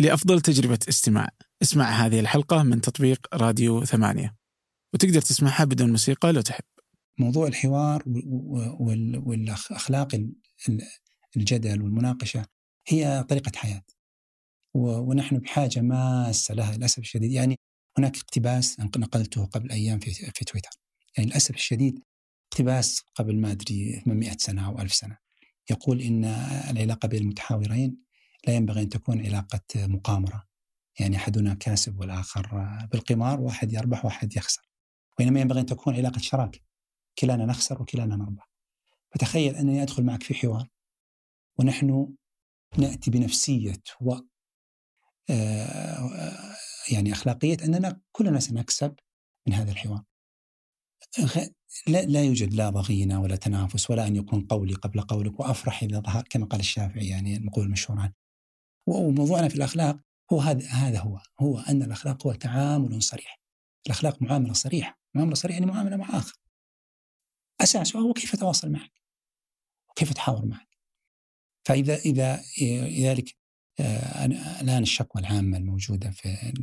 لأفضل تجربة استماع. اسمع هذه الحلقة من تطبيق راديو 8، وتقدر تسمعها بدون موسيقى لو تحب. موضوع الحوار والأخلاق الجدل والمناقشة هي طريقة حياة، ونحن بحاجة ماسة لها للأسف الشديد. يعني هناك اقتباس نقلته قبل أيام في تويتر، يعني للأسف الشديد اقتباس قبل ما أدري 800 سنة أو 1000 سنة، يقول إن العلاقة بين المتحاورين لا ينبغي أن تكون علاقة مقامرة، يعني أحدنا كاسب والآخر بالقمار، واحد يربح واحد يخسر، وإنما ينبغي أن تكون علاقة شراكة، كلانا نخسر وكلانا نربح. فتخيل أنني أدخل معك في حوار ونحن نأتي بنفسية يعني أخلاقية أننا كلنا سنكسب من هذا الحوار. لا يوجد لا ضغينة ولا تنافس، ولا أن يكون قولي قبل قولك، وأفرح إذا ظهر كما قال الشافعي، يعني المقول المشهور عنه. وموضوعنا في الأخلاق هو هذا هو أن الأخلاق هو تعامل صريح. الأخلاق معاملة صريحة، معاملة صريحة يعني معاملة مع آخر، أساسه هو كيف أتواصل معك وكيف أتحاور معك. فإذا لذلك الآن الشكوى العامة الموجودة في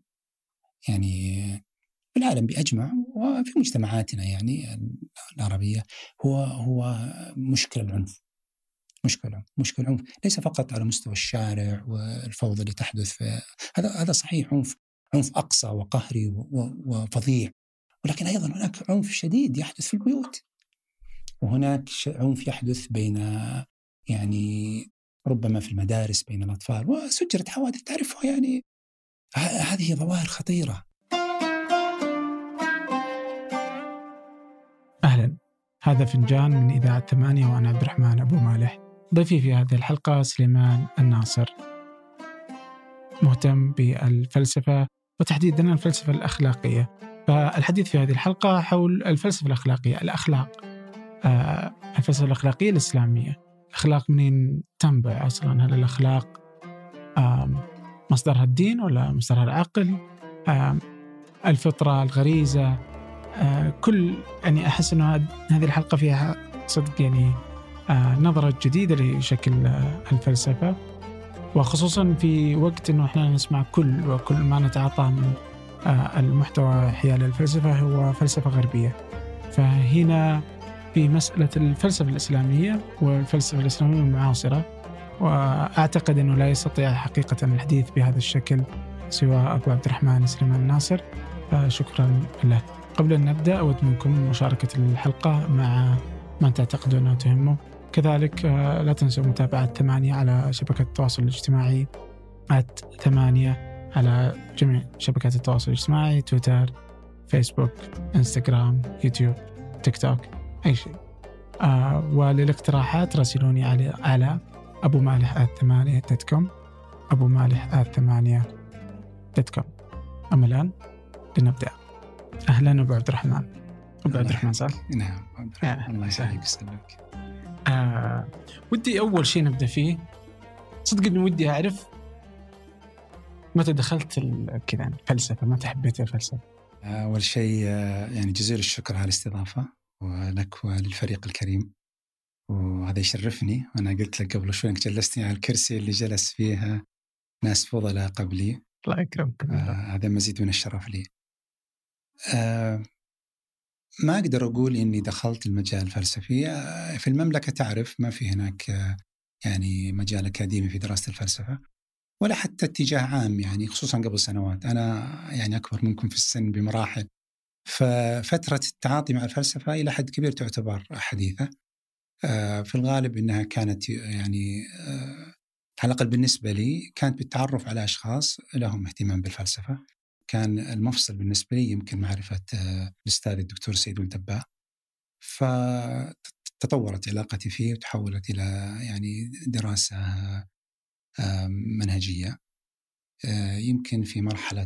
العالم بأجمع وفي مجتمعاتنا يعني العربية هو مشكلة العنف. مشكلة العنف ليس فقط على مستوى الشارع والفوضى اللي تحدث هذا صحيح، عنف أقصى وقهري وفظيع، ولكن أيضا هناك عنف شديد يحدث في البيوت، وهناك عنف يحدث بين يعني ربما في المدارس بين الأطفال، وسجلت حوادث تعرفها. يعني هذه ظواهر خطيرة. أهلا، هذا فنجان من إذاعة 8 وأنا عبد الرحمن أبو مالح. ضيفي في هذه الحلقة سليمان الناصر، مهتم بالفلسفة وتحديدا الفلسفة الأخلاقية. فالحديث في هذه الحلقة حول الفلسفة الأخلاقية، الأخلاق، الفلسفة الأخلاقية الإسلامية. الأخلاق منين تنبع أصلا؟ هل الأخلاق مصدرها الدين ولا مصدرها العقل؟ الفطرة، الغريزة، كل يعني أحس أنه هذه الحلقة فيها صدق يعني نظرة جديدة لشكل الفلسفة، وخصوصا في وقت أنه إحنا نسمع وكل ما نتعاطى من المحتوى حيال الفلسفة هو فلسفة غربية. فهنا في مسألة الفلسفة الإسلامية والفلسفة الإسلامية المعاصرة، وأعتقد أنه لا يستطيع حقيقة الحديث بهذا الشكل سوى أبو عبد الرحمن سليمان الناصر، فشكرا له. قبل أن نبدأ أود منكم مشاركة الحلقة مع من تعتقدون أنه تهمه. كذلك لا تنسوا متابعة 8 على شبكة التواصل الاجتماعي @8 على جميع شبكات التواصل الاجتماعي، تويتر، فيسبوك، انستغرام، يوتيوب، تيك توك، أي شيء. وللاقتراحات راسلوني على abumالح@8.com abumالح@8.com. أما الآن لنبدأ. أهلا أبو عبد الرحمن. أبو عبد الرحمن صح؟ نعم عبد الرحمن، الله يسلمك. ودي أول شيء نبدأ فيه، صدق إني ودي أعرف متى دخلت كذا الفلسفة، متى حبيت الفلسفة؟ أول شيء يعني جزيل الشكر على الاستضافة، ولك وللفريق الكريم، وهذا يشرفني. وأنا قلت لك قبل شوي إنك جلستني على الكرسي اللي جلس فيها ناس فضلاء قبلي. الله يكرمك. هذا مزيد من الشرف لي. ما أقدر أقول إني دخلت المجال الفلسفي. في المملكة تعرف ما في هناك يعني مجال أكاديمي في دراسة الفلسفة، ولا حتى اتجاه عام، يعني خصوصا قبل سنوات. أنا يعني أكبر منكم في السن بمراحل، ففترة التعاطي مع الفلسفة إلى حد كبير تعتبر حديثة. في الغالب إنها كانت يعني على الأقل بالنسبة لي كانت بالتعرف على أشخاص لهم اهتمام بالفلسفة. كان المفصل بالنسبة لي يمكن معرفة الأستاذ الدكتور سيد الدباغ، فتطورت علاقتي فيه وتحولت إلى يعني دراسة منهجية. يمكن في مرحلة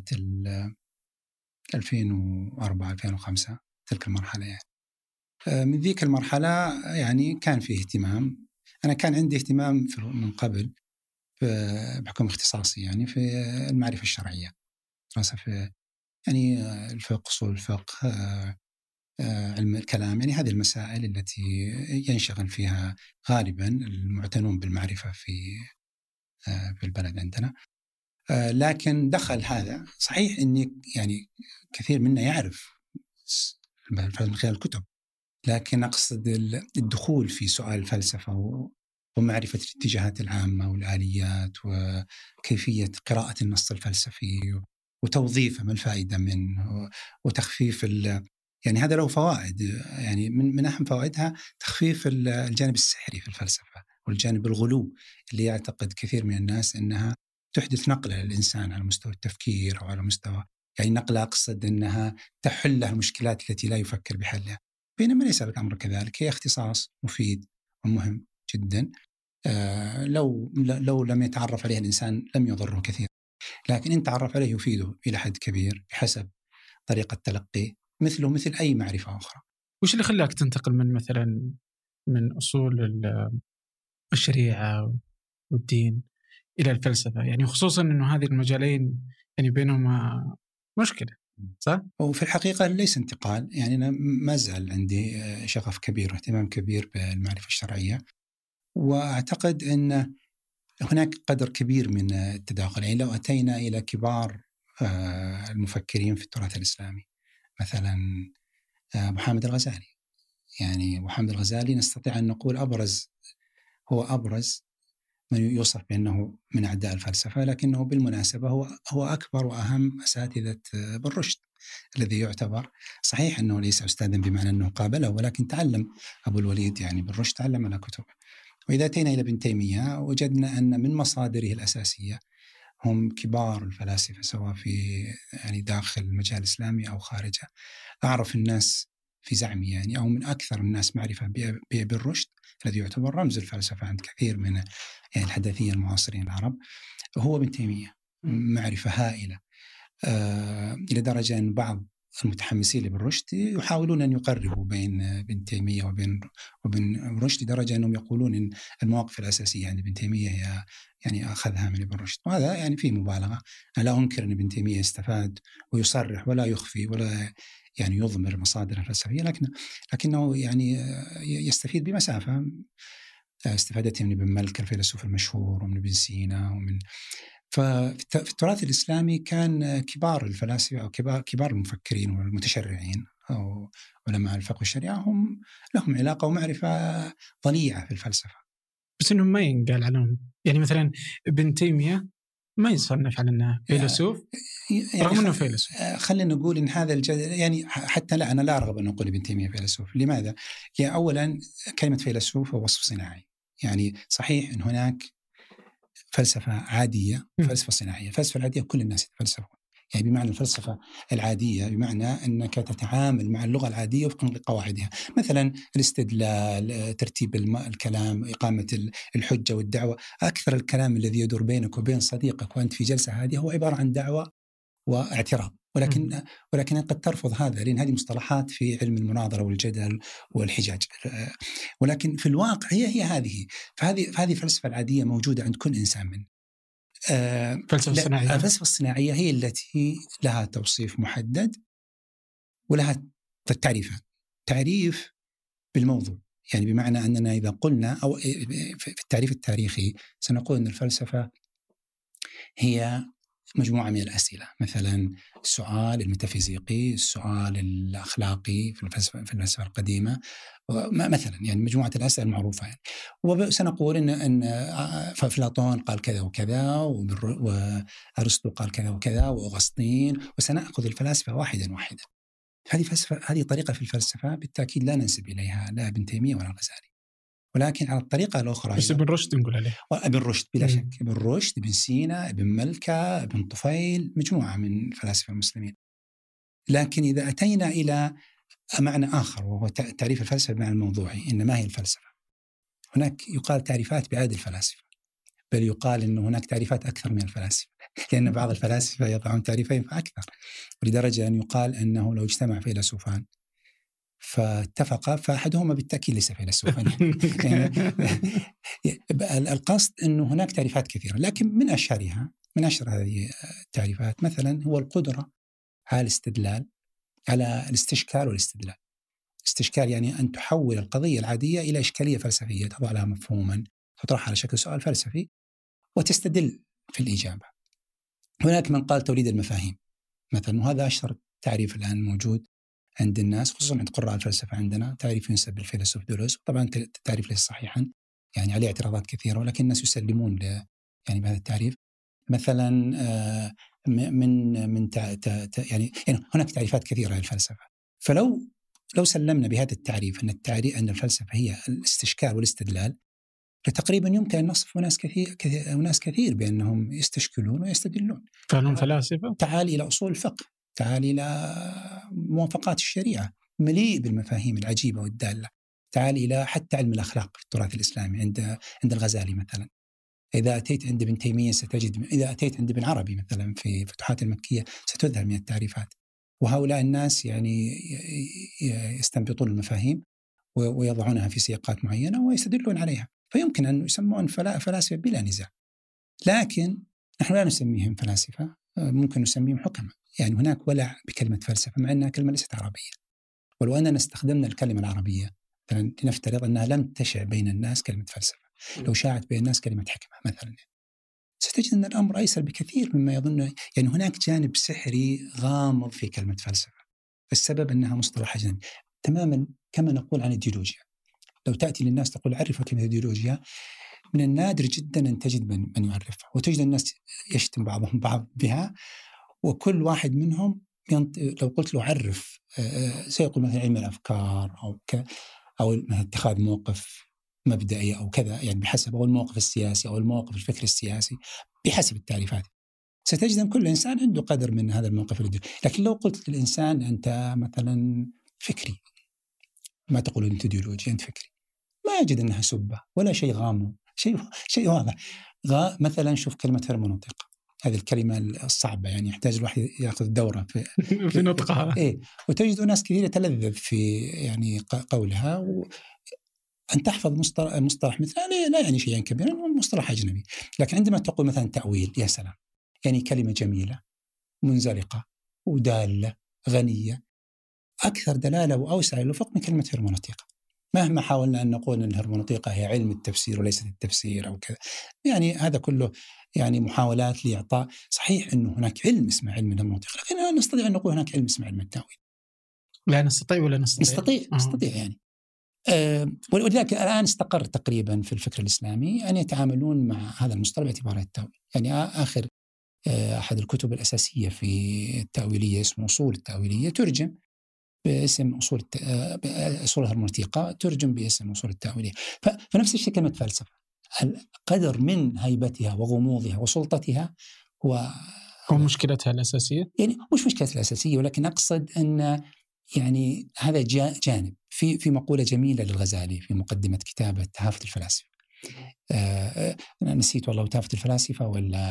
2004-2005 تلك المرحلة يعني. من ذيك المرحلة يعني كان فيه اهتمام. أنا كان عندي اهتمام من قبل بحكم اختصاصي يعني في المعرفة الشرعية، دراسة في يعني الفقه، أصول الفقه، علم الكلام، يعني هذه المسائل التي ينشغل فيها غالبا المعتنون بالمعرفة في البلد عندنا. لكن دخل هذا صحيح إني يعني كثير منا يعرف من خلال الكتب، لكن أقصد الدخول في سؤال الفلسفة ومعرفة الاتجاهات العامة والآليات وكيفية قراءة النص الفلسفي وتوظيفه، ما الفائدة منه، وتخفيف يعني هذا له فوائد. يعني من أهم فوائدها تخفيف الجانب السحري في الفلسفة والجانب الغلو اللي يعتقد كثير من الناس أنها تحدث نقلة للإنسان على مستوى التفكير أو على مستوى، يعني نقلة أقصد أنها تحل له المشكلات التي لا يفكر بحلها، بينما ليس الأمر كذلك. هي اختصاص مفيد ومهم جدا، لو لم يتعرف عليه الإنسان لم يضره كثير، لكن إن تعرف عليه يفيده إلى حد كبير بحسب طريقة تلقيه، مثله مثل أي معرفة أخرى. وش اللي خلاك تنتقل من مثلا من أصول الشريعة والدين إلى الفلسفة؟ يعني خصوصا أنه هذه المجالين يعني بينهما مشكلة، صح؟ وفي الحقيقة ليس انتقال، يعني أنا ما زال عندي شغف كبير واهتمام كبير بالمعرفة الشرعية، وأعتقد أن هناك قدر كبير من التداخل. يعني لو أتينا إلى كبار المفكرين في التراث الإسلامي، مثلا محمد الغزالي، يعني محمد الغزالي نستطيع أن نقول هو أبرز من يوصف بأنه من أعداء الفلسفة، لكنه بالمناسبة هو أكبر وأهم أساتذة ابن رشد، الذي يعتبر صحيح أنه ليس أستاذا بمعنى أنه قابله، ولكن تعلم أبو الوليد يعني ابن رشد تعلم على كتبه. وإذا أتينا إلى ابن تيمية وجدنا أن من مصادره الأساسية هم كبار الفلاسفة، سواء في يعني داخل المجال الإسلامي أو خارجه. أعرف الناس في زعمي يعني، أو من أكثر الناس معرفة بابن رشد الذي يعتبر رمز الفلسفة عند كثير من يعني الحداثية المعاصرين العرب، هو ابن تيمية. معرفة هائلة، إلى درجة أن بعض المتحمسين لابن رشد يحاولون أن يقربوا بين ابن تيمية وابن رشد، لدرجة أنهم يقولون أن المواقف الأساسية عند ابن تيمية هي يعني أخذها من ابن رشد، وهذا يعني فيه مبالغة. أنا لا أنكر أن ابن تيمية استفاد ويصرح ولا يخفي ولا يعني يضمر مصادر الفلسفية، لكنه يعني يستفيد بمسافة. استفادت من ابن مالك الفيلسوف المشهور، ومن ابن سينا، ففي التراث الإسلامي كان كبار الفلاسفة أو كبار المفكرين والمتشرعين أو علماء الفقه والشريعة هم لهم علاقة ومعرفة ضليعة في الفلسفة، بس إنهم ما ينقال عنهم. يعني مثلا ابن تيمية ما يصنف على أنه فيلسوف يعني رغم أنه فيلسوف. خلينا نقول إن هذا الجدل يعني حتى لا، أنا لا أرغب أن أقول ابن تيمية فيلسوف. لماذا؟ يعني أولا كلمة فيلسوف هو وصف صناعي. يعني صحيح أن هناك فلسفة عادية وفلسفة صناعية. الفلسفة العادية كل الناس يتفلسفون، يعني بمعنى الفلسفة العادية بمعنى أنك تتعامل مع اللغة العادية وفقا لقواعدها، مثلا الاستدلال، ترتيب الكلام، إقامة الحجة والدعوة. أكثر الكلام الذي يدور بينك وبين صديقك وأنت في جلسة هذه هو عبارة عن دعوة واعتراض، ولكن قد ترفض هذا، لأن هذه مصطلحات في علم المناظرة والجدل والحجاج، ولكن في الواقع هي هذه. فهذه الفلسفة العادية موجودة عند كل إنسان من الفلسفة الصناعية هي التي لها توصيف محدد ولها تعريف بالموضوع. يعني بمعنى أننا إذا قلنا أو في التعريف التاريخي سنقول أن الفلسفة هي مجموعة من الأسئلة، مثلا السؤال الميتافيزيقي، السؤال الأخلاقي في الفلسفة القديمة مثلا، يعني مجموعة الأسئلة المعروفة يعني. وسنقول أن أفلاطون قال كذا وكذا، وأرسطو قال كذا وكذا، وأغسطين، وسنأخذ الفلاسفة واحدا واحدا. هذه طريقة في الفلسفة بالتأكيد لا ننسب إليها لا ابن تيمية ولا الغزالي، ولكن على الطريقة الأخرى بس ابن رشد نقول عليه، ابن رشد بلا شك، ابن رشد، ابن سينا، ابن ملكة، ابن طفيل، مجموعة من الفلاسفة المسلمين. لكن إذا أتينا إلى معنى آخر وهو تعريف الفلسفة بمعنى الموضوعي، إن ما هي الفلسفة؟ هناك يقال تعريفات بعدد الفلاسفة، بل يقال أن هناك تعريفات أكثر من الفلاسفة، لأن بعض الفلاسفة يضعون تعريفين فأكثر، ولدرجة أن يقال أنه لو اجتمع فيلسوفان فاتفق فأحدهما بالتأكيد ليس فيلسوفا. القصد أنه هناك تعريفات كثيرة، لكن من أشهر هذه التعريفات مثلا هو القدرة على الاستدلال، على الاستشكال والاستدلال. استشكال يعني أن تحول القضية العادية إلى إشكالية فلسفية، تضع لها مفهوما، تطرحها على شكل سؤال فلسفي وتستدل في الإجابة. هناك من قال توليد المفاهيم مثلا، وهذا أشهر تعريف الآن موجود عند الناس، خصوصا عند قراء الفلسفة. عندنا تعريف ينسب للفيلسوف دولوز، طبعا التعريف ليس صحيحا، يعني عليه اعتراضات كثيرة، ولكن الناس يسلمون يعني بهذا التعريف. مثلا يعني هناك تعريفات كثيرة للفلسفة. فلو سلمنا بهذا التعريف أن الفلسفة هي الاستشكال والاستدلال، فتقريبا يمكن أن نصف ناس كثير بأنهم يستشكلون ويستدلون. فهم فلاسفة. تعال إلى أصول الفقه، تعال إلى موافقات الشريعة، مليء بالمفاهيم العجيبة والدالة. تعال إلى حتى علم الأخلاق في التراث الإسلامي عند الغزالي مثلا. إذا أتيت عند ابن تيمية ستجد، إذا أتيت عند ابن عربي مثلا في فتوحات المكية ستذهل من التعريفات. وهؤلاء الناس يعني يستنبطون المفاهيم ويضعونها في سياقات معينة ويستدلون عليها، فيمكن أن يسمون فلاسفة بلا نزاع. لكن نحن لا نسميهم فلاسفة، ممكن نسميهم حكماء. يعني هناك ولع بكلمة فلسفة مع أنها كلمة ليست عربية، ولو أننا استخدمنا الكلمة العربية لنفترض أنها لم تشع بين الناس كلمة فلسفة، لو شاعت بين الناس كلمة حكمة مثلا، ستجد أن الأمر أيسر بكثير مما يظن. يعني هناك جانب سحري غامض في كلمة فلسفة، السبب أنها مصطلح أجنبي تماما، كما نقول عن الإيديولوجيا. لو تأتي للناس تقول عرفوا كلمة إيديولوجيا، من النادر جدا أن تجد من يعرفها، وتجد الناس يشتم بعضهم بعض بها، وكل واحد منهم لو قلت له عرف سيقول مثلا علم الأفكار أو اتخاذ موقف مبدئي أو كذا، يعني بحسب، أو الموقف السياسي أو الموقف الفكري السياسي بحسب التعريفات. ستجد أن كل إنسان عنده قدر من هذا الموقف الإيديولوجي. لكن لو قلت للإنسان أنت مثلا فكري، ما تقول أنت إيديولوجي، أنت فكري، ما يجد أنها سبة ولا شيء غامض، شيء واضح. مثلا شوف كلمة هرمونوطيقة، هذه الكلمة الصعبة، يعني يحتاج الواحد يأخذ دورة في نطقها. إيه، وتجد ناس كثير يتلذذ في يعني قولها. أن تحفظ مصطلح مثل لا يعني شيئا كبيرا، مصطلح أجنبي. لكن عندما تقول مثلا تأويل، يا سلام، يعني كلمة جميلة منزلقة ودالة غنية، أكثر دلالة وأوسع للأفق من كلمة هرمونوطيقة. مهما حاولنا أن نقول أن الهرمونوطيقة هي علم التفسير وليست التفسير أو كذا، يعني هذا كله يعني محاولات لإعطاء. صحيح أنه هناك علم اسمه علم الهرمونوطيقة، لكن لا نستطيع أن نقول هناك علم اسمه علم التأويل. لا نستطيع ولا نستطيع يعني. ولذلك الآن استقر تقريبا في الفكر الإسلامي أن يتعاملون مع هذا المصطلح باعتباره التأويل. يعني آخر أحد الكتب الأساسية في التأويلية اسمه أصول التأويلية، ترجم باسم أصول الهرمونوطيقة، ترجم باسم أصول التأويلية. فنفس الشيء كلمة فلسفة، القدر من هيبتها وغموضها وسلطتها هو مشكلتها الأساسية. يعني مش مشكلتها الأساسية، ولكن أقصد أن يعني هذا جانب في مقولة جميلة للغزالي في مقدمة كتابة تهافت الفلاسفة. أنا نسيت والله تهافت الفلاسفة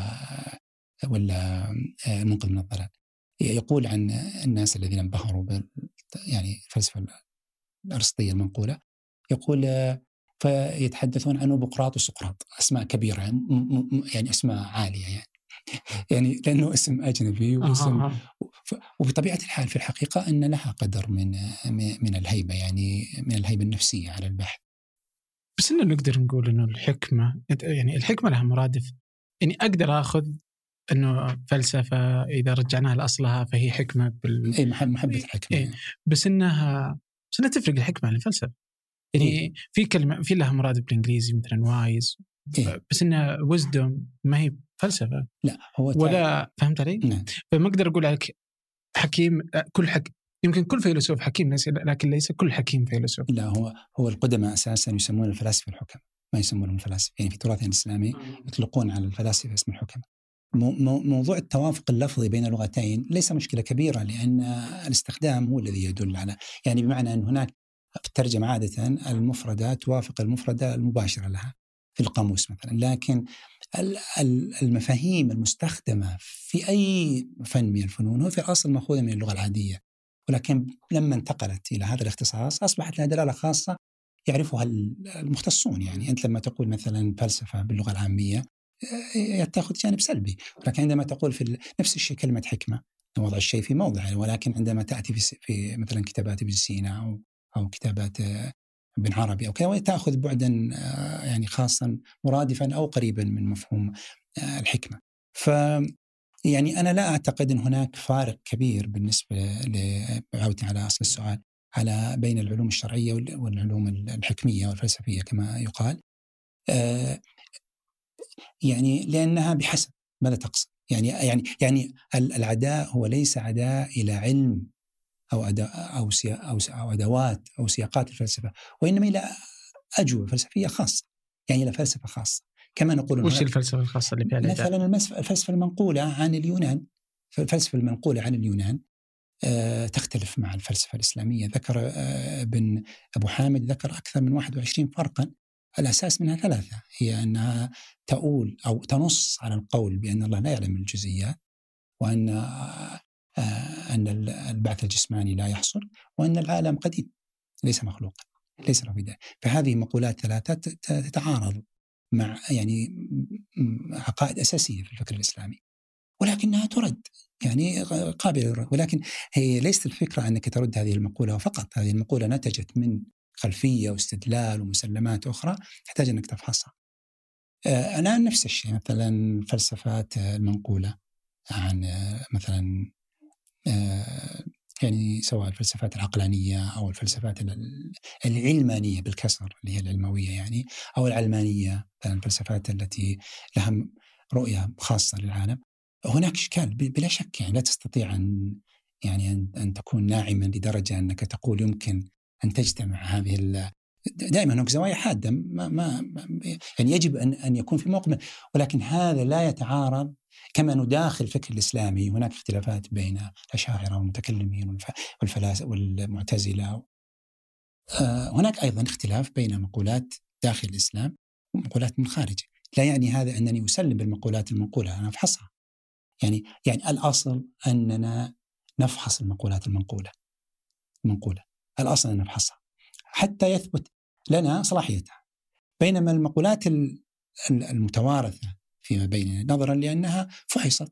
ولا المنقذ من الضلال. يقول عن الناس الذين انبهروا يعني الفلسفة الأرسطية المنقولة، يقول فيتحدثون عن بقراط وسقراط، أسماء كبيرة يعني أسماء عالية يعني لأنه اسم أجنبي واسم وبطبيعة الحال في الحقيقة أن لها قدر من الهيبة، يعني من الهيبة النفسية على البحث. بس إنه نقدر نقول إنه الحكمة، يعني الحكمة لها مرادف. يعني أقدر أخذ إنه فلسفة إذا رجعناها لأصلها فهي حكمة محبة الحكمة. بس إنها تفرق الحكمة عن الفلسفة. يعني في كلمة في لها مرادف بالإنجليزي مثلا وايز، بس إنها wisdom ما هي فلسفة. لا هو ولا فهمت علي؟ نعم. فما أقدر أقول لك حكيم يمكن كل فيلسوف حكيم، لكن ليس كل حكيم فيلسوف. لا هو القدماء أساسا يسمون الفلاسفة الحكم، ما يسمونهم الفلاسفة. يعني في تراثنا الإسلامي يطلقون على الفلاسفة اسم الحكم. موضوع التوافق اللفظي بين اللغتين ليس مشكلة كبيرة، لأن الاستخدام هو الذي يدل على، يعني بمعنى أن هناك في الترجمة عادة المفردة توافق المفردة المباشرة لها في القاموس مثلا، لكن المفاهيم المستخدمة في أي فن من الفنون هو في الأصل مأخوذة من اللغة العادية، ولكن لما انتقلت إلى هذا الاختصاص أصبحت لها دلالة خاصة يعرفها المختصون. يعني أنت لما تقول مثلا فلسفة باللغة العامية تأخذ جانب سلبي، ولكن عندما تقول في نفس الشيء كلمة حكمة وضع الشيء في موضعه، ولكن عندما تأتي في مثلا كتابات ابن سينا أو كتابات ابن عربي أو كذا تأخذ بعدا يعني خاصا مرادفا أو قريبا من مفهوم الحكمة. يعني أنا لا أعتقد أن هناك فارق كبير بالنسبة بعودة على أصل السؤال على بين العلوم الشرعية والعلوم الحكمية والفلسفية كما يقال. يعني لأنها بحسب ماذا تقصد. يعني العداء هو ليس عداء إلى علم أو أدوات أو سياقات الفلسفة، وإنما إلى أجوبة فلسفية خاصة، يعني إلى فلسفة خاصة. كما نقول وش الفلسفة الخاصة اللي فيها العداء؟ مثلا الفلسفة المنقولة عن اليونان. الفلسفة المنقولة عن اليونان تختلف مع الفلسفة الإسلامية. ذكر ابن أبو حامد ذكر أكثر من 21 فرقا. الأساس منها 3، هي أنها تؤول أو تنص على القول بأن الله لا يعلم الجزئيات، وأن البعث الجسماني لا يحصل، وأن العالم قديم ليس مخلوقا، ليس له بداية. فهذه مقولات 3 تتعارض مع يعني عقائد أساسية في الفكر الإسلامي، ولكنها ترد، يعني قابلة للرد. ولكن هي ليست الفكرة أنك ترد هذه المقولة فقط. هذه المقولة نتجت من خلفية واستدلال ومسلمات أخرى تحتاج أنك تفحصها. أنا نفس الشيء، مثلا الفلسفات المنقولة عن مثلا يعني سواء الفلسفات العقلانية أو الفلسفات العلمانية بالكسر اللي هي العلموية يعني، أو العلمانية، الفلسفات التي لها رؤية خاصة للعالم. هناك إشكال بلا شك، يعني لا تستطيع أن تكون ناعما لدرجة أنك تقول يمكن أن تجتمع هذه دائما هناك زوايا حادة يعني يجب أن يكون في موقف، ولكن هذا لا يتعارض. كما نداخل الفكر الإسلامي هناك اختلافات بين الأشاعرة والمتكلمين والفلاسفة والمعتزلة. هناك أيضا اختلاف بين مقولات داخل الإسلام ومقولات من خارجه. لا يعني هذا أنني أسلم بالمقولات المنقولة، أنا أفحصها. يعني الأصل أننا نفحص المقولات المنقولة. الأصل أن نفحصها حتى يثبت لنا صلاحيتها. بينما المقولات المتوارثة فيما بيننا نظرا لأنها فحصت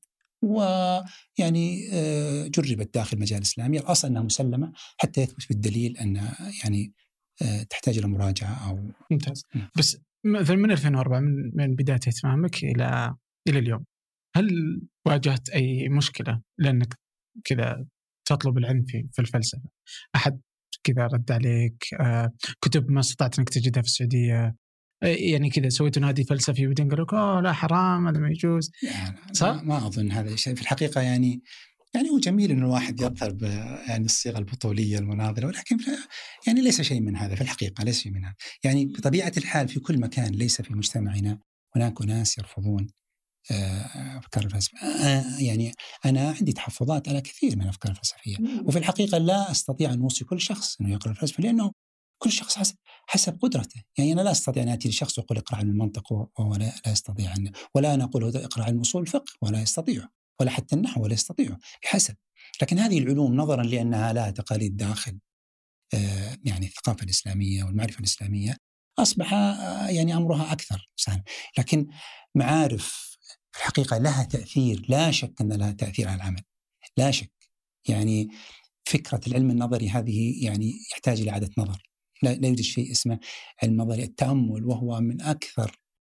ويعني جربت داخل المجال الإسلامي، الأصل أنها مسلمة حتى يثبت بالدليل أن يعني تحتاج إلى مراجعة أو. ممتاز. بس مثلا من 2004 من بداية اهتمامك إلى اليوم، هل واجهت أي مشكلة لأنك كذا تطلب العلم في الفلسفة؟ أحد كذا رد عليك؟ كتب ما استطعت أنك تجدها في السعودية؟ يعني كذا سويت نادي فلسفي وبعدين قالوا لك لا حرام هذا ما يجوز؟ ما أظن هذا الشيء في الحقيقة. يعني هو جميل إنه الواحد يظهر يعني الصيغة البطولية المناظرة، ولكن يعني ليس شيء من هذا في الحقيقة، ليس شيء من هذا. يعني بطبيعة الحال في كل مكان ليس في مجتمعنا هناك ناس يرفضون أفكار الفلسفة. يعني أنا عندي تحفظات على كثير من الأفكار الفلسفية، وفي الحقيقة لا أستطيع أن أوصي كل شخص أنه يقرأ الفلسفة، لأنه كل شخص حسب قدرته. يعني أنا لا أستطيع أن أتي لشخص وأقول اقرأ علم المنطق وهو لا يستطيع ولا أنا أقول اقرأ علم أصول الفقه ولا يستطيع، ولا حتى النحو ولا يستطيع، بحسب. لكن هذه العلوم نظرا لأنها لها تقاليد داخل يعني الثقافة الإسلامية والمعرفة الإسلامية أصبح يعني أمرها أكثر سهل. لكن معارف في الحقيقة لها تأثير، لا شك أن لها تأثير على العمل، لا شك. يعني فكرة العلم النظري هذه يعني يحتاج إلى إعادة نظر. لا يوجد شيء اسمه علم نظري. التأمل وهو من أكثر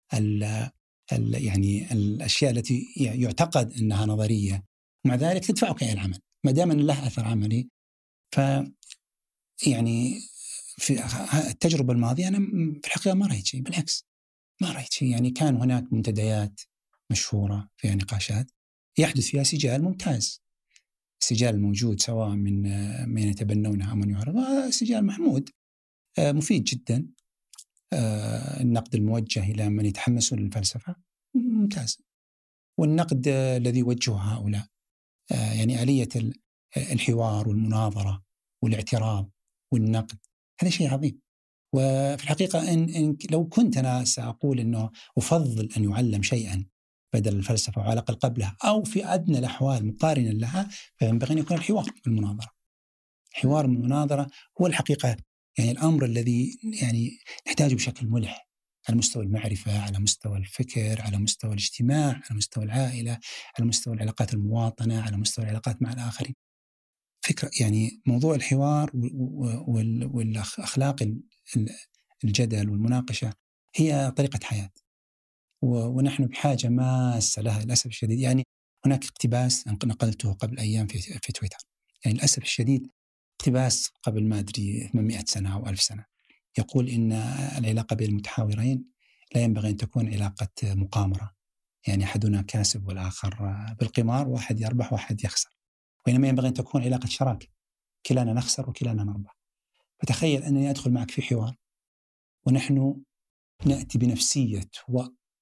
يعني الأشياء التي يعتقد أنها نظرية، ومع ذلك تدفعك إلى العمل ما دام أن له أثر عملي. يعني في التجربة الماضية أنا في الحقيقة ما رأيت شيء، بالعكس ما رأيت شيء. يعني كان هناك منتديات مشهورة فيها نقاشات يحدث فيها سجال ممتاز، السجال موجود سواء من يتبنونه أو من يعرض، سجال محمود مفيد جدا. النقد الموجه إلى من يتحمسون للفلسفة ممتاز، والنقد الذي يوجهه هؤلاء يعني آلية الحوار والمناظرة والاعتراض والنقد، هذا شيء عظيم. وفي الحقيقة إن لو كنت أنا سأقول أنه أفضل أن يعلم شيئا بدل الفلسفة وعلى الأقل قبلها أو في أدنى الأحوال مقارنا لها، فينبغي أن يكون الحوار والمناظرة. الحوار والمناظرة هو الحقيقة يعني الأمر الذي يعني نحتاجه بشكل ملح على مستوى المعرفة، على مستوى الفكر، على مستوى الاجتماع، على مستوى العائلة، على مستوى العلاقات المواطنة، على مستوى العلاقات مع الآخرين. فكرة يعني موضوع الحوار والأخلاق الجدل والمناقشة هي طريقة حياة، ونحن بحاجة ماسة لها للأسف الشديد. يعني هناك اقتباس نقلته قبل أيام في تويتر، يعني للأسف الشديد اقتباس قبل ما أدري 800 سنة أو 1000 سنة، يقول إن العلاقة بين المتحاورين لا ينبغي أن تكون علاقة مقامرة، يعني أحدنا كاسب والآخر بالقمار، واحد يربح واحد يخسر، وإنما ينبغي أن تكون علاقة شراكة، كلانا نخسر وكلانا نربح. فتخيل أنني أدخل معك في حوار ونحن نأتي بنفسية و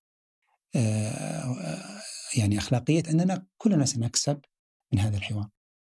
يعني أخلاقية أننا كلنا سنكسب من هذا الحوار.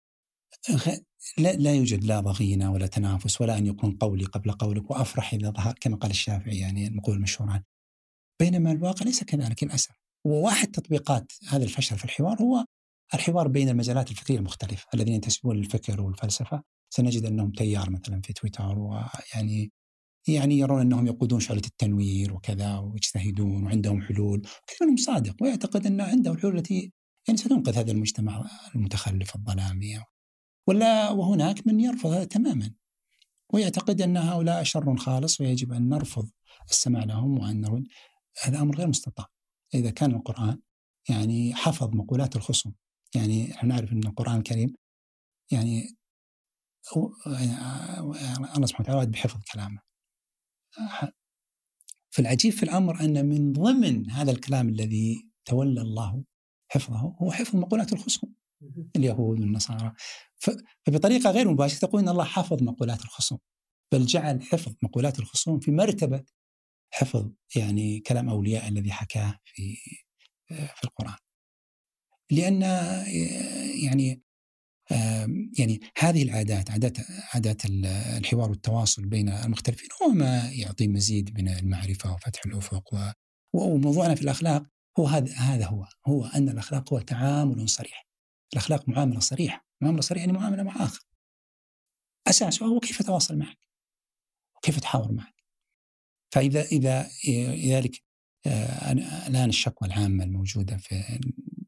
لا يوجد لا ضغينة ولا تنافس ولا أن يكون قولي قبل قولك وأفرح إذا ظهر، كما قال الشافعي يعني المقول المشهور. بينما الواقع ليس كذلك للأسف. وواحد تطبيقات هذا الفشل في الحوار هو الحوار بين المجالات الفكرية المختلفة. الذين ينتسبون للفكر والفلسفة سنجد أنهم تيار مثلا في تويتر، ويعني يرون أنهم يقودون شعلة التنوير وكذا ويجتهدون وعندهم حلول، كثير منهم صادق ويعتقد أن عنده الحلول التي يعني ستنقذ هذا المجتمع المتخلف الظلامي. وهناك من يرفض هذا تماما ويعتقد أن هؤلاء شر خالص ويجب أن نرفض السماع لهم وأن نرد. هذا أمر غير مستطاع. إذا كان القرآن يعني حفظ مقولات الخصوم، يعني نحن نعرف أن القرآن الكريم يعني الله سبحانه وتعالى بحفظ كلامه. فالعجيب في الأمر أن من ضمن هذا الكلام الذي تولى الله حفظه هو حفظ مقولات الخصوم، اليهود والنصارى. فبطريقة غير مباشرة تقول أن الله حفظ مقولات الخصوم، بل جعل حفظ مقولات الخصوم في مرتبة حفظ يعني كلام أولياء الذي حكاه في القرآن. لأن يعني هذه العادات، عادات الحوار والتواصل بين المختلفين هو ما يعطي مزيد من المعرفة وفتح الأفق. وموضوعنا في الأخلاق هو هو أن الأخلاق هو تعامل صريح. الأخلاق معاملة صريحة، معاملة صريحة يعني معاملة مع آخر، أساسه هو كيف أتواصل معك وكيف أتحاور معك. فإذا لذلك الآن الشكوى العامة الموجودة في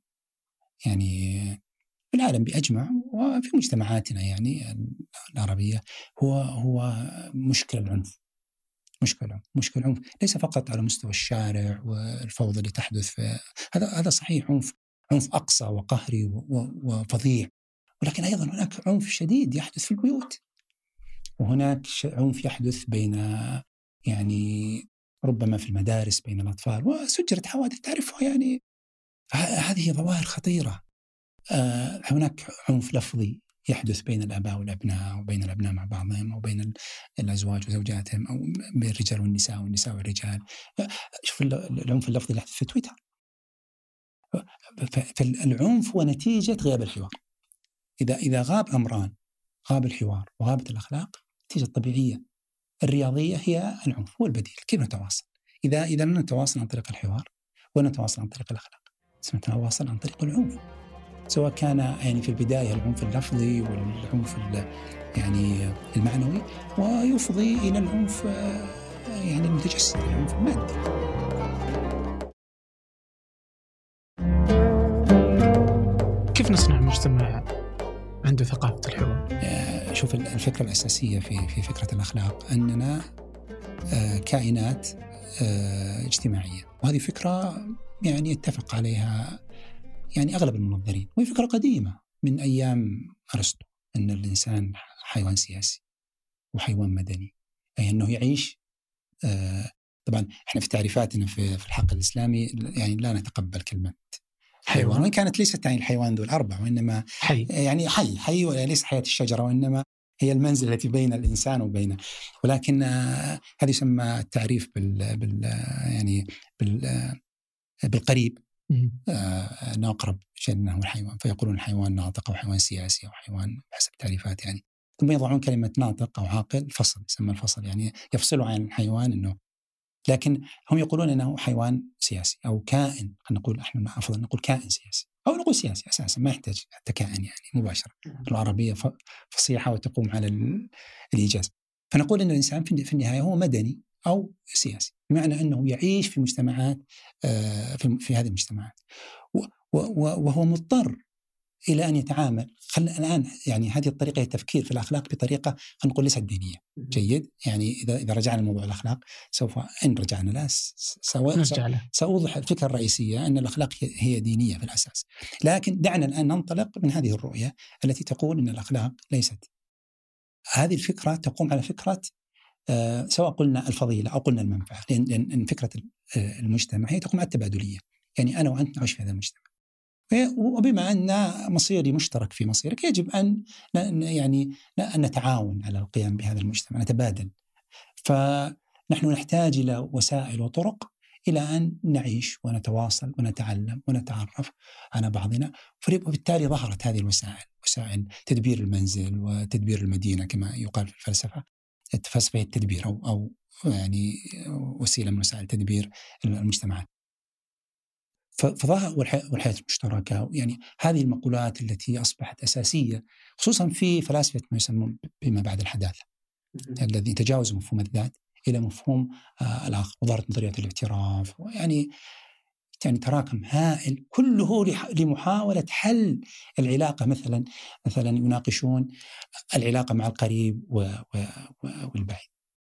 العالم بأجمع وفي مجتمعاتنا يعني العربية هو مشكلة العنف. مشكلة العنف ليس فقط على مستوى الشارع والفوضى اللي تحدث هذا صحيح، عنف أقصى وقهري وفظيع، ولكن أيضا هناك عنف شديد يحدث في البيوت، وهناك عنف يحدث بين يعني ربما في المدارس بين الأطفال، وسجلت حوادث تعرفها يعني. هذه ظواهر خطيرة. هناك عنف لفظي يحدث بين الآباء والأبناء، وبين الأبناء مع بعضهم، وبين الأزواج وزوجاتهم، أو بين الرجال والنساء والرجال. شوف العنف اللفظي اللي يحدث في تويتر. فالعنف هو نتيجة غياب الحوار. إذا غاب أمران، غاب الحوار وغابت الأخلاق، النتيجة الطبيعية الرياضية هي العنف، هو البديل. كيف نتواصل؟ إذا لم نتواصل عن طريق الحوار ونتواصل عن طريق الأخلاق، سنتواصل عن طريق العنف، سواء كان يعني في البداية العنف اللفظي والعنف يعني المعنوي، ويفضي إلى العنف يعني المتجسد، العنف المادي. كيف نصنع مجتمع عنده ثقافة الحوار؟ شوف الفكرة الأساسية في فكرة الأخلاق أننا كائنات اجتماعية، وهذه فكرة يعني يتفق عليها يعني أغلب المنظرين، وهي فكرة قديمة من أيام أرسطو، أن الإنسان حيوان سياسي وحيوان مدني، أي أنه يعيش. طبعا إحنا في تعريفاتنا في الحق الإسلامي يعني لا نتقبل كلمة حيوان، وإن كانت ليست تعني الحيوان ذو الأربع، وإنما حي، يعني حي وليس حياة الشجرة، وإنما هي المنزل التي بين الإنسان وبينه. ولكن هذا يسمى التعريف بالقريب، أنه أقرب شيء أنه الحيوان، فيقولون حيوان ناطق أو حيوان سياسي أو حيوان حسب تعريفات يعني. ثم يضعون كلمة ناطق أو عاقل فصل، يسمى الفصل، يعني يفصلوا عن الحيوان أنه، لكن هم يقولون أنه حيوان سياسي أو كائن. نقول إحنا أفضل نقول كائن سياسي أو نقول سياسي أساسا، ما يحتاج حتى كائن يعني مباشرة. العربية فصيحة وتقوم على الإيجاز. فنقول أن الإنسان في النهاية هو مدني أو سياسي، بمعنى أنه يعيش في مجتمعات، في هذه المجتمعات، وهو مضطر إلى أن يتعامل. الآن يعني هذه الطريقة التفكير في الأخلاق بطريقة خلينا نقول ليست دينية. جيد. يعني إذا رجعنا لموضوع الأخلاق سوف إن رجعنا لا سأوضح الفكرة الرئيسية أن الأخلاق هي دينية في الأساس. لكن دعنا الآن ننطلق من هذه الرؤية التي تقول أن الأخلاق ليست. هذه الفكرة تقوم على فكرة سواء قلنا الفضيلة أو قلنا المنفعة، لأن فكرة المجتمع هي تقوم على التبادلية. يعني أنا وأنت نعيش في هذا المجتمع، وبما أن مصيري مشترك في مصيرك يجب أن نتعاون على القيام بهذا المجتمع، نتبادل. فنحن نحتاج إلى وسائل وطرق إلى أن نعيش ونتواصل ونتعلم ونتعرف على بعضنا. وبالتالي ظهرت هذه الوسائل، وسائل تدبير المنزل وتدبير المدينة كما يقال في الفلسفة. الفلسفة هي التدبير أو يعني وسيلة من وسائل تدبير المجتمعات. فظهر والحياة المشتركة، يعني هذه المقولات التي أصبحت أساسية خصوصا في فلاسفة ما يسمون بما بعد الحداثة، الذي تجاوز مفهوم الذات إلى مفهوم الآخر، وظهرت نظرية الاعتراف، يعني تراكم هائل كله لمحاولة حل العلاقة. مثلا يناقشون العلاقة مع القريب والبعيد،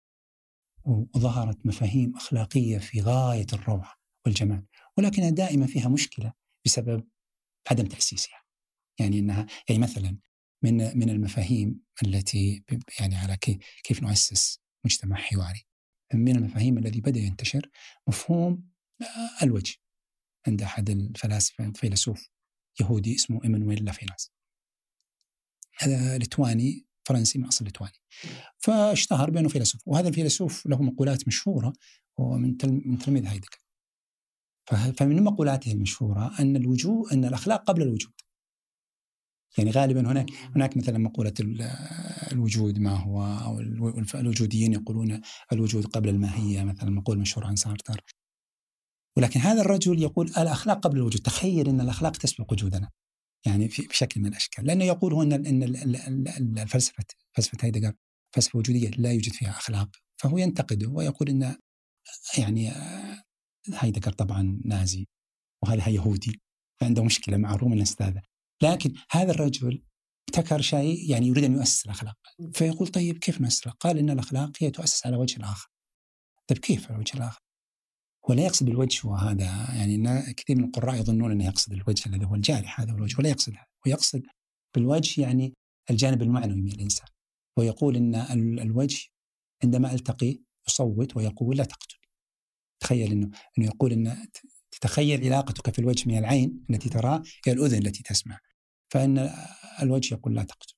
وظهرت مفاهيم أخلاقية في غاية الروعة والجمال، ولكنها دائما فيها مشكلة بسبب عدم تأسيسها. يعني أنها يعني مثلا من المفاهيم التي يعني على كيف نؤسس مجتمع حواري، من المفاهيم الذي بدأ ينتشر مفهوم الوجه عند أحد الفلاسفة، فيلسوف يهودي اسمه إيمانويل لافيناس. هذا لتواني فرنسي من أصل لتواني، فاشتهر بأنه فيلسوف. وهذا الفيلسوف له مقولات مشهورة، ومن تلميذ هايدغر. فمن مقولاته المشهورة أن الأخلاق قبل الوجود. يعني غالبا هناك مثلا مقولة الوجود ما هو، أو الوجوديين يقولون الوجود قبل الماهية، مثلا مقولة مشهورة عن سارتر. ولكن هذا الرجل يقول الأخلاق قبل الوجود. تخيل أن الأخلاق تسبق وجودنا يعني في بشكل من الأشكال، لأنه يقول هو أن فلسفة هايدغر فلسفة وجودية لا يوجد فيها أخلاق. فهو ينتقده ويقول أن يعني هايدغر طبعا نازي وهذا يهودي، فعنده مشكلة مع الروم الأستاذة. لكن هذا الرجل ابتكر شيء، يعني يريد أن يؤسس الأخلاق. فيقول طيب كيف نؤسس؟ قال إن الأخلاق هي تؤسس على وجه الآخر. طيب كيف على وجه الآخر؟ ولا يقصد بالوجه، وهذا يعني كثير من القراء يظنون أنه يقصد الوجه الذي هو الجارح، هذا هو الوجه، ولا يقصد هذا. ويقصد بالوجه يعني الجانب المعنوي من الإنسان. ويقول إن الوجه عندما ألتقي يصوت ويقول لا تقتل. تخيل إنه يقول إن تتخيل علاقتك في الوجه من العين التي ترى إلى الأذن التي تسمع، فإن الوجه يقول لا تقتل.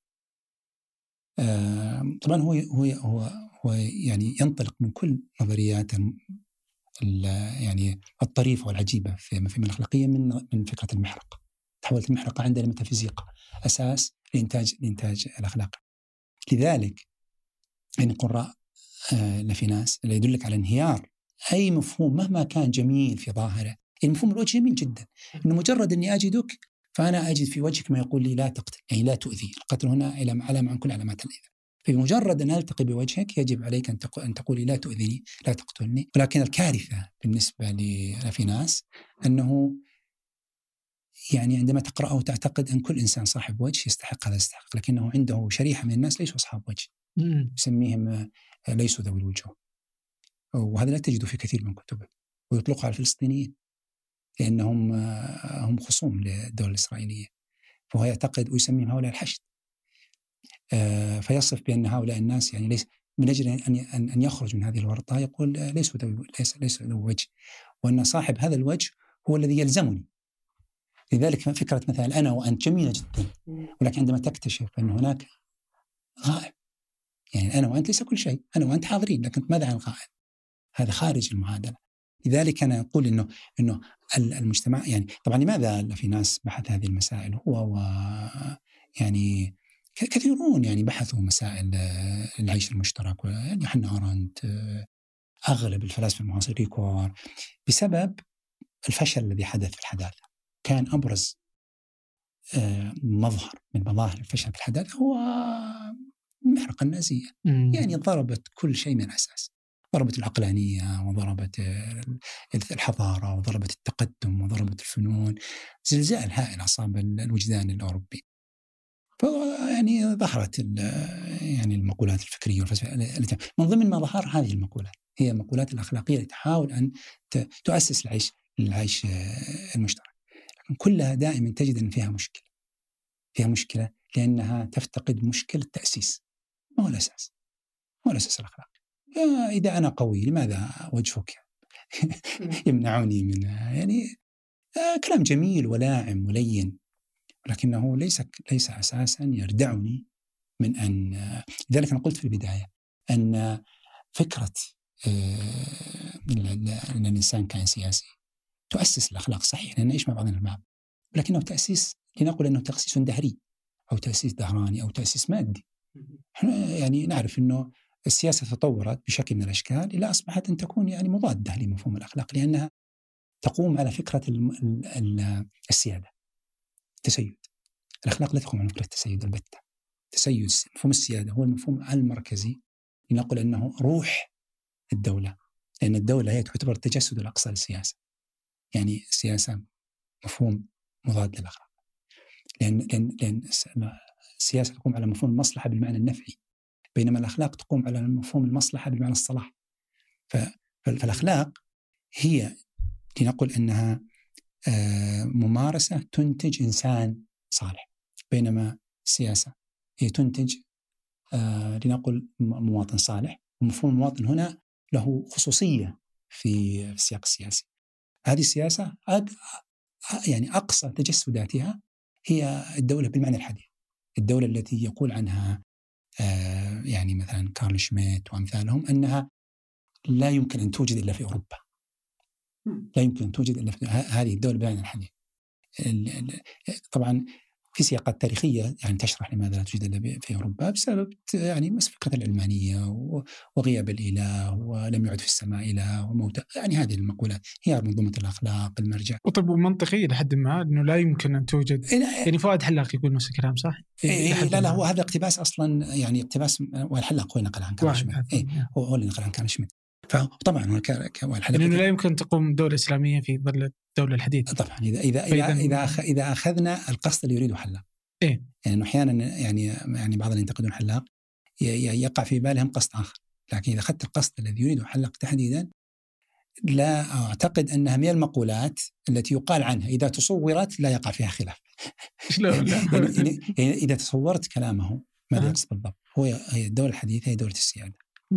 طبعا هو يعني ينطلق من كل نظريات يعني الطريفة والعجيبة في مفاهيم الأخلاقية من فكرة المحرقة. تحولت المحرقة عندنا الميتافيزيقا أساس لإنتاج الأخلاق. لذلك يعني قراء لافيناس اللي يدلك على انهيار أي مفهوم مهما كان جميل في ظاهره. المفهوم الوجه جميل جدا، إنه مجرد أني أجدك فأنا أجد في وجهك ما يقول لي لا تقتل، يعني لا تؤذي. القتل هنا علامة عن كل علامات الإيذاء. فبمجرد أن ألتقي بوجهك يجب عليك أن تقولي لا تؤذيني، لا تقتلني. ولكن الكارثة بالنسبة لافيناس أنه يعني عندما تقرأه تعتقد أن كل إنسان صاحب وجه يستحق هذا يستحق، لكنه عنده شريحة من الناس ليسوا أصحاب وجه، يسميهم ليسوا ذوي الوجوه. وهذا لا تجده في كثير من كتبه. ويطلقها على الفلسطينيين لأنهم هم خصوم للدولة الإسرائيلية، فهو يعتقد ويسميهم هؤلاء الحشد. فيصف بأن هؤلاء الناس يعني ليس من أجل أن يخرج من هذه الورطة يقول ليسوا ذوي وجه، وأن صاحب هذا الوجه هو الذي يلزمني. لذلك فكرة مثلا أنا وأنت جميلة جدا، ولكن عندما تكتشف أن هناك غائب، يعني أنا وأنت ليس كل شيء، أنا وأنت حاضرين لكن ماذا عن الغائب؟ هذا خارج المعادلة. لذلك أنا أقول إنه المجتمع يعني طبعا لماذا في ناس بحث هذه المسائل هو يعني كثيرون يعني بحثوا مسائل العيش المشترك، يعني حنا أرنت، أغلب الفلاسفة المعاصرين ريكور، بسبب الفشل الذي حدث في الحداثة. كان أبرز مظهر من مظاهر الفشل في الحداثة هو المحرقة النازية. يعني ضربت كل شيء من الأساس، ضربت العقلانية وضربت الحضارة وضربت التقدم وضربت الفنون. زلزال هائل أصاب الوجدان الأوروبي. يعني ظهرت يعني المقولات الفكرية والفلسفية. من ضمن ما ظهر هذه المقولات هي المقولات الأخلاقية اللي تحاول أن تؤسس العيش المشترك. لكن كلها دائما تجد أن فيها مشكلة لأنها تفتقد مشكلة التأسيس. ما هو الأساس الأخلاقي. إذا أنا قوي لماذا وجهك يمنعني من يعني كلام جميل ولاعم ولين، ولكنه ليس أساسا يردعني من أن. لذلك أنا قلت في البداية أن فكرة أن الإنسان كائن سياسي تؤسس الأخلاق صحيح لأن نعيش مع بعضنا البعض، ولكنه تأسيس لنقول أنه تأسيس دهري أو تأسيس دهراني أو تأسيس مادي. يعني نعرف أنه السياسة تطورت بشكل من الأشكال إلى أصبحت أن تكون يعني مضادة لمفهوم الأخلاق، لأنها تقوم على فكرة السيادة، التسيد. الأخلاق لا تقوم على فكرة التسيد البتة. تسيد مفهوم السيادة هو المفهوم المركزي لنقول أنه روح الدولة، لأن الدولة هي تعتبر التجسد الأقصى للسياسة. يعني السياسة مفهوم مضاد للأخلاق، لأن السياسة تقوم على مفهوم المصلحة بالمعنى النفعي، بينما الأخلاق تقوم على مفهوم المصلحة بمعنى الصلاح. فالأخلاق هي لنقول أنها ممارسة تنتج إنسان صالح، بينما السياسة هي تنتج لنقول مواطن صالح. ومفهوم المواطن هنا له خصوصية في السياق السياسي. هذه السياسة يعني أقصى تجسداتها هي الدولة بالمعنى الحديث، الدولة التي يقول عنها يعني مثلا كارل شميت وأمثالهم أنها لا يمكن أن توجد إلا في أوروبا، لا يمكن أن توجد إلا في هذه الدولة بالمعنى الحديث. طبعا في سياقات تاريخية يعني تشرح لماذا لا توجد إلا في أوروبا، بسبب يعني فكرة العلمانية وغياب الإله ولم يعد في السماء إله وموتى. يعني هذه المقولات هي منظومة الأخلاق المرجع. وطب ومنطقي لحد ما أنه لا يمكن أن توجد. يعني فؤاد حلاق يقول نفس الكلام صح؟ لا هو هذا اقتباس أصلا، يعني اقتباس والحلاق هو نقل عن كارل شميت. هو اللي نقل عن كارل شميت. فطبعا هو لأنه لا يمكن تقوم دولة إسلامية في ظل الدولة الحديثة. طبعا إذا أخذنا القصد اللي يريده حلاق. يعني إنه أحيانا يعني بعض اللي ينتقدون حلاق يقع في بالهم قصد آخر، لكن إذا أخذت القصد الذي يريده حلاق تحديدا لا أعتقد أنها من المقولات التي يقال عنها إذا تصورت لا يقع فيها خلاف. يعني إذا تصورت كلامه ماذا يقصد بالضبط؟ هي الدولة الحديثة هي دولة السيادة.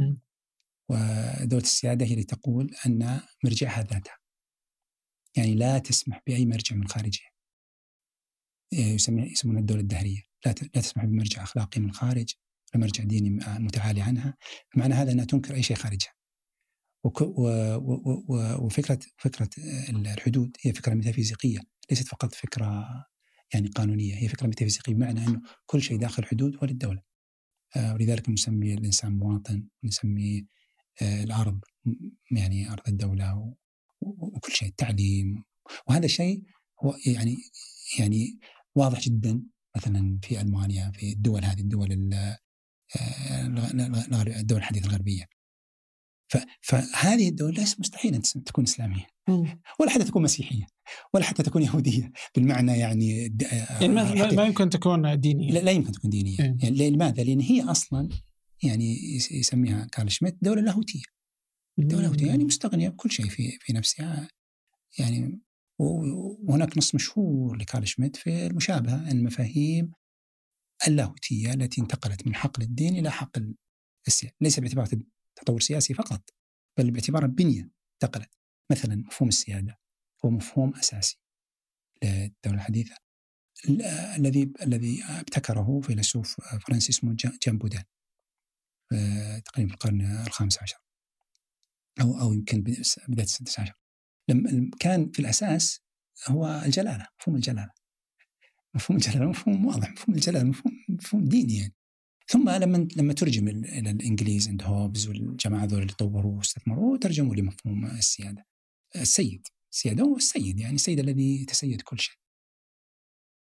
ودولة السيادة هي اللي تقول أن مرجعها ذاتها، يعني لا تسمح بأي مرجع من خارجها. يسمونها الدولة الدهرية، لا تسمح بمرجع أخلاقي من خارج ولا مرجع ديني متعالي عنها. معنى هذا أنها تنكر أي شيء خارجها. وفكرة الحدود هي فكرة ميتافيزيقية، ليست فقط فكرة يعني قانونية، هي فكرة ميتافيزيقية بمعنى أنه كل شيء داخل الحدود هو للدولة. ولذلك نسمي الإنسان مواطن، ونسمي الأرض يعني أرض الدولة، وكل شيء التعليم. وهذا الشيء هو يعني واضح جدا مثلا في ألمانيا، في الدول هذه الدول الدول الحديثة الغربية. فهذه الدول ليس مستحيل أن تكون إسلامية ولا حتى تكون مسيحية ولا حتى تكون يهودية بالمعنى يعني ما يمكن تكون دينية. لا يمكن تكون دينية. يعني لماذا؟ لأن هي أصلا يعني يسميها كارل شميت دولة لاهوتية. دولة لاهوتية يعني مستغنية بكل شيء في نفسها. يعني وهناك نص مشهور لكارل شميت في المشابهة، المفاهيم اللاهوتية التي انتقلت من حقل الدين إلى حقل السياسة، ليس باعتبار تطور سياسي فقط بل باعتبار بنية انتقلت. مثلا مفهوم السيادة هو مفهوم أساسي للدولة الحديثة الذي ابتكره فيلسوف فرنسي اسمه جان بودان تقريبا في القرن ال15 أو يمكن بداية ال16. لما كان في الأساس هو الجلالة، مفهوم الجلالة مفهوم واضح، مفهوم الجلالة مفهوم ديني يعني. ثم لما ترجم إلى الإنجليز عند هوبز والجماعة ذول اللي طوروا واستثمروا ترجموا لمفهوم السيادة. السيادة هو السيد، يعني السيد الذي يتسيد كل شيء.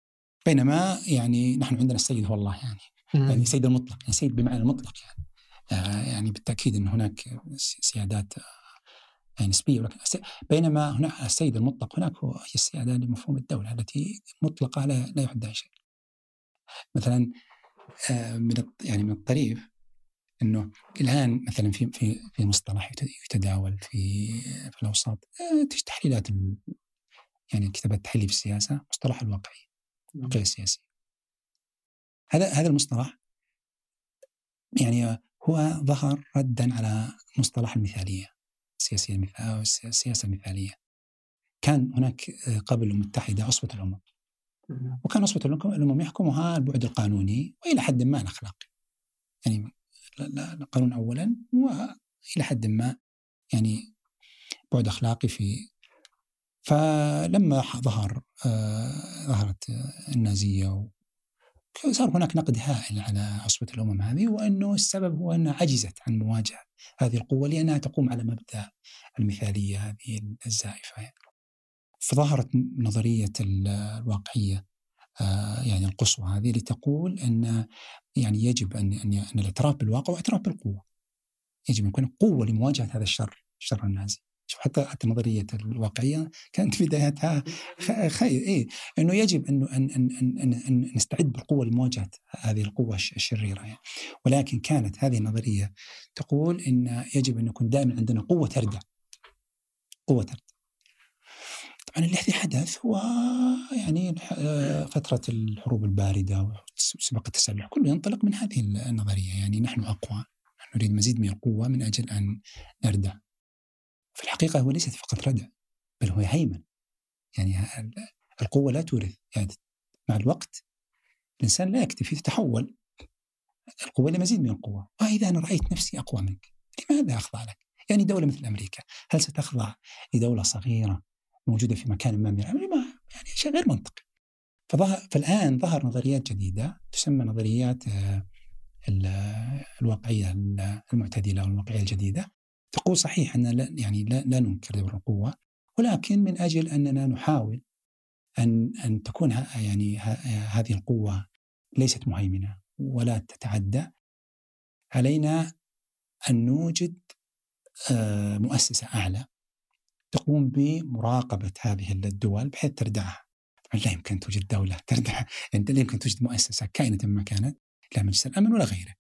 بينما يعني نحن عندنا السيد هو الله، يعني السيد المطلق، يعني سيد بمعنى المطلق، يعني بالتأكيد أن هناك سيادات نسبية، ولكن بينما هناك السيد المطلق هناك هي السيادة لمفهوم الدولة التي مطلقة لا يحدها شيء. مثلا من الطريف أنه الآن مثلا في مصطلح يتداول في الأوساط تحليلات يعني الكتابات التحليلية في السياسة، مصطلح الواقعية السياسية. هذا المصطلح يعني هو ظهر ردا على مصطلح المثالية السياسية أو السياسة المثالية. كان هناك قبل الأمم المتحدة عصبة الأمم، وكان عصبة الأمم يحكمها البعد القانوني وإلى حد ما الأخلاقي، يعني القانون أولا وإلى حد ما يعني بعد أخلاقي. فلما ظهرت النازية صار هناك نقد هائل على عصبة الأمم هذه، وأنه السبب هو أنها عجزت عن مواجهة هذه القوة لأنها تقوم على مبدأ المثالية هذه الزائفة. فظهرت نظرية الواقعية يعني القصوى هذه لتقول أن يعني يجب أن الاعتراف بالواقع واعتراف بالقوة، يجب أن يكون قوة لمواجهة هذا الشر النازي. حتى نظرية الواقعية كانت بدايتها إنه يجب أن نستعد بالقوة لمواجهة هذه القوة الشريرة يعني. ولكن كانت هذه النظرية تقول إن يجب أن يكون دائما عندنا قوة تردع. طبعا الذي حدث هو يعني فترة الحروب الباردة وسباق التسلح كله ينطلق من هذه النظرية، يعني نحن أقوى، نحن نريد مزيد من القوة من أجل أن نردع. في الحقيقة هو ليست فقط ردع، بل هو هيمن. يعني القوة لا تورث، يعني مع الوقت الإنسان لا يكتفي، تتحول القوة لمزيد من القوة. وإذا أنا رأيت نفسي أقوى منك لماذا أخضع لك؟ يعني دولة مثل أمريكا هل ستخضع لدولة صغيرة موجودة في مكان ما من العالم؟ يعني شيء غير منطقي. فالآن ظهر نظريات جديدة تسمى نظريات الواقعية المعتدلة والواقعية الجديدة، تقول صحيح أن لا ننكر دور القوة، ولكن من أجل أننا نحاول أن تكون يعني هذه القوة ليست مهيمنة ولا تتعدى علينا، أن نوجد مؤسسة أعلى تقوم بمراقبة هذه الدول بحيث تردعها. لا يمكن توجد دولة تردع، يعني لا يمكن توجد مؤسسة كائنة ما كانت، لا مجلس الأمن ولا غيره.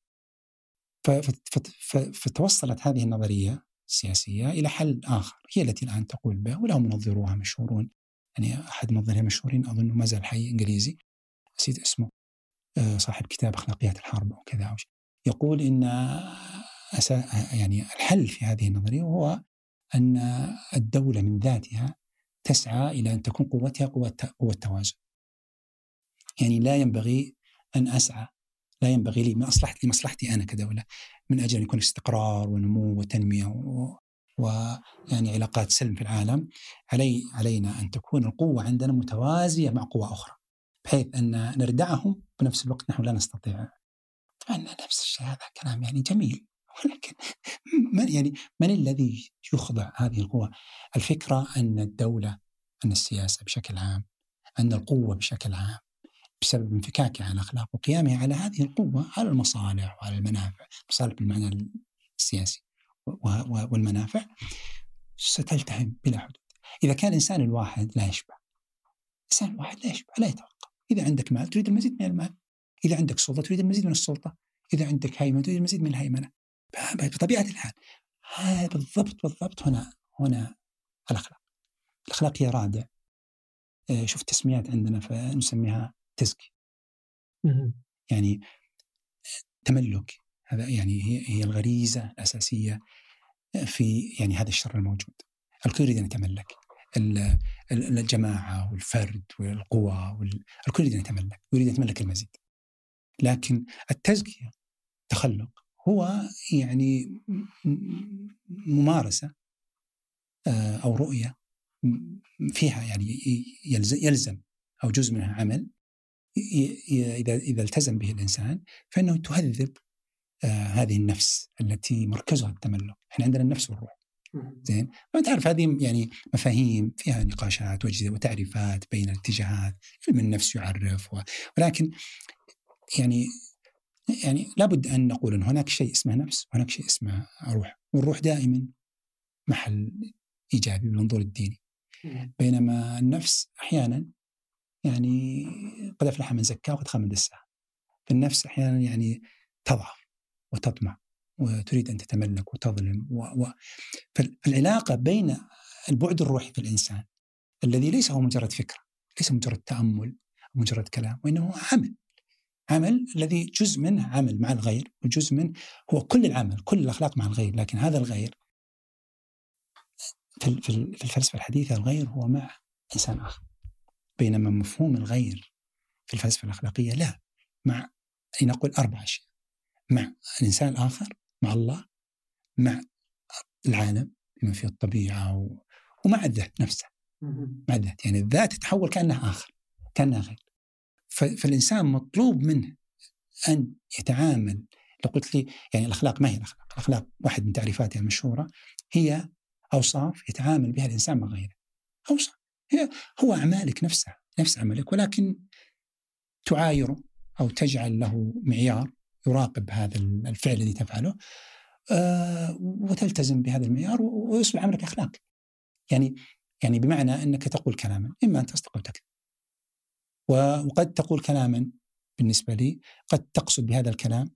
فتوصلت هذه النظرية السياسية إلى حل آخر، هي التي الآن تقول به، ولهم منظروها مشهورون. يعني أحد منظرها المشهورين أظن ما زال حي، إنجليزي نسيت اسمه، صاحب كتاب أخلاقيات الحرب أو كذا، يقول إن يعني الحل في هذه النظرية هو أن الدولة من ذاتها تسعى إلى أن تكون قوتها قوة توازن. يعني لا ينبغي أن أسعى، لا ينبغي لي لمصلحتي أنا كدولة من أجل أن يكون استقرار ونمو وتنمية ويعني علاقات سلم في العالم. علينا أن تكون القوة عندنا متوازية مع قوة أخرى، بحيث أن نردعهم بنفس الوقت نحن لا نستطيع. طبعا نفس الشيء، هذا كلام يعني جميل، ولكن من الذي يخضع هذه القوة؟ الفكرة أن الدولة، أن السياسة بشكل عام، أن القوة بشكل عام بسبب انفكاكها على الأخلاق وقيامها على هذه القوة على المصالح وعلى المنافع، مصالح بالمعنى السياسي والمنافع، ستلتهم بلا حدود. إذا كان الإنسان الواحد لا يشبع، لا يتوقع. إذا عندك مال تريد المزيد من المال، إذا عندك سلطة تريد المزيد من السلطة، إذا عندك هيمنة تريد المزيد من الهيمنة. بطبيعة الحال هذا بالضبط هنا الأخلاق هي رادع. شوف تسميات عندنا فنسميها تزكي، يعني تملك. هذا يعني هي الغريزة الأساسية في يعني هذا الشر الموجود. الكل يريد أن يتملك الجماعة والفرد والقوى الكل يريد أن يتملك ويريد أن يتملك المزيد. لكن التزكية تخلق هو يعني ممارسة أو رؤية فيها يعني يلزم أو جزء منها عمل إذا التزم به الإنسان فإنه تهذب هذه النفس التي مركزها التملك. إحنا عندنا النفس والروح، زين، ما تعرف هذه يعني مفاهيم فيها نقاشات وتعريفات بين الاتجاهات. علم النفس يعرف ولكن يعني يعني لابد أن نقول أن هناك شيء اسمه نفس وهناك شيء اسمه روح، والروح دائما محل إيجابي بالمنظور الديني، بينما النفس أحيانا يعني قد أفلح من زكاها وقد خاب من دساها. فالنفس أحيانا يعني تضعف وتطمع وتريد أن تتملك وتظلم فالعلاقة بين البعد الروحي في الإنسان الذي ليس هو مجرد فكرة، ليس مجرد تأمل مجرد كلام، وإنه عمل الذي جزء منه عمل مع الغير، وجزء منه هو كل العمل، كل الأخلاق مع الغير. لكن هذا الغير في الفلسفة الحديثة الغير هو مع إنسان آخر، بينما مفهوم الغير في الفلسفة الأخلاقية لا، مع نقول 4 أشياء: مع الإنسان الآخر، مع الله، مع العالم بما فيه الطبيعة، ومع الذات نفسه. مع الذات، يعني الذات تتحول كأنها آخر، كأنها غير. فالإنسان مطلوب منه أن يتعامل. لو قلت لي يعني الأخلاق ما هي الأخلاق؟ الأخلاق واحد من تعريفاتها المشهورة هي أوصاف يتعامل بها الإنسان مع غيره. أوصاف هو أعمالك نفسها، نفس عملك، ولكن تعايره أو تجعل له معيار يراقب هذا الفعل الذي تفعله، وتلتزم بهذا المعيار ويصبح عملك أخلاق. يعني بمعنى أنك تقول كلاما إما أن تصدق أو تكذب، وقد تقول كلاما بالنسبة لي قد تقصد بهذا الكلام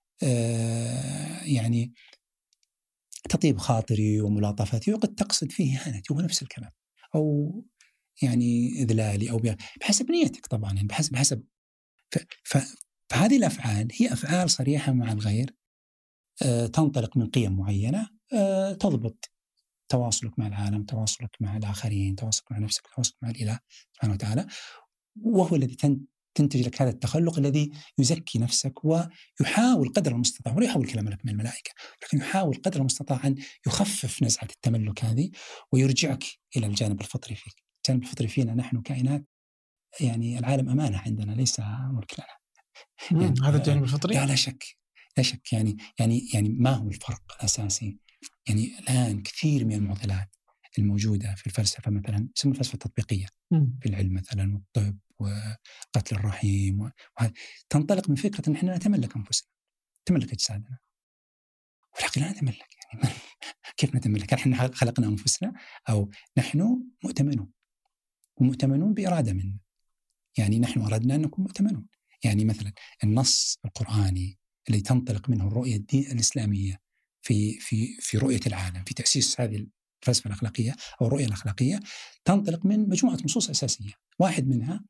يعني تطيب خاطري وملاطفتي، وقد تقصد فيه إهانتي، هو نفس الكلام، أو يعني إذلالي، أو بحسب نيتك طبعا، يعني بحسب فهذه الأفعال هي أفعال صريحة مع الغير، تنطلق من قيم معينة تضبط تواصلك مع العالم، تواصلك مع الآخرين، تواصلك مع نفسك، تواصلك مع الإله سبحانه وتعالى، وهو الذي تنتج لك هذا التخلق الذي يزكي نفسك ويحاول قدر المستطاع، ولا يحاول كلام لك من الملائكة، لكن يحاول قدر المستطاع أن يخفف نزعة التملك هذه ويرجعك إلى الجانب الفطري فيك. الجانب الفطري فينا نحن كائنات، يعني العالم أمانة عندنا ليس ملك لنا. يعني هذا الجانب الفطري؟ لا شك يعني ما هو الفرق الأساسي؟ يعني الآن كثير من المعضلات الموجودة في الفلسفة، مثلا اسمها الفلسفة التطبيقية في العلم مثلا والطب وقتل الرحيم، تنطلق من فكرة أن احنا نتملك أنفسنا، نتملك أجسادنا، ولكن لا نتملك. يعني كيف نتملك؟ نحن خلقنا أنفسنا أو نحن مؤتمنون، ومؤتمنون بإرادة منا، يعني نحن أردنا أن نكون مؤتمنون. يعني مثلا النص القرآني الذي تنطلق منه الرؤية الإسلامية في رؤية العالم، في تأسيس هذه الفلسفة الأخلاقية أو الرؤية الأخلاقية، تنطلق من مجموعة نصوص أساسية. واحد منها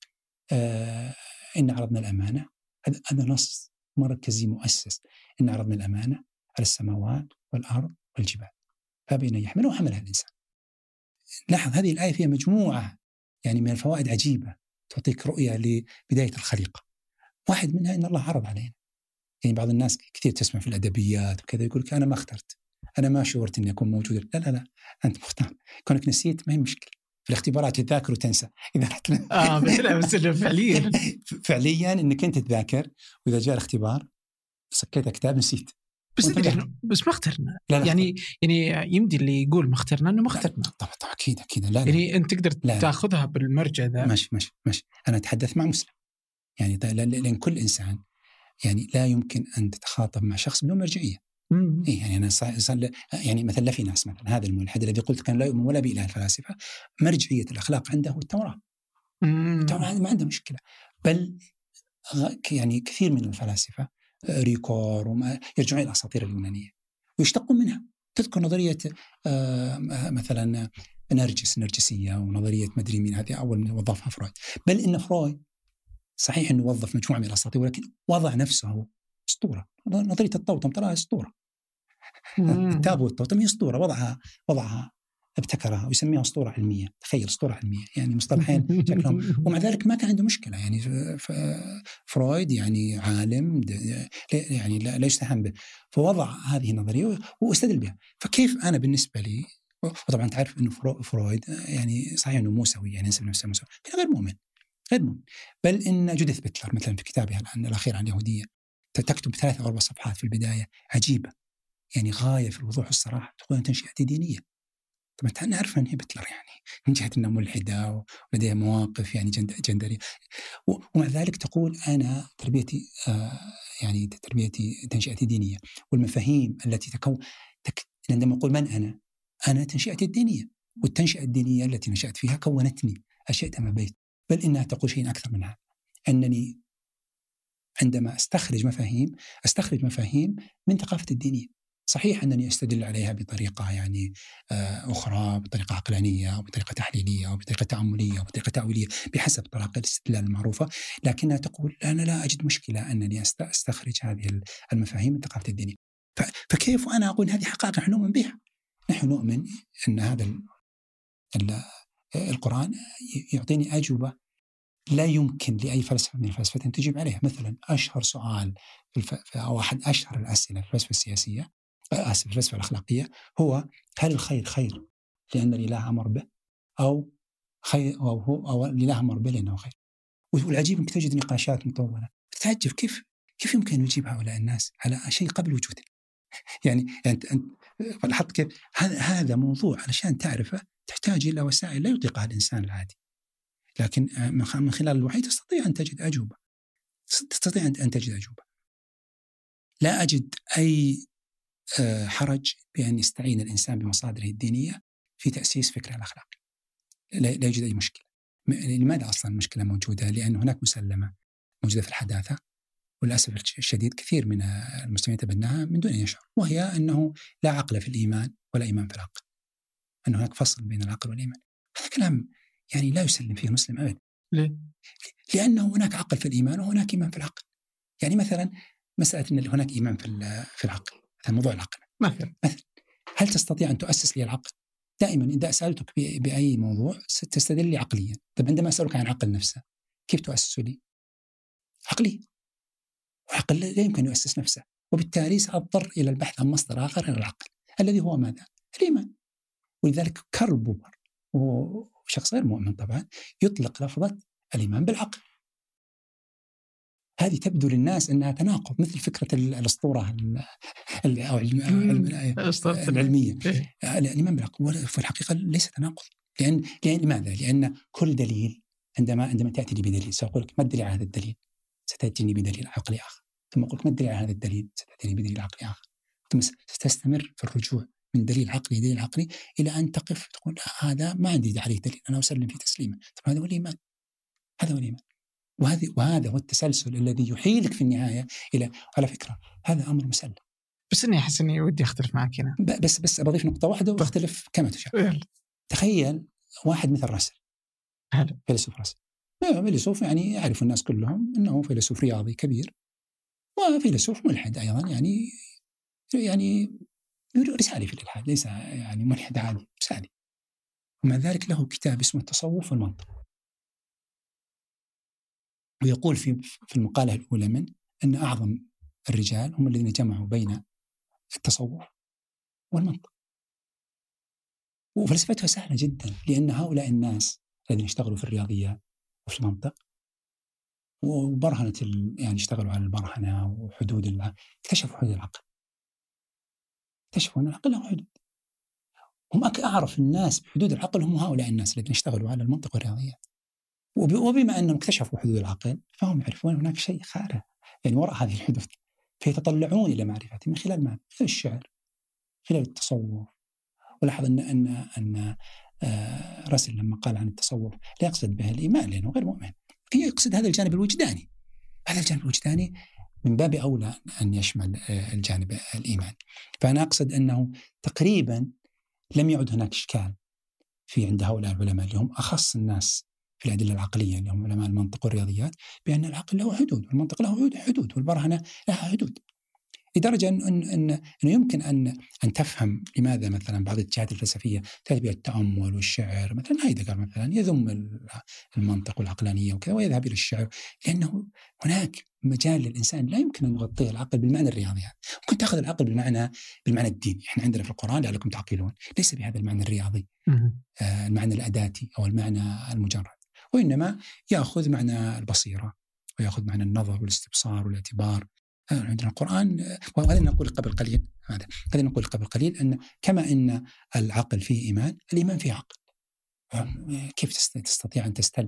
إن عرضنا الأمانة، هذا نص مركزي مؤسس: إن عرضنا الأمانة على السماوات والأرض والجبال فأبى أن يحملها وحملها الإنسان. لاحظ هذه الآية فيها مجموعة يعني من الفوائد عجيبة تعطيك رؤية لبداية الخليقة. واحد منها إن الله عرض علينا. يعني بعض الناس كثير تسمع في الأدبيات وكذا يقول لك أنا ما اخترت، أنا ما شعرت إني أكون موجود. لا أنت مختار، كونك نسيت ما هي مشكلة. في الاختبارات تذاكر وتنسى إذا بس فعليا إنك أنت تذاكر، وإذا جاء الاختبار سكيت كتاب نسيت. بس ما اخترنا. يعني يمدي اللي يقول ما اخترنا إنه ما اخترنا. طبعا أكيد لا. يعني أنت تقدر تأخذها بالمرجع ذا. ماشي. أنا أتحدث مع مسلم، يعني لأن كل إنسان يعني لا يمكن أن تتخاطب مع شخص بدون مرجعية. يعني أنا يعني مثلا في ناس، مثلا هذا الملحد الذي قلت كان لا يؤمن ولا بإله الفلاسفة، مرجعية الأخلاق عنده التوراة. التوراة ما عنده مشكلة. بل يعني كثير من الفلاسفة ريكور وما يرجعون إلى الأساطير اليونانية ويشتقون منها. تذكر نظرية مثلا نرجسية ونظرية مدري مين، هذه أول من وظفها فرويد. بل إن فرويد صحيح أنه وظف مجموعة من الأساطير، ولكن وضع نفسه أسطورة. نظرية الطوطم تراها أسطورة. التابوت الطوطم هي أسطورة، وضعها ابتكرها ويسميها أسطورة علمية. تخيل أسطورة علمية، يعني مصطلحين شكلهم. ومع ذلك ما كان عنده مشكلة. يعني فرويد يعني عالم يعني لا يستهان به، فوضع هذه النظرية واستدل بها. فكيف أنا بالنسبة لي، وطبعا تعرف أنه فرويد يعني صحيح أنه موسوي، يعني ينسب نفسه موسوي، لكن غير مؤمن. بل إن جوديث بيتلر مثلا في كتابها الأخير عن اليهودية تكتب 3 أو 4 صفحات في البداية عجيبة، يعني غاية في الوضوح والصراحة، تقول أن تنشئة دينية. طبعا نعرف أن هي بتلر يعني من جهة أنها ملحدة ولديها مواقف يعني جندرية، ومع ذلك تقول أنا تربيتي يعني تربيتي تنشئتي دينية، والمفاهيم التي عندما أقول من أنا تنشئتي الدينية، والتنشئة الدينية التي نشأت فيها كونتني أشئت أم أبيت. بل إنها تقول شيء أكثر من هذا، أنني عندما أستخرج مفاهيم من ثقافة الدينية. صحيح أنني أستدل عليها بطريقة يعني أخرى، بطريقة عقلانية أو بطريقة تحليلية أو بطريقة تأملية أو بطريقة تأويلية بحسب طرق الاستدلال المعروفة، لكنها تقول أنا لا أجد مشكلة أنني أستخرج هذه المفاهيم من ثقافة الدينية. فكيف أنا أقول هذه حقائق نحن نؤمن بها؟ نحن نؤمن أن هذا القرآن يعطيني أجوبة لا يمكن لأي فلسفة من الفلسفة أن تجيب عليها. مثلا أشهر سؤال أو أحد أشهر الأسئلة في الفلسفة السياسية، في الفلسفة الأخلاقية، هو هل الخير خير لأن الإله أمر به، أو خير أو الإله أمر به لأنه خير؟ والعجيب أنك تجد نقاشات مطولة، تتعجب كيف يمكن أن يجيب هؤلاء الناس على شيء قبل وجوده. يعني أنت لاحظت كيف هذا موضوع علشان تعرفه تحتاج إلى وسائل لا يطيقها الإنسان العادي، لكن من خلال الوحي تستطيع أن تجد أجوبة. لا أجد أي حرج بأن يستعين الإنسان بمصادره الدينية في تأسيس فكره الأخلاقي، لا يوجد أي مشكلة. لماذا أصلا المشكلة موجودة؟ لأن هناك مسلمة موجودة في الحداثة، وللأسف الشديد كثير من المسلمين يتبناها من دون أن يشعر، وهي أنه لا عقل في الإيمان ولا إيمان في العقل، أن هناك فصل بين العقل والإيمان. هذا كلام يعني لا يسلم فيه المسلم أبدا. ليه؟ لأنه هناك عقل في الإيمان وهناك إيمان في العقل. يعني مثلا مسألة أن هناك إيمان في العقل، مثلا موضوع العقل مثلا هل تستطيع أن تؤسس لي العقل؟ دائما إذا سألتك بأي موضوع ستستدل لي عقليا. طب عندما أسألك عن عقل نفسه كيف تؤسس لي؟ عقليا. وعقل لا يمكن يؤسس نفسه، وبالتالي سأضطر إلى البحث عن مصدر آخر غير العقل الذي هو ماذا؟ الإيمان. ولذلك كارل بوبر وشخص غير مؤمن طبعا يطلق لفظة الإيمان بالعقل. هذه تبدو للناس أنها تناقض، مثل فكرة الأسطورة أو العلمية. الإيمان بالعقل وفي الحقيقة ليس تناقض. لأن لماذا؟ لأن كل دليل عندما تأتي لي بدليل سأقول لك ما الدليل على هذا الدليل؟ ستأتيني بدليل عقلي آخر، ثم أقول لك ما الدليل على هذا الدليل؟ ستأتيني بدليل عقلي آخر، ثم ستستمر في الرجوع من دليل عقلي دليل عقلي إلى أن تقف تقول هذا ما عندي عليه دليل، أنا أسلم في تسليمه. طب هذا هو الإيمان. وهذا هو التسلسل الذي يحيلك في النهاية إلى، على فكرة هذا أمر مسلم. بس إني أحس إني ودي أختلف معك هنا. بس بضيف نقطة واحدة واختلف كما تشاء. تخيل واحد مثل راسل، فيلسوف راسل، فيلسوف يعني يعرف الناس كلهم أنه فيلسوف رياضي كبير، وفيلسوف ملحد أيضا، يعني رسالي في الإلحاد، ليس يعني ملحد عادي، رسالي. ومع ذلك له كتاب اسمه التصوف والمنطق، ويقول في المقالة الأولى من أن أعظم الرجال هم الذين جمعوا بين التصوف والمنطق. وفلسفتها سهلة جدا، لأن هؤلاء الناس الذين اشتغلوا في الرياضيات وفي المنطق وبرهنة يعني اشتغلوا على البرهنة وحدود العقل، اكتشفوا حدود العقل، اكتشفوا أن العقل له حدود. هم أعرف الناس بحدود العقل هم هؤلاء الناس الذين اشتغلوا على المنطق والرياضيات. وبما أنهم اكتشفوا حدود العقل فهم يعرفون هناك شيء خارج يعني وراء هذه الحدود، فيتطلعون إلى معرفته من خلال من الشعر، خلال التصوف. ولاحظ أن راسل لما قال عن التصوف لا يقصد به الإيمان لأنه غير مؤمن، يقصد هذا الجانب الوجداني. هذا الجانب الوجداني من باب أولى أن يشمل الجانب الإيمان. فأنا أقصد أنه تقريبا لم يعد هناك إشكال عند هؤلاء العلماء اللي هم أخص الناس في الأدلة العقلية اللي هم علماء المنطق والرياضيات، بأن العقل له حدود والمنطق له حدود والبرهنة لها حدود، لدرجة أنه يمكن أن تفهم لماذا مثلا بعض الاتجاهات الفلسفية تأتي بها التأمل والشعر. مثلا هايدغر مثلا يذم المنطق والعقلانية وكذا ويذهب إلى الشعر، لأنه هناك مجال للإنسان لا يمكن أن يغطيه العقل بالمعنى الرياضي. ممكن تأخذ العقل بالمعنى الديني، إحنا عندنا في القرآن لعلكم تعقلون، ليس بهذا المعنى الرياضي المعنى الأداتي أو المعنى المجرد، وإنما يأخذ معنى البصيرة ويأخذ معنى النظر والاستبصار والاعتبار عندنا القرآن. وخلينا نقول قبل قليل أن كما أن العقل فيه إيمان، الإيمان فيه عقل. كيف تستطيع أن تستل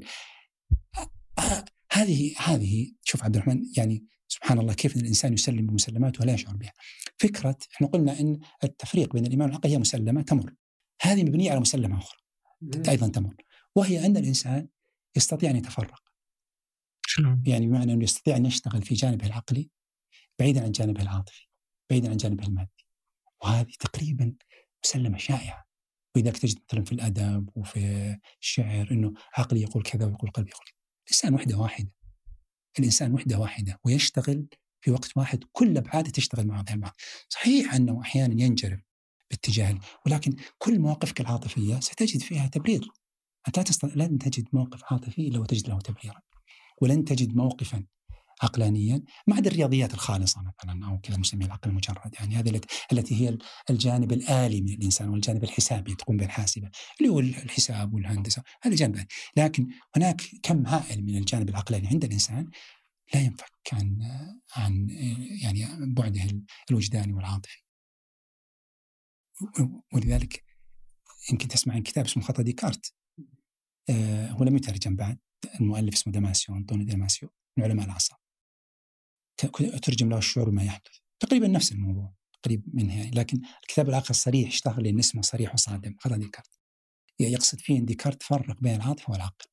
هذه شوف عبد الرحمن، يعني سبحان الله كيف الإنسان يسلم بمسلمات ولا يشعر بها. فكرة إحنا قلنا أن التفريق بين الإيمان والعقل هي مسلمة تمر، هذه مبنية على مسلمة أخرى أيضا تمر، وهي أن الإنسان يستطيع أن يتفرق. يعني بمعنى أنه يستطيع أن يشتغل في جانبه العقلي بعيدا عن جانبه العاطفي، بعيدا عن جانبه المادي، وهذه تقريبا مسلمة شائعة. ولذلك تجد مثلا في الأدب وفي الشعر أنه عقلي يقول كذا ويقول قلبي يقول كذا. الإنسان وحدة واحدة ويشتغل في وقت واحد، كل أبعاده تشتغل مع بعض. صحيح أنه أحيانا ينجرف باتجاه، ولكن كل مواقفك العاطفية ستجد فيها تبرير. أنت لن تجد موقف عاطفي إلا وتجد له تبريرا، ولن تجد موقفا عقلانيا ما عدا الرياضيات الخالصة مثلا، أو كذا نسميه العقل المجرد، يعني هذه التي هي الجانب الآلي من الإنسان والجانب الحسابي تقوم بالحاسبة اللي هو الحساب والهندسة، هذا جانب. لكن هناك كم هائل من الجانب العقلاني عند الإنسان لا ينفك عن يعني بعده الوجداني والعاطفي. ولذلك يمكن تسمع عن كتاب اسمه خطأ ديكارت، هو لم يترجم بعد، المؤلف اسمه داماسيو، أنطوني داماسيو، من علماء الأعصاب. ترجم له الشعور بما يحدث، تقريبا نفس الموضوع قريب منه يعني. لكن الكتاب الآخر صريح، اشتغل لأن اسمه صريح وصادم، خطأ ديكارت. يقصد فيه أن ديكارت فرق بين العاطفة والعقل،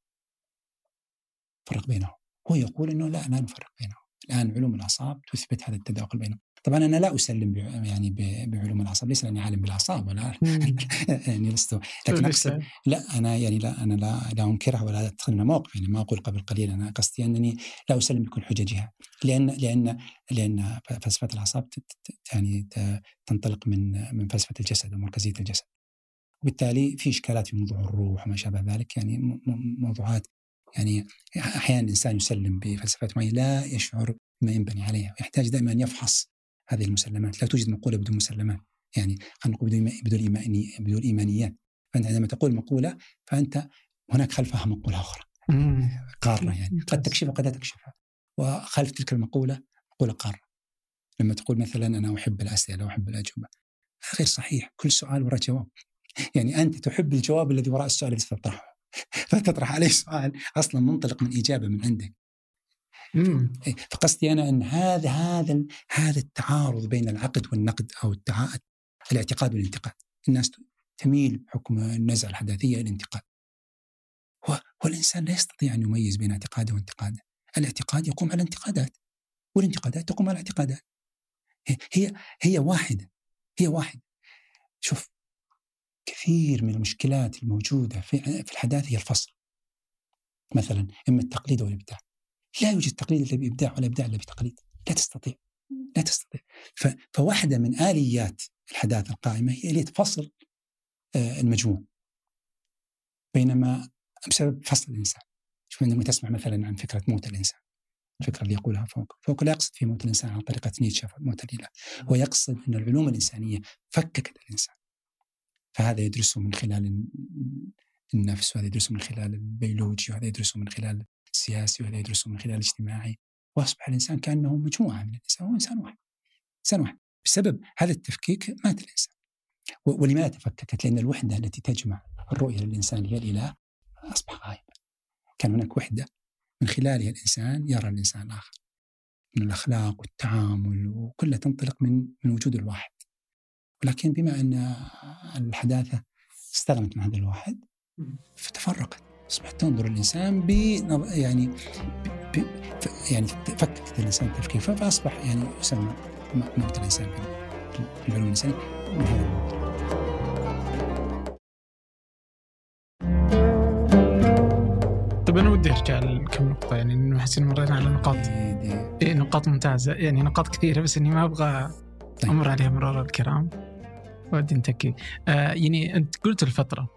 فرق بينهم. هو يقول أنه لا نفرق بينهم. الآن علوم الأعصاب تثبت هذا التداخل بينهم. طبعا أنا لا أسلم بعلوم الأعصاب، ليس لأني عالم بالأعصاب ولا يعني لست، لكن أقصد أنا لا أنكرها ولا أدخل منها موقف. يعني ما أقول قبل قليل، أنا قصدي أنني لا أسلم بكل حججها، لأن فلسفة الأعصاب يعني تنطلق من فلسفة الجسد ومركزية الجسد، وبالتالي في إشكالات في موضوع الروح وما شابه ذلك، يعني موضوعات يعني أحيانا الإنسان يسلم بفلسفات معينة لا يشعر ما ينبني عليها، يحتاج دائما أن يفحص هذه المسلمات. لا توجد مقولة بدون مسلمات، يعني خلينا نقول بدون إيمانيات. فأنت عندما تقول مقولة فأنت هناك خلفها مقولة أخرى قارة، يعني قد تكشفها قد لا تكشفها، وخلف تلك المقولة مقولة قارة. لما تقول مثلا أنا أحب الأسئلة وأحب الأجوبة، غير صحيح، كل سؤال وراء جواب. يعني أنت تحب الجواب الذي وراء السؤال الذي تطرحه، فتطرح عليه سؤال أصلا منطلق من إجابة من عندك. فقصدي أنا أن هذا التعارض بين العقد والنقد، أو الاعتقاد والانتقاد. الناس تميل بحكم النزعة الحداثية الانتقاد، والإنسان لا يستطيع أن يميز بين اعتقاده وانتقاده. الاعتقاد يقوم على انتقادات، والانتقادات تقوم على اعتقادات. هي واحدة. شوف، كثير من المشكلات الموجودة في الحداثة هي الفصل. مثلا إما التقليد أو الإبداع. لا يوجد تقليد إلا بإبداع، ولا إبداع إلا بتقليد. لا تستطيع. فواحدة من آليات الحداثة القائمة هي آلية فصل المجموع، بينما بسبب فصل الإنسان. شوف، عندما تسمع مثلا عن فكرة موت الإنسان، الفكرة اللي يقولها فوق لا يقصد في موت الإنسان على طريقة نيتشه موت الإله، هو يقصد أن العلوم الإنسانية فككت الإنسان. فهذا يدرسه من خلال النفس، وهذا يدرسه من خلال البيولوجي، وهذا يدرسه من خلال السياسي، وهذا يدرسه من خلال الاجتماعي، وأصبح الإنسان كأنه مجموعة من الإنسان، هو إنسان واحد. بسبب هذا التفكيك مات الإنسان. ولماذا تفككت؟ لأن الوحدة التي تجمع الرؤية للإنسان هي الإله أصبح غائبا. كان هناك وحدة من خلالها الإنسان يرى الإنسان الآخر، من الأخلاق والتعامل، وكلها تنطلق من وجود الواحد. ولكن بما أن الحداثة استغنت عن هذا الواحد فتفرقت، أصبحت تنظر الإنسان يعني فككت الإنسان تفكير، فأصبح يعني يسمى موت الإنسان في العلوم الإنسانية من هذا الموضوع. طب أنا ودي أرجع لكم نقطة، يعني إنه حسين مرينا على نقاط ممتازة، يعني نقاط كثيرة، بس إني ما أبغى أمر عليها مرور الكرام. ودي نتكي يعني أنت قلت الفطرة،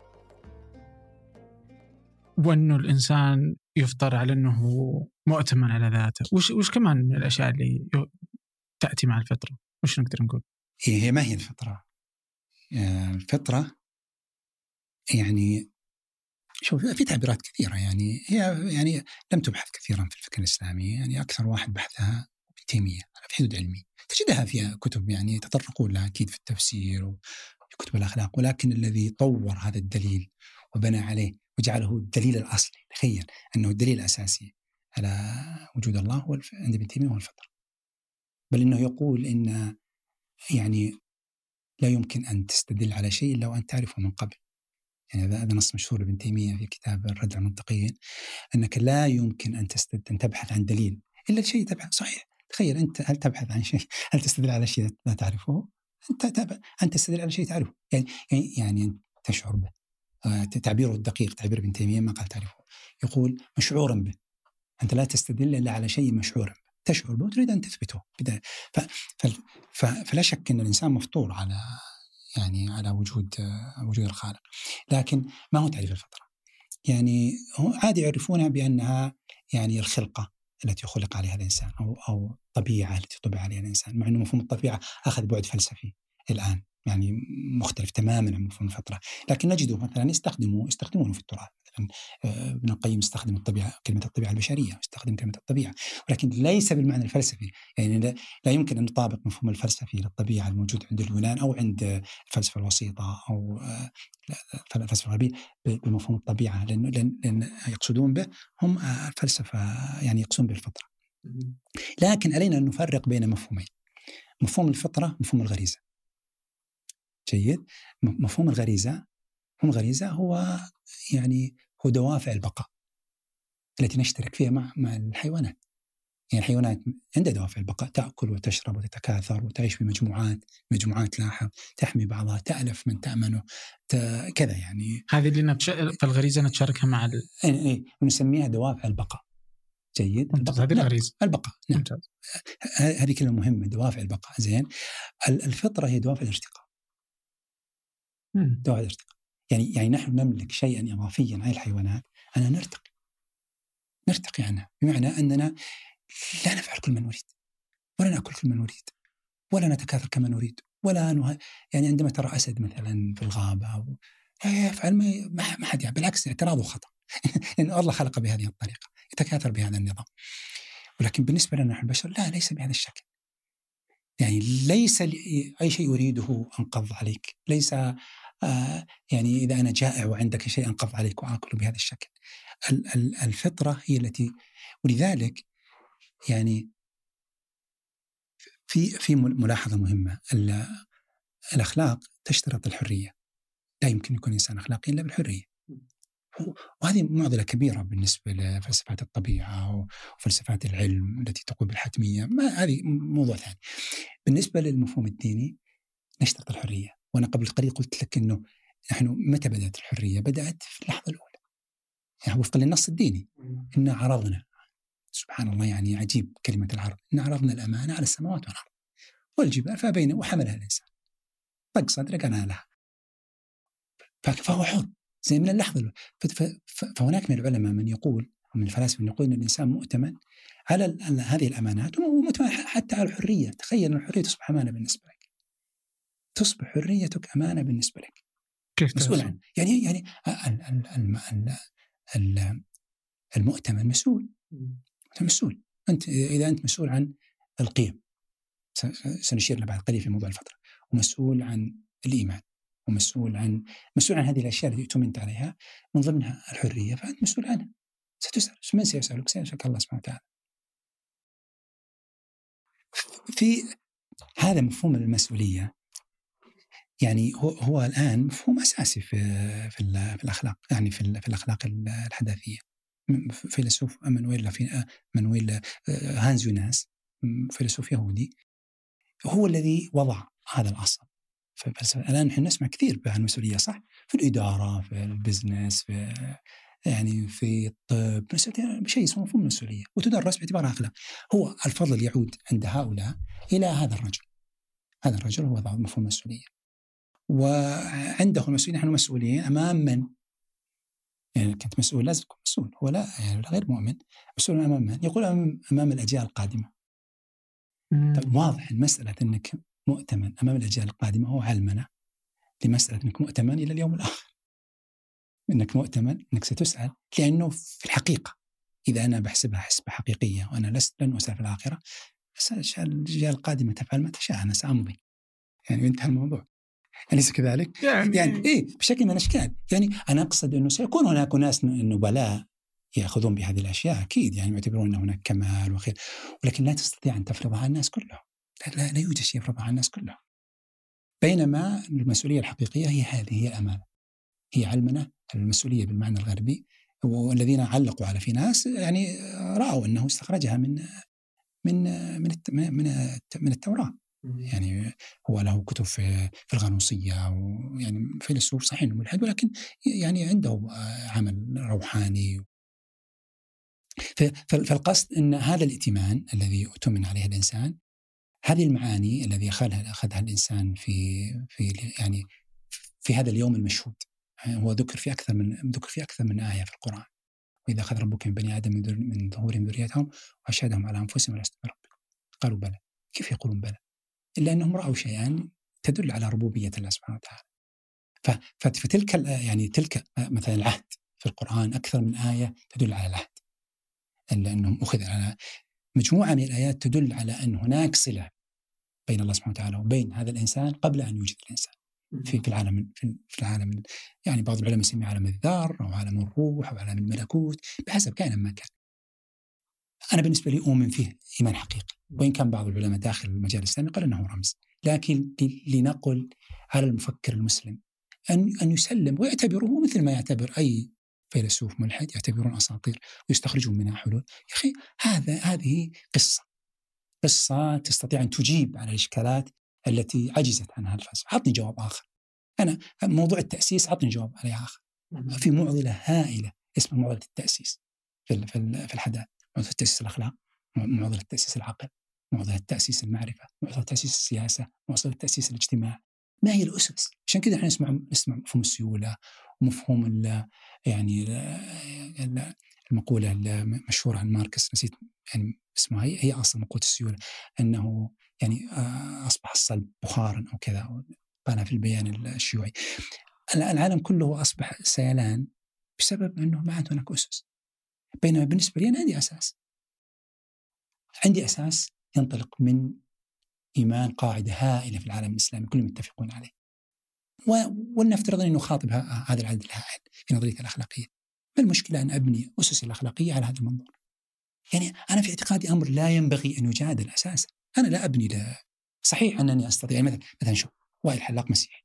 وأنه الإنسان يفطر على أنه مؤتمن على ذاته. وش كمان من الأشياء اللي تأتي مع الفطرة؟ وش نقدر نقول؟ هي ما هي الفطرة؟ الفطرة يعني شوف، في تعبيرات كثيرة، يعني هي يعني لم تبحث كثيرا في الفكر الإسلامي، يعني أكثر واحد بحثها تيمية في حدود علمي تجدها في كتب يعني يتطرقون لها أكيد في التفسير وفي كتب الأخلاق، ولكن الذي طور هذا الدليل وبنى عليه وجعله الدليل الأصلي، تخيل أنه الدليل الأساسي على وجود الله هو عند ابن تيمية هو الفطرة. بل إنه يقول إن يعني لا يمكن أن تستدل على شيء إلا وأن تعرفه من قبل. يعني هذا نص مشهور لابن تيمية في كتاب الرد على المنطقيين، أنك لا يمكن أن تبحث عن دليل إلا الشيء تبحث. صحيح، تخيل أنت هل تبحث عن شيء، هل تستدل على شيء لا تعرفه؟ أنت تستدل على شيء تعرفه، يعني تشعر به. تعبيره الدقيق تعبير ابن تيمية ما قال تعرفه، يقول مشعورا به. أنت لا تستدل إلا على شيء مشعور به، تشعر به وتريد أن تثبته بداية. فلا شك أن الإنسان مفطور على وجود الخالق، لكن ما هو تعريف الفطرة؟ يعني عادي يعرفونها بأنها يعني الخلقة التي خلق عليها الإنسان أو الطبيعة التي طبع عليها الإنسان، مع أنه مفهوم الطبيعة أخذ بعد فلسفي الآن يعني مختلف تماما عن مفهوم الفطرة. لكن نجده مثلا يستخدمونه في التراث. مثلا ابن القيم استخدم الطبيعة، كلمة الطبيعة البشرية، استخدم كلمة الطبيعة، ولكن ليس بالمعنى الفلسفي. يعني لا يمكن أن نطابق مفهوم الفلسفي للطبيعة الموجود عند اليونان أو عند الفلسفة الوسيطة أو الفلسفة الغربية بمفهوم الطبيعة، لأن يقصدون به هم الفلسفة يعني يقصدون بالفطرة. لكن علينا أن نفرق بين مفهومين: مفهوم الفطرة ومفهوم الغريزة. جيد. مفهوم الغريزة هو دوافع البقاء التي نشترك فيها مع الحيوانات. يعني الحيوانات عندها دوافع البقاء، تأكل وتشرب وتتكاثر وتعيش في مجموعات لاحة، تحمي بعضها، تألف من تأمنه، كذا. يعني هذه اللي فالغريزة نتشاركها مع ونسميها دوافع البقاء. جيد. هذه الغريزة البقاء. نعم. هذه كلمة مهمة، دوافع البقاء. زين. الفطرة هي دوافع الارتقاء. دوافع الارتقاء يعني نحن نملك شيئا إضافيا عن الحيوانات، أنا نرتقي عنها، بمعنى أننا لا نفعل كل ما نريد، ولا نأكل كل ما نريد، ولا نتكاثر كما نريد، ولا يعني عندما ترى أسد مثلا في الغابة يفعل ما حد يعني، بالعكس اعتراضه خطأ لأن الله خلق بهذه الطريقة، يتكاثر بهذا النظام. ولكن بالنسبة لنا نحن البشر لا، ليس بهذا الشكل. يعني ليس أي شيء أريده أنقض عليك، ليس يعني إذا أنا جائع وعندك شيء أنقض عليك وآكل بهذا الشكل. الفطرة هي التي، ولذلك يعني في ملاحظة مهمة: الأخلاق تشترط الحرية. لا يمكن يكون إنسان أخلاقي إلا بالحرية، وهذه معضلة كبيرة بالنسبة لفلسفات الطبيعة وفلسفات العلم التي تقول بالحتمية. هذه موضوع ثاني. بالنسبة للمفهوم الديني نشترط الحرية، وأنا قبل قليل قلت لك أنه نحن متى بدأت الحرية؟ بدأت في اللحظة الأولى، يعني وفقا للنص الديني: إن عرضنا، سبحان الله يعني عجيب كلمة العرض، إن عرضنا الأمانة على السماوات والأرض والجبال فأبين وحملها الإنسان، طق صدرك أنا لها، فهو حر زي من اللحظة. فهناك من العلماء من يقول، ومن الفلاسفة من يقول أن الإنسان مؤتمن على هذه الأمانات، ومؤتمن حتى على الحرية. تخيل أن الحرية تصبح أمانة بالنسبة لك، تصبح حريتك أمانة بالنسبة لك، كيف مسؤول عنه. يعني المؤتمن مسؤول. أنت إذا أنت مسؤول عن القيم، سنشير لبعد قليل في موضوع الفطرة، ومسؤول عن الإيمان، ومسؤول عن هذه الأشياء التي اؤتمنت عليها، من ضمنها الحرية، فأنت مسؤول عنها. ستسأل. من سيسألك؟ سيسألك الله سبحانه وتعالى. في هذا مفهوم المسؤولية يعني هو الآن مفهوم أساسي في الأخلاق، يعني في الأخلاق الحداثية. فيلسوف مانويل هانز يوناس، فيلسوف يهودي، هو الذي وضع هذا الأصل. الآن نحن نسمع كثير عن المسؤولية، صح؟ في الإدارة، في البزنس، في الطب، بشيء اسمه مفهوم المسؤولية، وتدرس باعتبارها أخلاق. هو الفضل يعود عند هؤلاء إلى هذا الرجل. هذا الرجل هو وضع مفهوم المسؤولية، وعنده المسؤولية. نحن مسؤولين أمام من؟ يعني كنت مسؤول لازم تكون مسؤول، هو لا يعني غير مؤمن. مسؤول أمام من؟ يقول أمام الأجيال القادمة. طيب واضح المسألة أنك مؤتمن أمام الأجيال القادمة هو علمنا لمسألة أنك مؤتمن إلى اليوم الآخر، أنك مؤتمن أنك ستسأل. لأنه في الحقيقة إذا أنا بحسبها حسبة حقيقية وأنا لن أسأل في الآخرة، الأجيال القادمة تفعل ما تشاء، أنا سأمضي، يعني انتهى الموضوع. أليس كذلك؟ يعني بشكل من الأشكال. يعني أنا أقصد أنه سيكون هناك ناس نبلاء يأخذون بهذه الأشياء أكيد، يعني يعتبرون أن هناك كمال وخير، ولكن لا تستطيع أن تفرضها على الناس كلهم. لا يوجد شيء يفرضها على الناس كلهم. بينما المسؤولية الحقيقية هي هذه، هي الأمانة، هي علمنا المسؤولية بالمعنى الغربي. والذين علقوا على في ناس يعني رأوا أنه استخرجها من التوراة. يعني هو له كتب في الغنوصية، ويعني فيلسوف صحيح إنه ملحد، ولكن يعني عنده عمل روحاني. فالقصد أن هذا الائتمان الذي اؤتمن عليه الإنسان، هذه المعاني الذي أخذها الإنسان في هذا اليوم المشهود، هو ذكر في أكثر من آية في القرآن. وإذا أخذ ربك من بني آدم من ظهورهم ذريتهم وأشهدهم على أنفسهم ولست بربكم قالوا بلى. كيف يقولون بلى؟ إلا أنهم رأوا شيئا تدل على ربوبية الله سبحانه وتعالى. فتلك يعني تلك مثلا العهد في القرآن أكثر من آية تدل على العهد، إلا أنهم أخذ على مجموعة من الآيات تدل على أن هناك صلة بين الله سبحانه وتعالى وبين هذا الإنسان قبل أن يوجد الإنسان في العالم. يعني بعض العلماء يسميه عالم الذر أو عالم الروح أو عالم الملكوت بحسب كائن ما كان. أنا بالنسبة لي أؤمن فيه إيمان حقيقي، وإن كان بعض العلماء داخل المجال الإسلامي قال أنه رمز، لكن لنقل على المفكر المسلم أن يسلم ويعتبره مثل ما يعتبر أي فيلسوف ملحد، يعتبرون أساطير ويستخرجون منها حلول. يا أخي هذه قصة تستطيع أن تجيب على الإشكالات التي عجزت عنها الفلسفة. عطني جواب آخر. أنا موضوع التأسيس عطني جواب عليه آخر. في معضلة هائلة اسمها معضلة التأسيس في الحداثة، معضلة تأسيس الأخلاق، معضلة تأسيس العقل، معضلة تأسيس المعرفة، معضلة تأسيس السياسة، معضلة تأسيس الاجتماع. ما هي الأسس؟ عشان كذا احنا نسمع مفهوم السيولة ومفهوم يعني المقولة المشهورة عن ماركس، نسيت يعني اسمها، هي أصلا مقولة السيولة، أنه يعني أصبح الصلب بخارا أو كذا، قالها في البيان الشيوعي. العالم كله أصبح سيلان بسبب أنه ما عاد هناك أسس. بينما بالنسبة لي أنا عندي أساس ينطلق من إيمان قاعدة هائلة في العالم الإسلامي كلهم متفقون عليه، ولنفترض أنه خاطب هذا العدد الهائل في نظرية الأخلاقية. ما المشكلة أن أبني أسسي الأخلاقية على هذا المنظور؟ يعني أنا في اعتقادي أمر لا ينبغي أن يجادل أساسا. أنا لا أبني صحيح أنني أستطيع مثلا شوف وائل حلاق مسيحي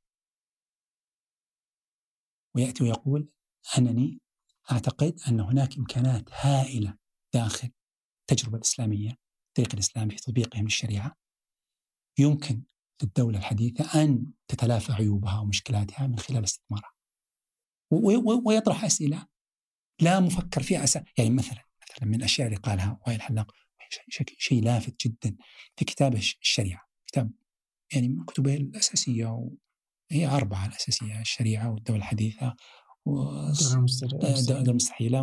ويأتي ويقول أنني أعتقد أن هناك إمكانات هائلة داخل التجربة الإسلامية، الطريق الإسلامي في تطبيقه من الشريعة، يمكن للدولة الحديثة أن تتلافى عيوبها ومشكلاتها من خلال استثمارها، ويطرح أسئلة لا مفكر فيها يعني مثلا من الأشياء اللي قالها وائل حلاق شيء لافت جدا في كتابه الشريعة، كتاب يعني من كتبه الأساسية، وهي 4 الأساسية: الشريعة والدولة الحديثة والدولة المستحيلة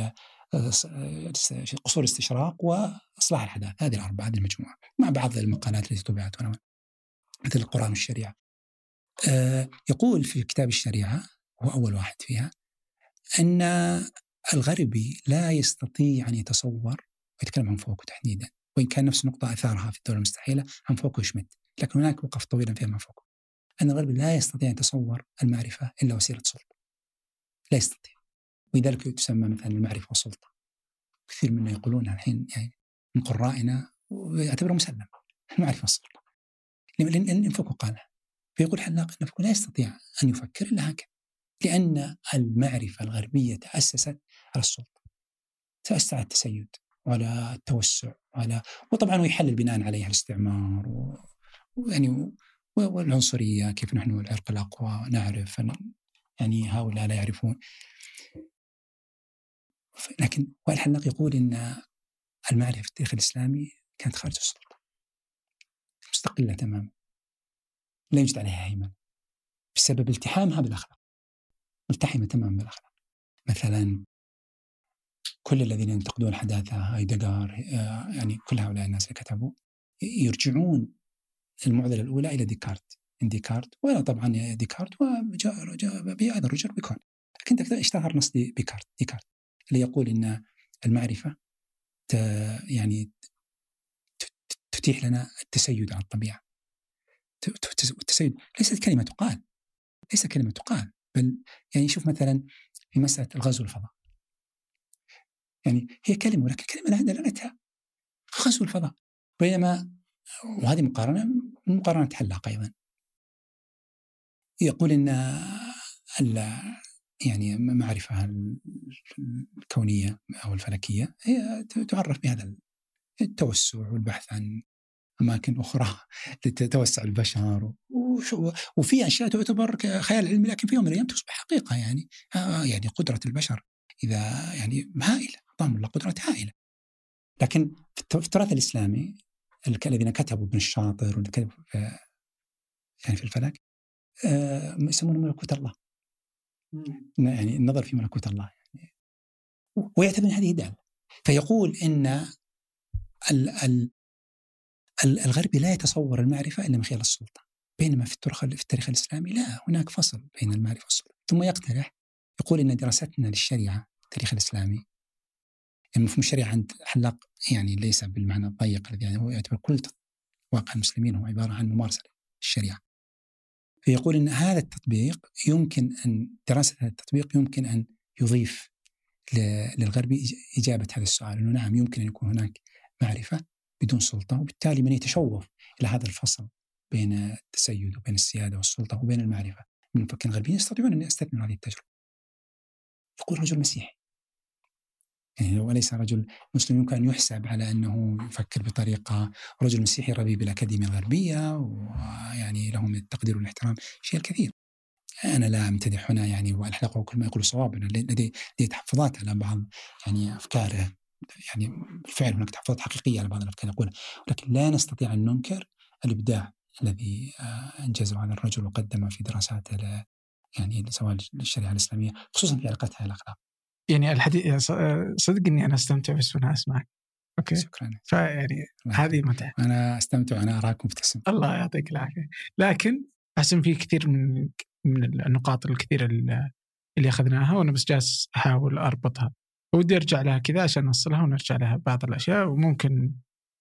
قصور الاستشراق وإصلاح الحداثة. هذه 4 هذه المجموعة مع بعض المقالات التي طبعت هنا مثل القرآن والشريعة. يقول في كتاب الشريعة هو أول واحد فيها أن الغربي لا يستطيع أن يتصور، ويتكلم عن فوكو تحديدا، وإن كان نفس النقطة أثارها في الدولة المستحيلة عن فوكو وشميت، لكن هناك وقف طويلا فيها مع فوكو، أن الغربي لا يستطيع أن يتصور المعرفة إلا وسيلة سلطة، لا يستطيع. ولذلك تسمى مثلا المعرفة والسلطة. كثير منا يقولونها الحين يعني من قرائنا ويعتبرها مسلم، المعرفة والسلطة، لأن فوكو قالها. فيقول حلاق أن فوكو لا يستطيع أن يفكر إلا هكذا، لأن المعرفة الغربية تأسست على السلطة، تأسست على التسيد وعلى التوسع وطبعا ويحلل بناء عليها الاستعمار ويعني والعنصرية، كيف نحن العرق الأقوى نعرف يعني هؤلاء لا يعرفون. لكن وائل حلاق يقول إن المعرفة في التاريخ الإسلامي كانت خارج السلطة، مستقلة تماما، لا يوجد عليها هيمنة بسبب التحامها بالأخلاق، ملتحمة تماما بالأخلاق. مثلا كل الذين ينتقدون الحداثة، هايدغر، يعني كل هؤلاء الناس اللي كتبوا يرجعون المعضلة الأولى إلى ديكارت، ولا طبعا ديكارت وجاء به أيضا روجر بيكون، لكن اشتهر نص ديكارت اللي يقول إن المعرفة يعني تتيح لنا التسيد على الطبيعة. التسيد ليست كلمة تقال، ليس كلمة تقال، بل يعني شوف مثلا في مسألة الغزو الفضاء، يعني هي كلمة ولكن كلمة لها دلالتها، غزو الفضاء. بينما وهذه مقارنة من مقارنة حلاق أيضا يقول إن يعني معرفة الكونية أو الفلكية هي تعرف بهذا التوسع والبحث عن أماكن أخرى لتتوسع البشر، وفي أشياء تعتبر خيال علمي لكن في يوم من الأيام تصبح حقيقة. يعني قدرة البشر إذا يعني هائلة، طبعا الله قدرات هائلة. لكن في التراث الإسلامي الذين كتبوا ابن الشاطر واللي كتبوا يعني في الفلك يسمونه ملكوت الله، يعني النظر في ملكوت الله يعني، ويعتبر هذه دالة. فيقول إن الغربي لا يتصور المعرفة إلا من خلال السلطة، بينما في التاريخ الإسلامي لا، هناك فصل بين المعرفة والسلطة. ثم يقترح يقول إن دراستنا للشريعة التاريخ الإسلامي، مفهوم الشريعة عند حلاق يعني ليس بالمعنى الضيق الذي يعني هو يعتبر كل واقع المسلمين هو عبارة عن ممارسة للشريعة. فيقول إن هذا التطبيق يمكن أن دراسة هذا التطبيق يمكن أن يضيف للغربي إجابة هذا السؤال، إنه نعم يمكن أن يكون هناك معرفة بدون سلطة، وبالتالي من يتشوف إلى هذا الفصل بين التسيد وبين السيادة والسلطة وبين المعرفة من المفكرين الغربيين يستطيعون أن يستثمروا هذه التجربة. يقول رجل مسيحي، يعني وليس رجل مسلم يمكن أن يحسب على أنه يفكر بطريقة، رجل مسيحي ربيب الأكاديمية الغربية ويعني له من التقدير والاحترام شيء الكثير. أنا لا أمتدح هنا يعني والحلقة وكل ما يقول صواب، لدي تحفظات على بعض يعني أفكاره، يعني بالفعل هناك تحفظات حقيقية على بعض الأفكار يقولها، ولكن لا نستطيع أن ننكر الإبداع الذي أنجزه هذا الرجل وقدمه في دراساته يعني سواء للشريعة الإسلامية خصوصا في علاقتها الأخلاق. يعني الحديث صدق إني أنا أستمتع بس وأنا أسمعك. أوكي شكرا. فيعني هذه متعة. أنا أستمتع وأنا أراك مبتسم. الله يعطيك العافية. لكن أحسن في كثير من النقاط الكثيرة اللي أخذناها، وأنا بس جالس أحاول أربطها، ودي أرجع لها كذا عشان نوصلها ونرجع لها بعض الأشياء، وممكن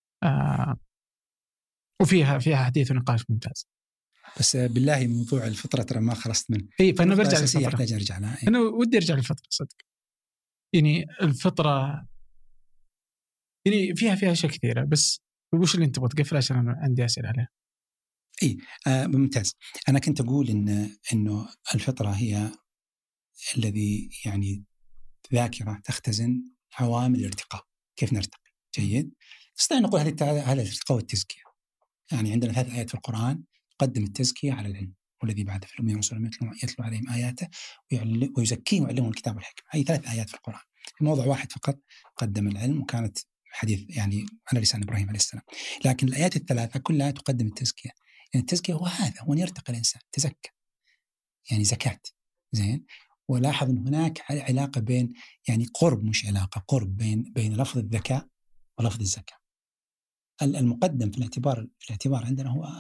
وفيها حديث ونقاش ممتاز. بس بالله موضوع الفطرة ترى ما خلصت منه. إيه فأنا برجع للفطرة، يحتاج أرجع لها. أنا ودي أرجع للفطرة صدق. يعني الفطرة يعني فيها أشياء كثيرة، بس وش اللي أنت تبغى تقفل عشان أنا عندي أسئلة عليها. إيه ممتاز. أنا كنت أقول إنه الفطرة هي الذي يعني ذاكرة تختزن عوامل الارتقاء، كيف نرتقي. جيد. نستطيع نقول هذا الارتقاء والتزكية. يعني عندنا 3 آيات في القرآن تقدم التزكية على العلم، والذي بعد في الأمية رسول يتلو عليهم آياته ويزكيهم ويعلمهم الكتاب والحكمة. هذه 3 آيات في القرآن. في موضوع واحد فقط قدم العلم، وكانت حديث يعني على لسان إبراهيم عليه السلام. لكن الآيات ال3 كلها تقدم التزكية. يعني التزكية هو هذا، هو أن يرتقي الإنسان، تزكى يعني زكاة. زين. ولاحظ أن هناك علاقة بين يعني قرب، مش علاقة، قرب بين لفظ الذكاء ولفظ الزكاة. المقدم في الاعتبار عندنا هو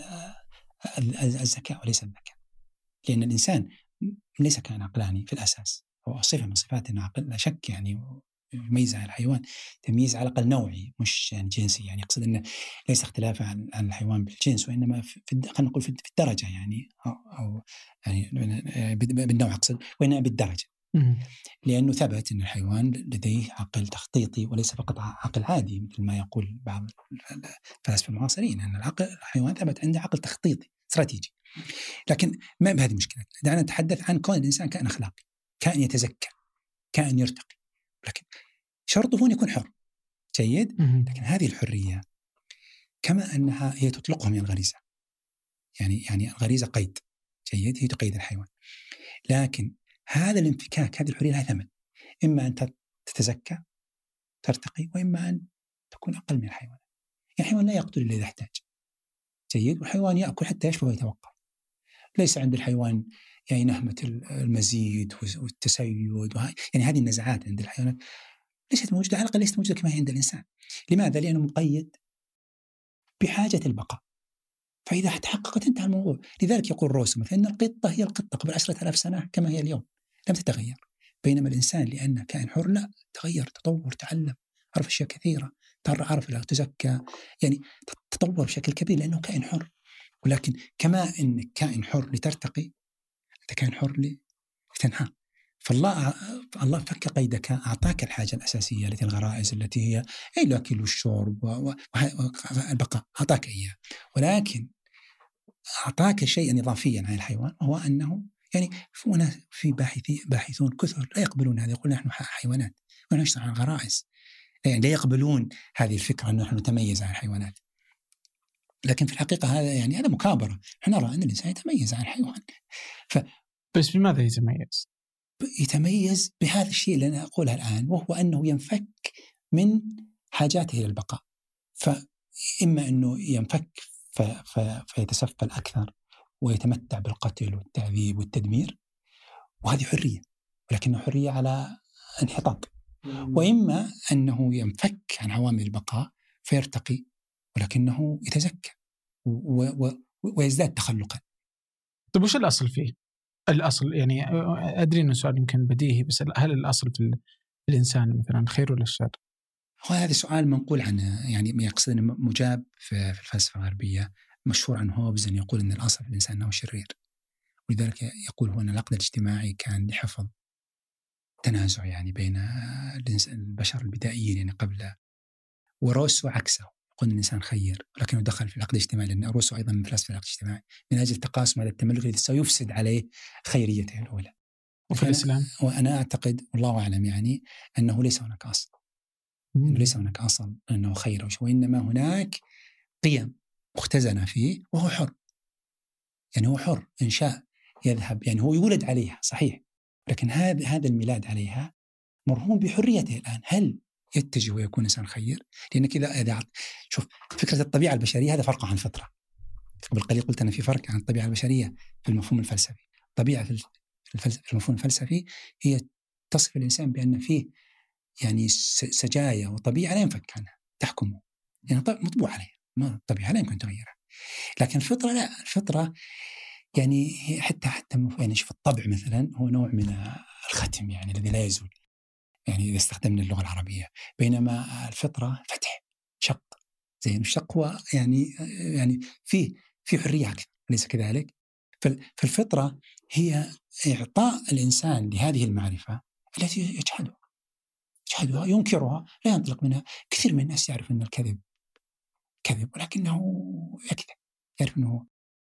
الزكاة وليس الذكاء، لأن الإنسان ليس كائن عقلاني في الأساس، هو صفة من صفات العقل لا شك، يعني يميز عن الحيوان تمييز على الأقل نوعي مش يعني جنسي. يعني يقصد أنه ليس اختلافا عن الحيوان بالجنس، وإنما خلينا نقول في الدرجة، يعني أو يعني بالنوع أقصد، وإنما بالدرجة. لأنه ثبت أن الحيوان لديه عقل تخطيطي وليس فقط عقل عادي مثل ما يقول بعض الفلاسفة المعاصرين، أن الحيوان ثبت عنده عقل تخطيطي استراتيجي. لكن ما بهذه المشكلة. دعنا نتحدث عن كون الإنسان كائن أخلاقي، كائن يتزكى، كائن يرتقي، لكن شرطه أن يكون حر. جيد. لكن هذه الحرية كما أنها هي تطلقها من الغريزة، يعني الغريزة قيد. جيد. هي تقيد الحيوان، لكن هذا الانفكاك، هذه الحرية لها ثمن، إما أن تتزكى ترتقي، وإما أن تكون أقل من الحيوان. يعني الحيوان لا يقتل إلا إذا احتاج. جيد. والحيوان يأكل حتى يشبع ويتوقف. ليس عند الحيوان يعني نهمة المزيد والتسيد يعني هذه النزعات عند الحيوانات ليست موجودة، على الأقل ليست موجودة كما هي عند الإنسان. لماذا؟ لأنه مقيد بحاجة البقاء، فإذا تحققت انتهى الموضوع. لذلك يقول روسو مثلا أن القطة هي القطة قبل 10,000 سنة كما هي اليوم، لم تتغير. بينما الإنسان لأنه كائن حر لا، تغير، تطور، تعلم، عرف أشياء كثيرة، عرف له، تزكى، يعني تطور بشكل كبير لأنه كائن حر. ولكن كما أنك كائن حر لترتقي، أنت كائن حر لتنهى. فالله فك قيدك، أعطاك الحاجة الأساسية التي الغرائز التي هي الأكل والشرب والبقاء، أعطاك إياه. ولكن أعطاك شيئا إضافيا عن الحيوان، وهو أنه يعني في باحثون كثر لا يقبلون هذا، يقول نحن حيوانات ونحن نشتغل على الغرائز، يعني لا يقبلون هذه الفكرة أنه نحن نتميز عن الحيوانات. لكن في الحقيقة هذا مكابرة. نحن نرى أن الإنسان يتميز عن الحيوان. بس بماذا يتميز؟ يتميز بهذا الشيء اللي أنا أقوله الآن، وهو أنه ينفك من حاجاته إلى البقاء. فإما أنه ينفك فيتسفل أكثر ويتمتع بالقتل والتعذيب والتدمير، وهذه حرية، ولكنه حرية على انحطاط. وإما أنه ينفك عن عوامل البقاء فيرتقي، ولكنه يتزكى ويزداد تخلقا. طيب وش الأصل فيه؟ الأصل يعني أدري أنه سؤال يمكن بديهي، بس هل الأصل في الإنسان مثلا خير ولا الشر؟ هذا سؤال منقول عنه، يعني يقصد أنه مجاب في الفلسفة الغربية. مشهور عن هوبز أن يقول أن الأصل في الإنسان أنه شرير، ولذلك يقول هو أن العقد الاجتماعي كان لحفظ تنازع يعني بين البشر البدائيين يعني قبل. وروسو عكسه، يقول أن الإنسان خير، ولكنه دخل في العقد الاجتماعي لأن روسو أيضا من فلسفة العقد الاجتماعي من أجل تقاسم هذا التملك الذي سيفسد عليه خيريته الأولى. وفي الإسلام وأنا أعتقد والله أعلم يعني أنه ليس هناك أصل، إنه ليس هناك أصل أنه خير أو شر، وإنما هناك قيم مختزنة فيه وهو حر. يعني هو حر إن شاء يذهب، يعني هو يولد عليها صحيح، لكن هذا الميلاد عليها مرهون بحريته الآن. هل يتجه ويكون إنسان خير؟ لأنك إذا شوف فكرة الطبيعة البشرية هذا فرق عن الفطرة. قبل قليل قلت أنا في فرق عن الطبيعة البشرية في المفهوم الفلسفي. الطبيعة في المفهوم الفلسفي هي تصف الإنسان بأن فيه يعني سجايا وطبيعة لا ينفك عنها تحكمه، يعني مطبوع عليها، ما الطبيعة لا يمكن تغيرها. لكن الفطرة لا، الفطرة يعني حتى يعني شوف الطبع مثلا هو نوع من الختم يعني الذي لا يزول، يعني إذا استخدمنا اللغة العربية. بينما الفطرة فتح شق، زي الشق هو يعني في حرية أكثر، أليس كذلك؟ فالفطرة هي إعطاء الإنسان لهذه المعرفة التي يجحدها ينكرها، لا ينطلق منها. كثير من الناس يعرف أن الكذب كذب، ولكنه يكذب، يعرف أنه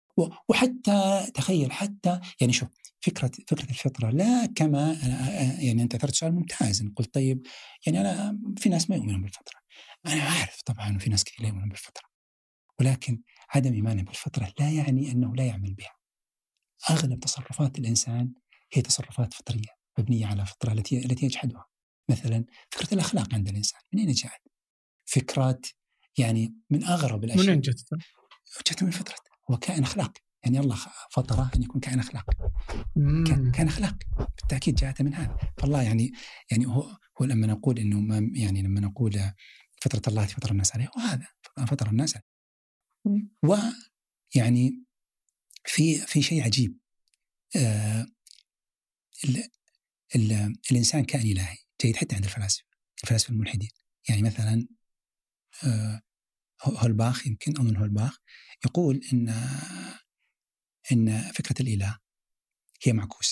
وحتى تخيل حتى يعني شوف فكرة الفطرة لا كما يعني أنت أثرت سؤال ممتاز. قلت طيب يعني أنا في ناس ما يؤمنون بالفطرة، أنا أعرف طبعا وفي ناس كثير لا يؤمنون بالفطرة، ولكن عدم إيمانه بالفطرة لا يعني أنه لا يعمل بها. أغلب تصرفات الإنسان هي تصرفات فطرية مبنية على فطرة التي يجحدها. مثلا فكرة الأخلاق عند الإنسان من أين جاءت؟ فكرة يعني من أغرب الأشياء. من أين جت؟ جت من فطرة، هو كائن أخلاق، يعني الله فطره أن يكون كائن أخلاق. كان أخلاق بالتأكيد جاءت من هذا. فالله يعني هو لما نقول إنه يعني لما نقول فطرة الله فطر الناس عليه، وهذا فطر الناس عليه. ويعني في شيء عجيب، الإنسان كائن إلهي جيد حتى عند الفلاسفة الملحدين. يعني مثلا هولباخ، يمكن أظن هولباخ يقول إن فكرة الإله هي معكوسة.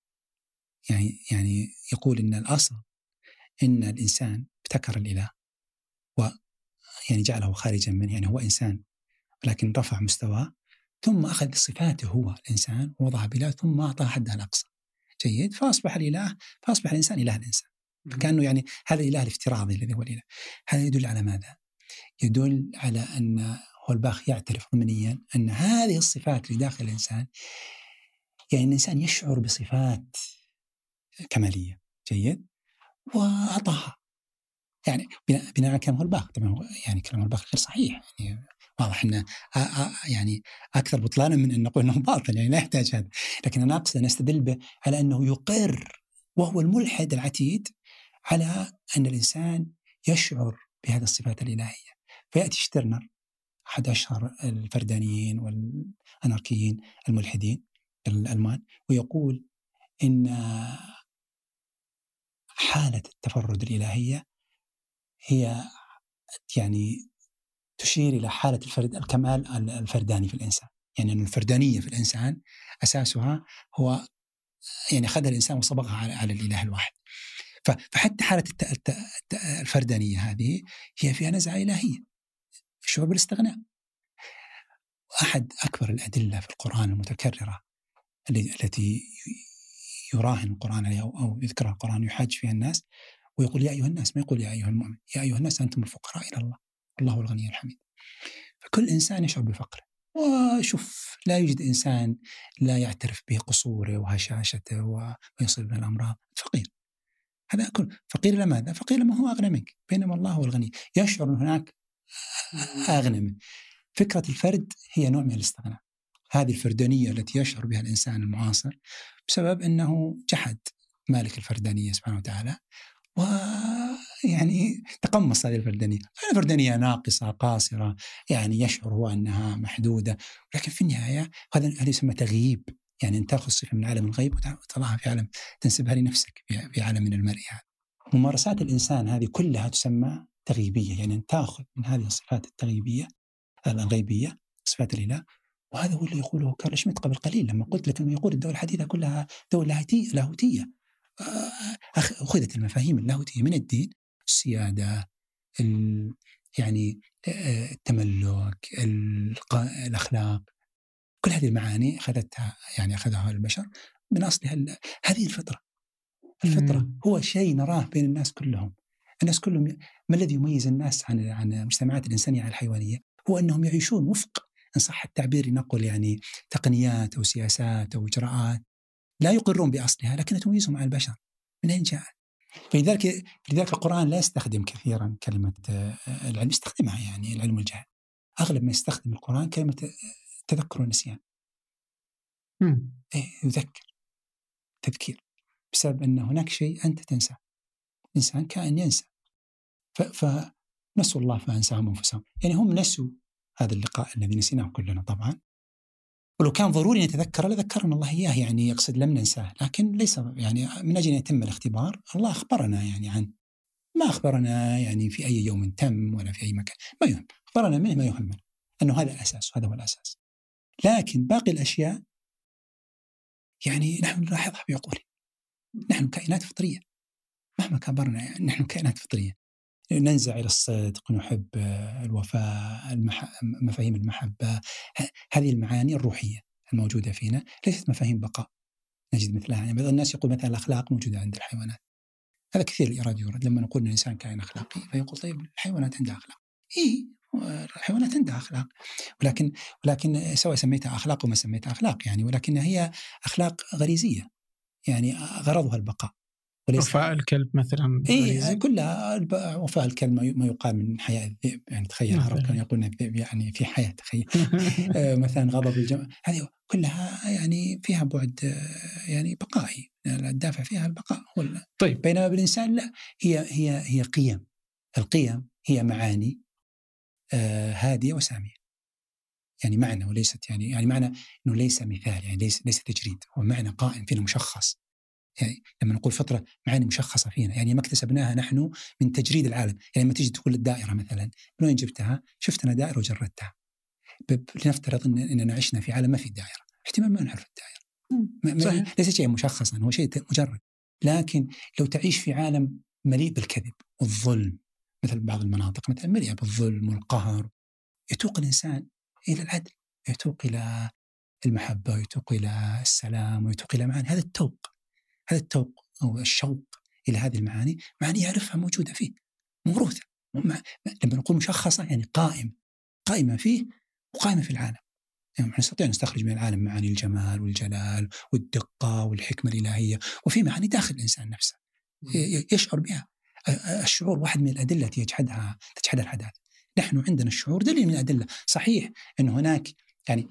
يعني يقول إن الأصل إن الإنسان ابتكر الإله ويعني جعله خارجا منه، يعني هو إنسان لكن رفع مستواه، ثم أخذ صفاته هو الإنسان ووضعها بإله ثم أعطاه حدها الأقصى. جيد، فأصبح الإنسان إله الإنسان. فكأنه يعني هذا الإله الافتراضي الذي هو الإله. هذا يدل على ماذا؟ يدل على أن هولباخ يعترف ضمنيا أن هذه الصفات اللي داخل الإنسان، يعني الإنسان يشعر بصفات كمالية. جيد، وأعطاها يعني بناء على كلام هولباخ. طبعا يعني كلام هولباخ غير صحيح، يعني واضح أنه يعني أكثر بطلانا من أن نقول أنه باطل، يعني لا يحتاج هذا. لكن أنا أقصد أن أستدل به على أنه يقر، وهو الملحد العتيد، على أن الإنسان يشعر بهذه الصفات الإلهية. فيأتي شترنر أحد أشهر الفردانيين والأناركيين الملحدين الألمان، ويقول إن حالة التفرد الإلهية هي يعني تشير إلى حالة الكمال الفرداني في الإنسان. يعني أن الفردانية في الإنسان أساسها هو يعني أخذها الإنسان وصبغها على الإله الواحد. فحتى حالة الفردانية هذه هي فيها نزعة إلهية، الشعور بالاستغناء. أحد أكبر الأدلة في القرآن المتكررة التي يراهن القرآن عليها أو يذكرها القرآن يحاج فيها الناس ويقول يا أيها الناس، ما يقول يا أيها المؤمن، يا أيها الناس أنتم الفقراء إلى الله والله الغني الحميد. فكل إنسان يشعر بفقره، وشوف لا يوجد إنسان لا يعترف بقصوره وهشاشته ويصيب من الأمراض. فقير، هذا كل فقير لماذا؟ فقير لما هو أغنى منك، بينما الله هو الغني، يشعر أن هناك أغنى منه. فكرة الفرد هي نوع من الاستغناء، هذه الفردانية التي يشعر بها الإنسان المعاصر بسبب أنه جحد مالك الفردانية سبحانه وتعالى، ويعني تقمص هذه الفردانية. الفردانية ناقصة قاصرة، يعني يشعر هو أنها محدودة، لكن في النهاية هذا يسمى تغييب. يعني أن تأخذ صفة من عالم الغيب وتضعها في عالم، تنسبها لنفسك في عالم من المرئي. ممارسات الإنسان هذه كلها تسمى تغيبية، يعني أن تأخذ من هذه الصفات التغيبية الغيبية صفات الإله. وهذا هو اللي يقوله كارل شميت قبل قليل لما قلت لك أنه يقول الدولة الحديثة كلها دولة لاهوتية. أخذت المفاهيم اللاهوتية من الدين، السيادة، يعني التملك، الأخلاق، كل هذه المعاني أخذها البشر من أصلها. هذه الفطرة هو شيء نراه بين الناس كلهم. الناس كلهم، ما الذي يميز الناس عن المجتمعات الإنسانية عن الحيوانية؟ هو أنهم يعيشون وفق، إن صح التعبير نقول يعني تقنيات أو سياسات أو إجراءات لا يقرون بأصلها، لكن تميزهم عن البشر. من أين جاءت؟ فلذلك القرآن لا يستخدم كثيرا كلمة العلم، يستخدمها يعني العلم والجهل. أغلب ما يستخدم القرآن كلمة تذكر ونسيان. يذكر، تذكير، بسبب أن هناك شيء أنت تنسى. الإنسان كائن ينسى، فنسوا الله فأنساهم أنفسهم. يعني هم نسوا هذا اللقاء الذي نسيناه كلنا طبعا، ولو كان ضروري نتذكر لذكرنا الله إياه، يعني يقصد لم ننساه، لكن ليس يعني من أجل أن يتم الاختبار. الله أخبرنا يعني عن ما أخبرنا يعني في أي يوم تم ولا في أي مكان، ما يهم، أخبرنا منه ما يهمنا، أنه هذا الأساس وهذا هو الأساس. لكن باقي الأشياء يعني نحن نلاحظها بعقولنا. نحن كائنات فطرية مهما كبرنا، يعني نحن كائنات فطرية، ننزع إلى الصدق، نحب الوفاء، مفاهيم المحبة. هذه المعاني الروحية الموجودة فينا ليست مفاهيم بقاء نجد مثلها. يعني بعض الناس يقول مثلا الأخلاق موجودة عند الحيوانات، هذا كثير الإيراد يورد. لما نقول أن الإنسان كائن أخلاقي فيقول طيب الحيوانات عندها أخلاق. الحيوانات عندها أخلاق، ولكن سواء سميتها أخلاق وما سميتها أخلاق يعني، ولكن هي أخلاق غريزية، يعني غرضها البقاء. وفاء الكلب مثلا، كلها وفاء الكلب ما يقال من حياة الذئب. يعني تخيل العرب كانوا يقولون الذئب يعني في حياة، تخيل. مثلا غضب الجمع، هذه كلها يعني فيها بعد يعني بقائي، الدافع فيها البقاء. طيب. بينما بالإنسان لا، هي قيم. القيم هي معاني هادية وسامية، يعني معنى وليست يعني معنى إنه ليس مثال، يعني ليس تجريد، هو معنى قائم فينا مشخص. يعني لما نقول فطرة معاني مشخصة فينا، يعني ما اكتسبناها نحن من تجريد العالم. يعني لما تيجي تقول الدائرة مثلا، من وين جبتها؟ شفت أنا دائرة وجردتها. لنفترض إننا عشنا في عالم ما في دائرة، احتمال ما نعرف الدائرة. ليس شيء مشخصا، هو شيء مجرد. لكن لو تعيش في عالم مليء بالكذب والظلم، مثل بعض المناطق مثلا مليئة بالظلم والقهر، يتوق الإنسان إلى العدل، يتوق إلى المحبة، ويتوق إلى السلام، ويتوق إلى معاني. هذا التوق أو الشوق إلى هذه المعاني، معاني يعرفها موجودة فيه، موروثة. لما نقول مشخصة يعني قائمة فيه وقائمة في العالم. يعني نستطيع أن نستخرج من العالم معاني الجمال والجلال والدقة والحكمة الإلهية، وفي معاني داخل الإنسان نفسه يشعر بها. الشعور واحد من الأدلة التي تجحدها الحداثة. نحن عندنا الشعور دليل من الأدلة. صحيح أن هناك يعني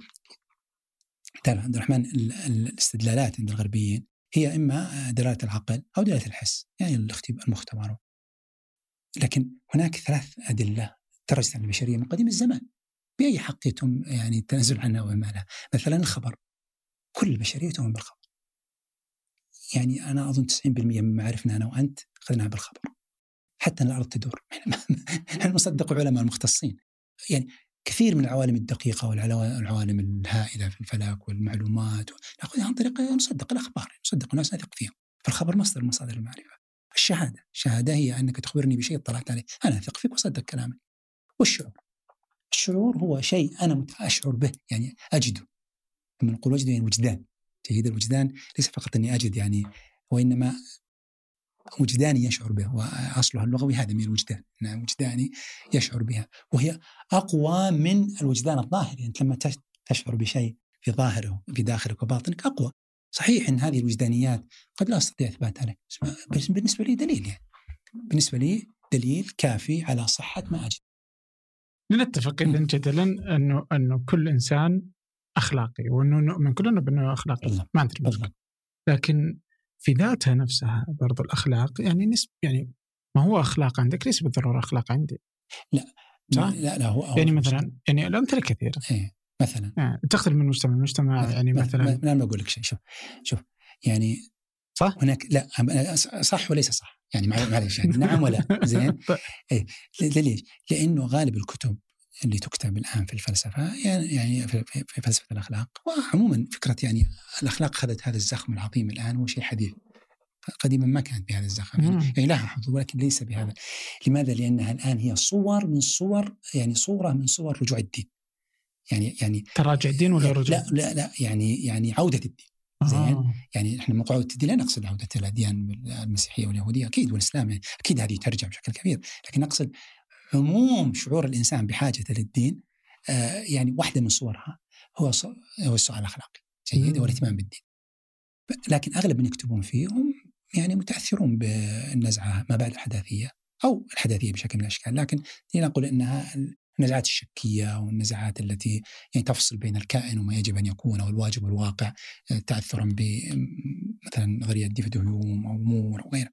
عبد الرحمن الاستدلالات عند الغربيين هي إما دلالة العقل أو دلالة الحس، يعني المختبر. لكن هناك 3 أدلة ترجت عن البشرية من قديم الزمان بأي حق يتم يعني التنازل عنها وإهمالها. مثلا الخبر، كل البشرية تؤمن بالخبر. يعني أنا أظن 90% من معرفنا أنا وأنت أخذناها بالخبر. حتى أن الأرض تدور. نحن نصدق علماء المختصين. يعني كثير من العوالم الدقيقة والعوالم الهائلة في الفلك والمعلومات نأخذها عن طريق نصدق الأخبار، نصدق الناس نثق فيهم. فالخبر مصدر مصادر المعرفة. الشهادة هي أنك تخبرني بشيء اطلعت عليه، أنا أثق فيك وأصدق كلامك. الشعور هو شيء أنا أشعر به، يعني أجده. لما نقول وجد يعني وجدان. جيد، الوجدان ليس فقط أني أجد يعني، وإنما وجداني يشعر به، وأصلها اللغوي هذا من الوجدان، وجداني يشعر بها، وهي أقوى من الوجدان الظاهري. يعني لما تشعر بشيء في ظاهره في داخلك وباطنك أقوى. صحيح أن هذه الوجدانيات قد لا أستطيع إثباتها لك، بس بالنسبة لي دليل، يعني بالنسبة لي دليل كافي على صحة ما أجد. لنتفق إذن جدلا أنه كل إنسان أخلاقي، وأنه نؤمن كلنا بأنه أخلاقي، ما عندنا مشكلة. لكن في ذاتها نفسها برضو الأخلاق يعني يعني ما هو أخلاق عندك ليس بالضرورة أخلاق عندي. لا هو يعني مثلا يعني الأمثلة كثيرة. مثلا يعني تختلف من مجتمع يعني مثلا أنا ما أقول لك شيء. شوف يعني صح هناك لا صح وليس صح، يعني معلش يعني نعم ولا زين. ليش؟ لأنه غالب الكتب اللي تكتب الآن في الفلسفة يعني في فلسفة الأخلاق، وعموما فكرة يعني الأخلاق أخذت هذا الزخم العظيم الآن، هو شيء حديث. قديما ما كانت بهذا الزخم، يعني لها حظوظ ولكن ليس بهذا. لماذا؟ لأنها الآن هي صورة من صور رجوع الدين. يعني تراجع الدين ولا رجوع؟ لا يعني عودة الدين. زين. يعني احنا من عودة الدين لا نقصد عودة الأديان المسيحية واليهودية أكيد والإسلام، يعني أكيد هذه ترجع بشكل كبير، لكن نقصد عموم شعور الإنسان بحاجة للدين. يعني واحدة من صورها هو السؤال الأخلاقي، جيد، والاهتمام بالدين. لكن أغلب من يكتبون فيه هم يعني متأثرون بالنزعة ما بعد الحداثية أو الحداثية بشكل من الأشكال، لكن نقول أنها النزعات الشكية والنزعات التي يعني تفصل بين الكائن وما يجب أن يكون أو الواجب والواقع، تأثرا بمثلا نظرية ديفيد هيوم أو مور وغيره.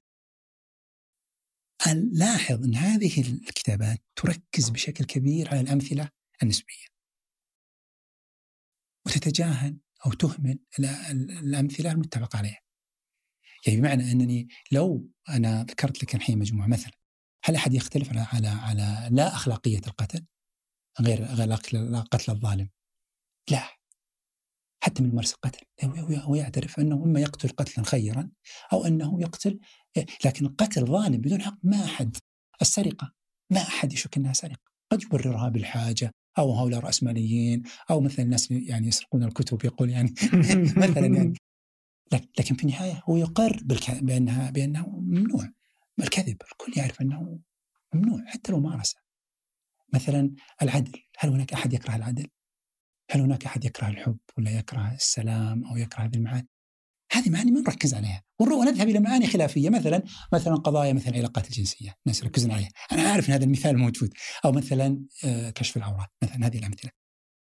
لاحظ أن هذه الكتابات تركز بشكل كبير على الأمثلة النسبية، وتتجاهل أو تهمل الأمثلة المتفق عليها. يعني بمعنى أنني لو أنا ذكرت لك الحين مجموعة مثلا، هل أحد يختلف على لا أخلاقية القتل غير قتل الظالم؟ لا، حتى من ممارس القتل هو يعترف أنه إما يقتل قتلا خيرا أو أنه يقتل، لكن القتل ظالم بدون حق ما أحد. السرقة ما أحد يشك أنها سرقة، قد يبررها بالحاجة أو هؤلاء رأسماليين أو مثلا الناس يعني يسرقون الكتب يقول يعني مثلا يعني، لكن في النهاية هو يقر بأنه ممنوع. الكذب الكل يعرف أنه ممنوع حتى لو مارسه. مثلا العدل، هل هناك أحد يكره العدل؟ هل هناك أحد يكره الحب ولا يكره السلام أو يكره هذه المعاني؟ هذه معاني ما نركز عليها ونذهب إلى معاني خلافية، مثلا قضايا مثلا العلاقات الجنسية الناس يركزون عليها. أنا عارف أن هذا المثال موجود، أو مثلا كشف العورات مثلا، هذه الأمثلة.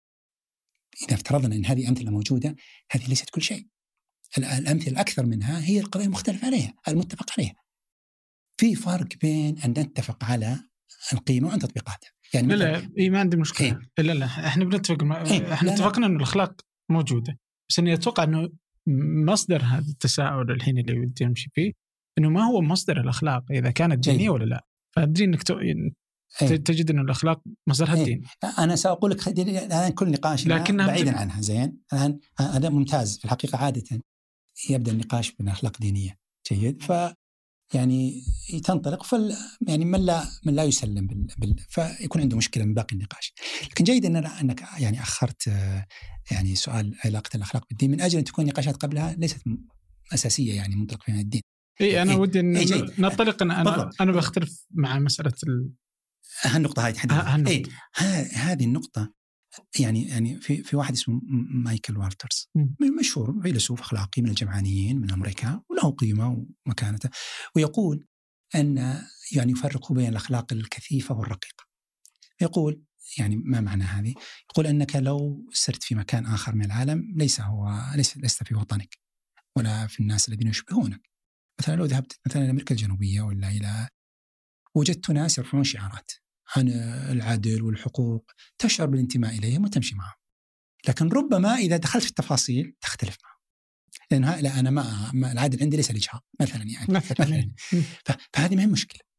إذا افترضنا أن هذه أمثلة موجودة، هذه ليست كل شيء. الأمثلة الأكثر منها هي القضايا المختلف عليها المتفق عليها. في فرق بين أن نتفق على القيمة وأن تطبيقاتها. يعني لا ما عندي مشكلة. لا احنا بنتفق احنا اتفقنا انه الاخلاق موجودة، بس اني اتوقع انه مصدر هذا التساؤل الحين اللي ودي امشي فيه انه ما هو مصدر الاخلاق، اذا كانت دينية ولا لا. فادري انك تجد انه الاخلاق مصدرها الدين. انا ساقول لك الان كل نقاشنا بعيدا عنها. زين، الان هذا ممتاز في الحقيقة. عادة يبدا النقاش بأخلاق دينية، جيد، يعني تنطلق يعني من لا يسلم فيكون عنده مشكلة من باقي النقاش. لكن جيد أنك يعني أخرت يعني سؤال علاقة الأخلاق بالدين من أجل أن تكون نقاشات قبلها ليست أساسية، يعني منطلق فيها الدين. أنا ودي أن نطلق. أنا بختلف مع مسألة هالنقطة هاي هذه النقطة. يعني في واحد اسمه مايكل والترز، مشهور فيلسوف أخلاقي من الجمعانيين من أمريكا، وله قيمة ومكانته، ويقول أن يعني يفرق بين الأخلاق الكثيفة والرقيقة. يقول يعني ما معنى هذه؟ يقول أنك لو سرت في مكان آخر من العالم لست في وطنك ولا في الناس الذين يشبهونك. مثلا لو ذهبت مثلا إلى أمريكا الجنوبية ولا إلى، وجدت ناس يرفعون شعارات عن العدل والحقوق، تشعر بالانتماء إليهم وتمشي معهم. لكن ربما إذا دخلت في التفاصيل تختلف معهم، لأن لا أنا ما العدل عندي ليس الإجهاض مثلا يعني. مثلا. فهذه ما هي مشكلة.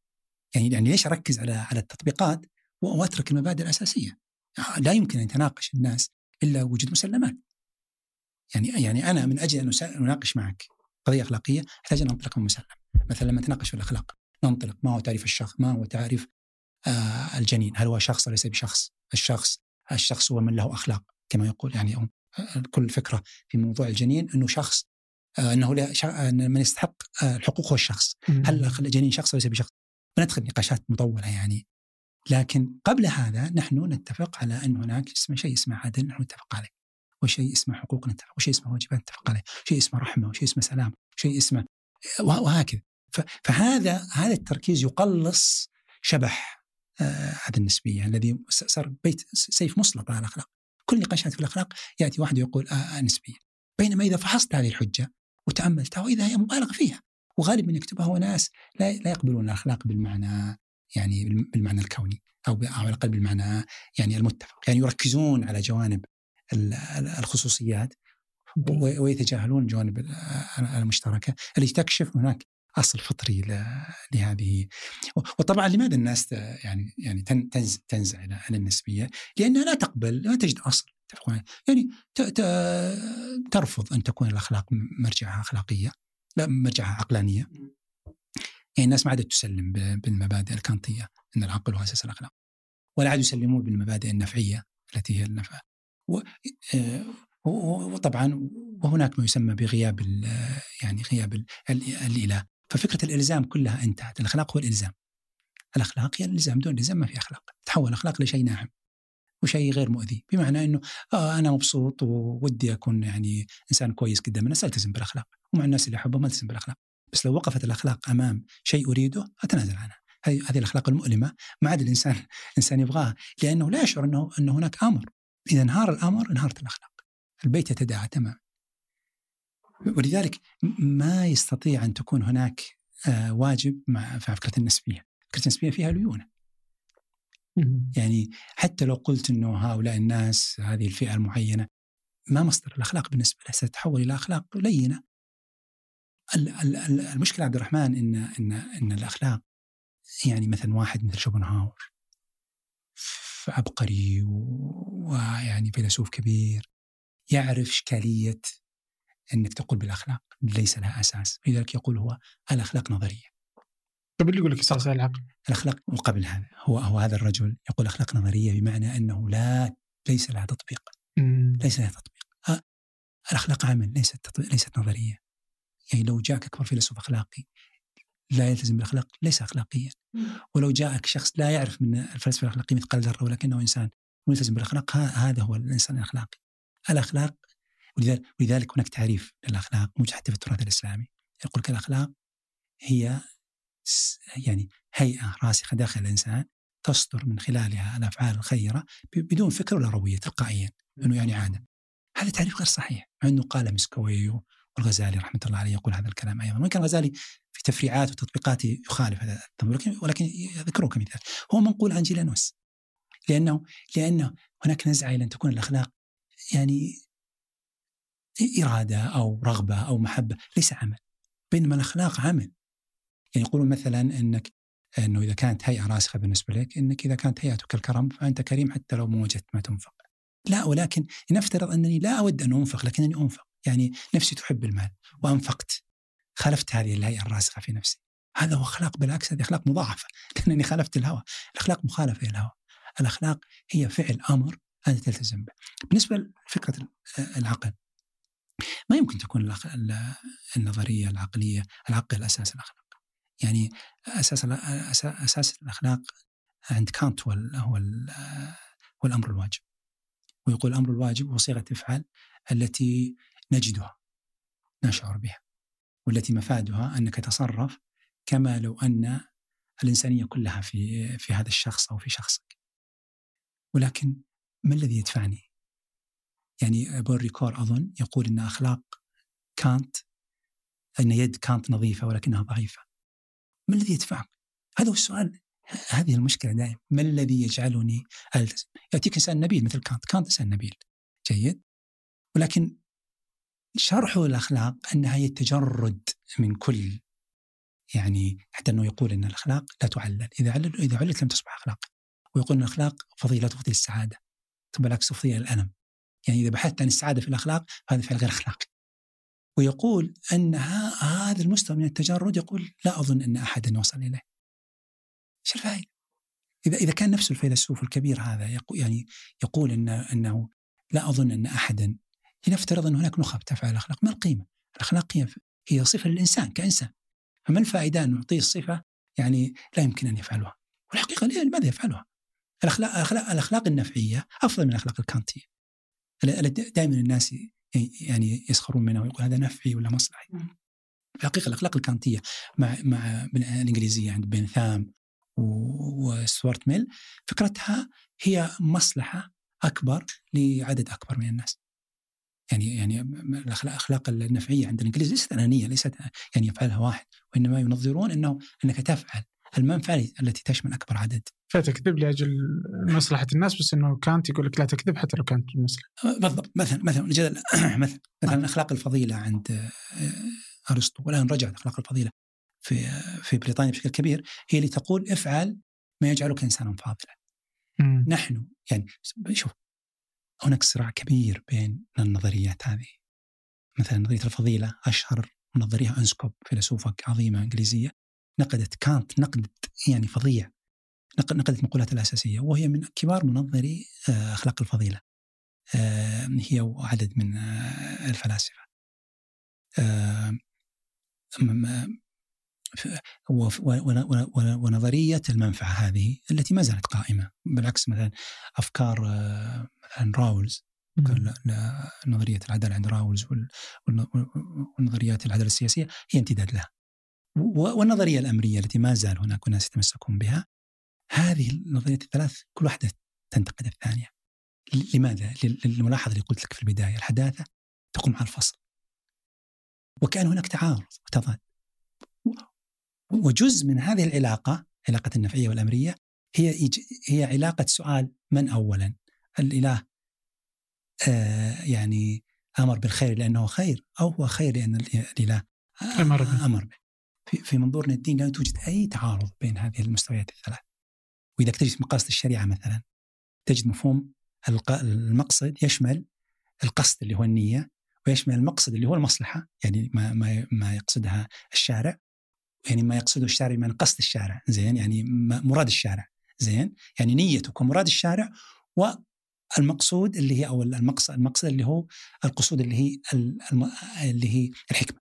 يعني ليش أركز على التطبيقات وأترك المبادئ الأساسية؟ لا يمكن أن يتناقش الناس إلا وجود مسلمات. يعني أنا من أجل أن أناقش معك قضية أخلاقية أحتاج أن أنطلق من مسلم. مثلا لما نتناقش في الأخلاق ننطلق ما هو تعريف الشخص، ما هو تعريف الجنين، هل هو شخص وليس بشخص؟ الشخص هو من له أخلاق كما يقول، يعني كل فكرة في موضوع الجنين أنه شخص، أنه من يستحق الحقوق هو الشخص. هل الجنين شخص وليس بشخص؟ بندخل نقاشات مطولة يعني. لكن قبل هذا نحن نتفق على أن هناك شيء اسمه عدل نحن نتفق عليه، وشيء اسمه حقوق نتفق، وشيء اسمه واجبات نتفق عليه، شيء اسمه رحمة، وشيء اسمه سلام، وشيء اسمه وهكذا. فهذا التركيز يقلص شبح هذا النسبية الذي صار بيت سيف مسلط على الأخلاق. كل نقاشات في الأخلاق يأتي واحد يقول نسبية، بينما إذا فحصت هذه الحجة وتأملتها وإذا هي مبالغ فيها، وغالب من يكتبها هو ناس لا يقبلون الأخلاق بالمعنى، يعني بالمعنى الكوني أو على الأقل بالمعنى يعني المتفق، يعني يركزون على جوانب الخصوصيات ويتجاهلون الجوانب المشتركة اللي تكشف هناك أصل فطري لهذه. وطبعا لماذا الناس يعني تنزع إلى النسبية؟ لأنها لا تقبل، لا تجد أصل يعني ترفض أن تكون الأخلاق مرجعها أخلاقية، لا مرجعها عقلانية. يعني الناس ما عادت تسلم بالمبادئ الكانطية أن العقل هو أساس الأخلاق، ولا عاد يسلمون بالمبادئ النفعية التي هي النفع. وطبعا وهناك ما يسمى بغياب غياب الإله. ففكرة الإلزام كلها انتهت. الأخلاق هو الإلزام، الأخلاق هي الإلزام، دون الإلزام ما في أخلاق. تحول الأخلاق لشيء ناعم وشيء غير مؤذي، بمعنى أنه أنا مبسوط وودي أكون يعني إنسان كويس قدام الناس، ألتزم بالأخلاق، ومع الناس اللي أحبهم ألتزم بالأخلاق. بس لو وقفت الأخلاق أمام شيء أريده أتنازل عنها. هذه الأخلاق المؤلمة ما عاد الإنسان يبغاها، لأنه لا يشعر أنه هناك أمر. إذا انهار الأمر انهارت الأخلاق، البيت يتداعى تماما. ولذلك ما يستطيع أن تكون هناك واجب مع فكرة النسبية. فكرة النسبية فيها ليونة. يعني حتى لو قلت أنه هؤلاء الناس هذه الفئة المعينة، ما مصدر الأخلاق بالنسبة لها ستتحول إلى أخلاق لينة. المشكلة عبد الرحمن إن الأخلاق يعني مثلا واحد مثل شوبنهاور عبقري ويعني فيلسوف كبير يعرف إشكالية أنك تقول بالأخلاق ليس لها أساس، لذلك يقول هو الأخلاق نظرية. طب اللي يقول لك أساس العقل الأخلاق. وقبل هذا هو هذا الرجل يقول أخلاق نظرية بمعنى أنه ليس لها تطبيق. ليس لها تطبيق. الأخلاق عمل ليست نظرية. يعني لو جاءك أكبر فيلسوف أخلاقي لا يلتزم بالأخلاق ليس أخلاقيا، ولو جاءك شخص لا يعرف من الفلسفة الأخلاقية مثقال ذرة ولكنه إنسان ملتزم بالأخلاق، هذا هو الإنسان الأخلاقي. الأخلاق ولذلك هناك تعريف للأخلاق موجود حتى في التراث الإسلامي، يقول لك الأخلاق هي يعني هيئة راسخة داخل الإنسان تصدر من خلالها الأفعال الخيرة بدون فكر ولا روية، تلقائيا، إنه يعني عادة. هذا تعريف غير صحيح، مع أنه قال مسكوي والغزالي رحمة الله عليه يقول هذا الكلام أيضا. وكان الغزالي في تفريعات وتطبيقاته يخالف هذا التنظير، ولكن يذكره كمثال. هو منقول عن جيلانوس، لأنه هناك نزعة إلى أن تكون الأخلاق يعني إرادة أو رغبة أو محبة، ليس عمل، بينما الأخلاق عمل. يعني يقولون مثلا أنه إذا كانت هيئة راسخة بالنسبة لك، إنك إذا كانت هيئتك الكرم فأنت كريم حتى لو ما وجدت ما تنفق. لا، ولكن نفترض أنني لا أود أن أنفق لكنني أنفق، يعني نفسي تحب المال وأنفقت، خالفت هذه الهيئة الراسخة في نفسي. هذا هو أخلاق، بالعكس هذه أخلاق مضاعفة لأنني خالفت الهوى. الأخلاق مخالفة للهوى. الأخلاق هي فعل أمر أنت تلتزم به. بالنسبة لفكرة العقل، ما يمكن تكون النظرية العقلية العقل أساس الأخلاق. يعني أساس الأخلاق عند كانت هو الأمر الواجب، ويقول الأمر الواجب هو صيغة افعل التي نجدها نشعر بها، والتي مفادها أنك تصرف كما لو أن الإنسانية كلها في هذا الشخص أو في شخصك. ولكن ما الذي يدفعني؟ يعني بول ريكور أظن يقول إن أخلاق كانت، أن يد كانت نظيفة ولكنها ضعيفة. ما الذي يدفعك؟ هذا هو السؤال، هذه المشكلة دائما. ما الذي يجعلني ألتزم؟ يأتيك إنسان نبيل مثل كانت إنسان نبيل جيد، ولكن شرحه الأخلاق أنها هي التجرد من كل يعني حتى أنه يقول أن الأخلاق لا تعلل، إذا علت لم تصبح أخلاق. ويقول أن الأخلاق فضيلة تفضي السعادة، ثم بالعكس تفضي الألم. يعني إذا بحثت عن السعادة في الأخلاق فهذا فعل غير أخلاقي. ويقول أن هذا المستوى من التجرد يقول لا أظن أن أحدا وصل إليه. شو الفائدة؟ إذا كان نفس الفيلسوف الكبير هذا يقول أنه لا أظن أن أحدا، لنفترض أن هناك نخب تفعل الأخلاق، ما القيمة؟ الأخلاق هي صفة للإنسان كإنسان، فما الفائدة أن نعطيه الصفة يعني لا يمكن أن يفعلها؟ والحقيقة لماذا يفعلها؟ الأخلاق النفعية أفضل من الأخلاق الكانتية. دائما الناس يعني يسخرون منها ويقول هذا نفعي ولا مصلحي. الحقيقة الأخلاق الكانتية مع بالإنجليزية عند بنثام وستوارت ميل فكرتها هي مصلحة أكبر لعدد أكبر من الناس. يعني الأخلاق النفعية عند الإنجليز ليست أنانية، ليست يعني يفعلها واحد، وإنما ينظرون أنك تفعل المنفعة التي تشمل أكبر عدد. فتكذب لأجل مصلحة الناس، بس إنه كانت يقول لك لا تكذب حتى لو كانت المصلحة. بالضبط. مثلا أخلاق الفضيلة عند أرسطو، والآن رجعت أخلاق الفضيلة في بريطانيا بشكل كبير، هي اللي تقول افعل ما يجعلك إنسانا فاضلا. نحن يعني شوف هناك صراع كبير بين النظريات هذه. مثلا نظرية الفضيلة أشهر نظرية أنسكوب، فيلسوفة عظيمة إنجليزية، نقدت كانت نقد يعني فظيع، نقدت مقولات الأساسية، وهي من كبار منظري أخلاق الفضيلة، هي وعدد من الفلاسفة. ونظرية المنفعة هذه التي ما زالت قائمة، بالعكس مثلا أفكار مثلا راولز، نظرية العدالة عند راولز ونظريات العدالة السياسية هي امتداد لها. والنظرية الأمرية التي ما زال هناك ناس يتمسكون بها، هذه النظريات الثلاث كل واحدة تنتقد الثانية. لماذا؟ للملاحظة اللي قلت لك في البداية، الحداثة تقوم على الفصل، وكان هناك تعارض وتضاد. وجزء من هذه العلاقة، علاقة النفعية والأمرية، هي علاقة سؤال من أولا، الإله يعني أمر بالخير لأنه خير، أو هو خير لأن الإله أمر به. في منظورنا الدين لا توجد أي تعارض بين هذه المستويات الثلاث. وإذا تجد في مقاصد الشريعة مثلا تجد مفهوم المقصد يشمل القصد اللي هو النية، ويشمل المقصد اللي هو المصلحة، يعني ما يقصدها الشارع، يعني ما يقصده الشارع من قصد الشارع، زين، يعني مراد الشارع، زين، يعني نيتك ومراد الشارع، والمقصود اللي هي أو المقصد اللي هو القصود اللي هي الحكمة.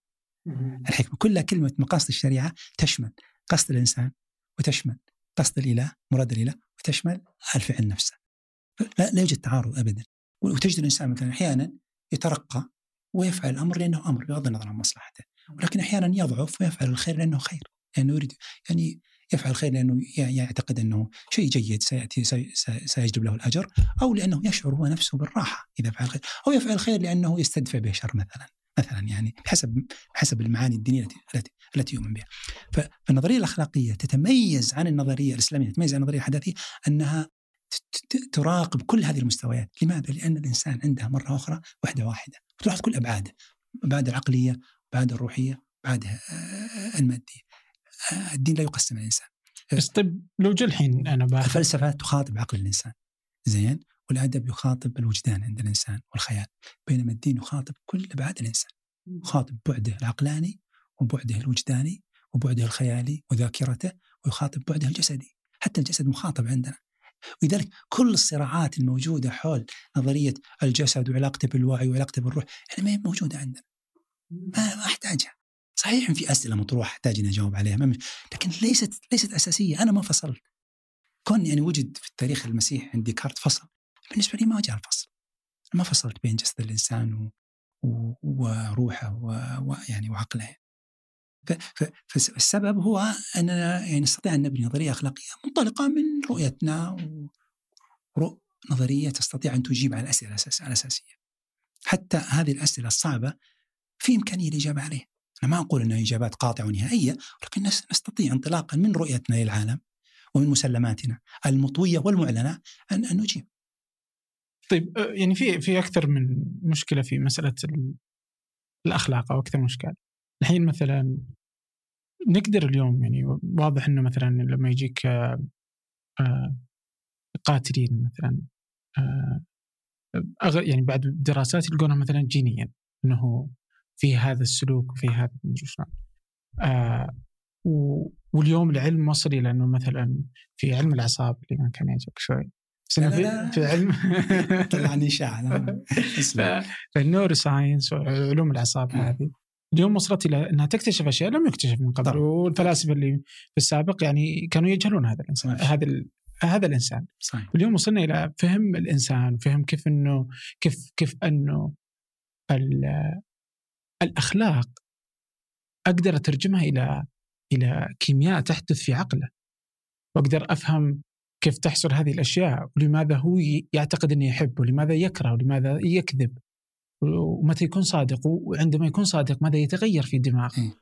كل كلمة مقاصد الشريعة تشمل قصد الإنسان، وتشمل قصد الإله مراد الإله، وتشمل الفعل نفسه. لا يوجد تعارض أبدا. وتجد الإنسان مثلا أحيانا يترقى ويفعل الأمر لأنه أمر بغض النظر عن مصلحته، ولكن أحيانا يضعف ويفعل الخير لأنه خير، لأنه يريد يعني يفعل الخير لأنه يعتقد أنه شيء جيد سيجلب له الأجر، أو لأنه يشعر هو نفسه بالراحة إذا فعل الخير، أو يفعل الخير لأنه يستدفع به شر مثلا يعني بحسب المعاني الدينية التي يؤمن بها. فالنظرية الأخلاقية تتميز عن النظرية الإسلامية، تتميز عن النظرية الحداثية أنها تراقب كل هذه المستويات. لماذا؟ لأن الإنسان عنده مرة أخرى وحدة واحدة، تلاحظ كل أبعاده، أبعاد العقلية، أبعاد الروحية، أبعاد المادية. الدين لا يقسم الإنسان. بس طيب لو جاء الحين أنا الفلسفة تخاطب عقل الإنسان، زين، والأدب يخاطب الوجدان عند الإنسان والخيال، بينما الدين يخاطب كل أبعاد الإنسان، يخاطب بعده العقلاني وبعده الوجداني وبعده الخيالي وذاكرته، ويخاطب بعده الجسدي، حتى الجسد مخاطب عندنا. ولذلك كل الصراعات الموجودة حول نظرية الجسد وعلاقته بالوعي وعلاقته بالروح يعني ما هي موجودة عندنا، ما أحتاجها. صحيح في أسئلة مطروحة أحتاج أن أجاوب عليها، لكن ليست أساسية. أنا ما فصلت، كون يعني وجد في التاريخ المسيح عند ديكارت فصل، بالنسبة لي ما جاء الفصل، ما فصلت بين جسد الإنسان وروحه ويعني وعقله. فالسبب هو أننا يعني نستطيع أن نبني نظرية أخلاقية منطلقة من رؤيتنا، نظرية تستطيع أن تجيب على الأسئلة الأساسية. حتى هذه الأسئلة الصعبة في إمكانية الإجابة عليها. أنا ما أقول أنها إجابات قاطعة ونهائية، ولكن نستطيع انطلاقا من رؤيتنا للعالم ومن مسلماتنا المطوية والمعلنة أن نجيب. طيب يعني في أكثر من مشكلة في مسألة الأخلاق، أو أكثر مشكلة. الحين مثلا نقدر اليوم يعني واضح انه مثلا لما يجيك قاتلين مثلا يعني بعد دراسات يلقونها مثلا جينيا انه في هذا السلوك وفي هذا واليوم العلم وصل الى انه مثلا في علم الاعصاب اللي ما كان يعجبك شوي في علم طلعني إشاعة في النورو ساينس وعلوم الاعصاب هذه اليوم وصلت الى انها تكتشف اشياء لم يكتشف من قبل. والفلاسفه اللي في السابق يعني كانوا يجهلون هذا الانسان هذا الانسان صحيح. واليوم وصلنا الى فهم الانسان، فهم كيف انه الاخلاق اقدر اترجمها الى كيمياء تحدث في عقله، واقدر افهم كيف تحصل هذه الاشياء، ولماذا هو يعتقد انه يحب، ولماذا يكره، ولماذا يكذب، ومتى يكون صادق، وعندما يكون صادق ماذا يتغير في دماغه،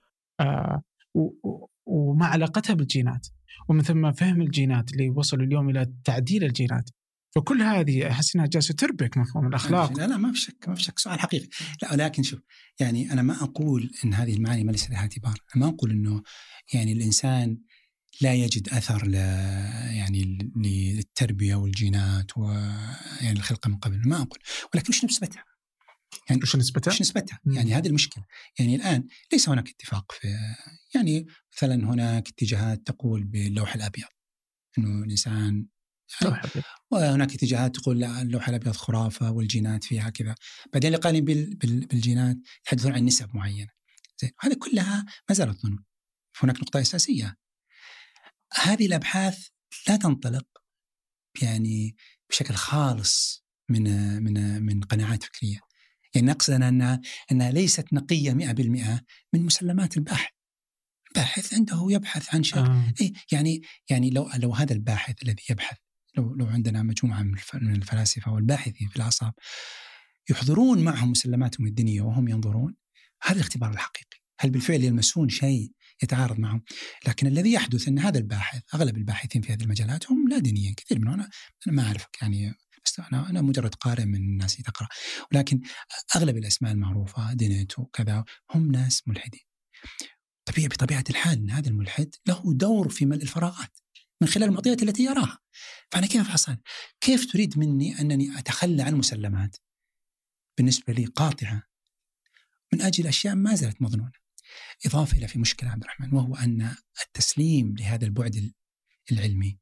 وما علاقتها بالجينات، ومن ثم فهم الجينات اللي وصلوا اليوم إلى تعديل الجينات. فكل هذه أحس أنها جالسة تربك مفهوم الأخلاق. لا ما في شك سؤال حقيقي. لا ولكن شوف، يعني أنا ما أقول أن هذه المعاني ما ليس لها اعتبار. أنا ما أقول أنه يعني الإنسان لا يجد أثر يعني للتربية والجينات ويعني الخلقة من قبل، ما أقول، ولكن وش نسبتها؟ يعني وش نسبتها؟ يعني هذه المشكلة. يعني الآن ليس هناك اتفاق في، يعني مثلا هناك اتجاهات تقول باللوح الأبيض إنه الإنسان، وهناك اتجاهات تقول لا اللوح الأبيض خرافة والجينات فيها كذا. بعدين اللي قالين بالجينات يتحدثون عن نسب معينة. زين، هذه كلها ما زالت ظنون. هناك نقطة أساسية، هذه الأبحاث لا تنطلق يعني بشكل خالص من قناعات فكرية. يعني نقصدنا أنها ليست نقية 100% من مسلمات الباحث. الباحث عنده يبحث عن شيء. يعني لو هذا الباحث الذي يبحث، لو عندنا مجموعة من الفلاسفة والباحثين في الأعصاب يحضرون معهم مسلماتهم الدينية وهم ينظرون، هذا الاختبار الحقيقي. هل بالفعل يلمسون شيء يتعارض معهم؟ لكن الذي يحدث أن هذا الباحث، أغلب الباحثين في هذه المجالات هم لا دينيين، كثير منهم أنا ما أعرفك يعني، بس أنا مجرد قارئ من الناس تقرأ، ولكن أغلب الأسماء المعروفة دينيت وكذا هم ناس ملحدين. بطبيعة الحال أن هذا الملحد له دور في ملء الفراغات من خلال المعطيات التي يراها. فأنا كيف حصل؟ كيف تريد مني أنني أتخلى عن مسلمات بالنسبة لي قاطعة من أجل أشياء ما زالت مظنونة؟ إضافة إلى في مشكلة عبد الرحمن، وهو أن التسليم لهذا البعد العلمي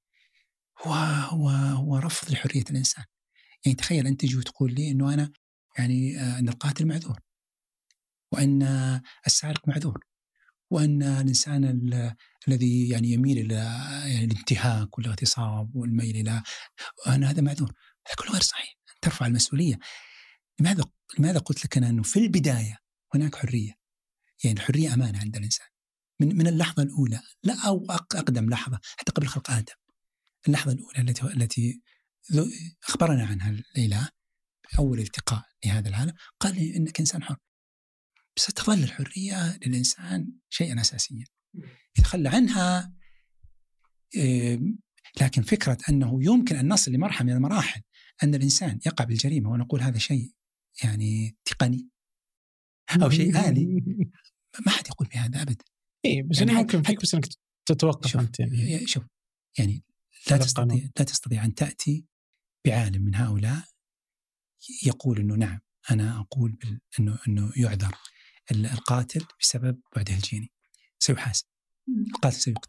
هو رفض لحرية الإنسان. يعني تخيل أنت تجي وتقول لي إنه أنا يعني أن القاتل معذور، وأن السارق معذور، وأن الإنسان الذي يعني يميل إلى يعني الانتهاك والاغتصاب والميل إلى أن هذا معذور. هذا كله غير صحيح. ترفع المسؤولية. لماذا قلت لك أنا أنه في البداية هناك حرية؟ يعني الحرية أمانة عند الإنسان من اللحظة الأولى، لا أو أقدم لحظة حتى قبل خلق آدم. اللحظة الأولى التي أخبرنا عنها الإله أول التقاء لهذا العالم، قال لي إنك إنسان حر. بس تظل الحرية للإنسان شيئا أساسيا يتخلى عنها. لكن فكرة أنه يمكن أن نصل لمرحلة من المراحل أن الإنسان يقع بالجريمة ونقول هذا شيء يعني تقني أو شيء آلي، ما حد يقول بهذا أبدا. إيه بس يعني ممكن فيك بس إنك تتوقف أنت. شوف يعني لا تستطيع أن تأتي بعالم من هؤلاء يقول إنه نعم أنا أقول إنه يعذر القاتل بسبب بعده الجيني، سيحاسب، القاتل سيقتل،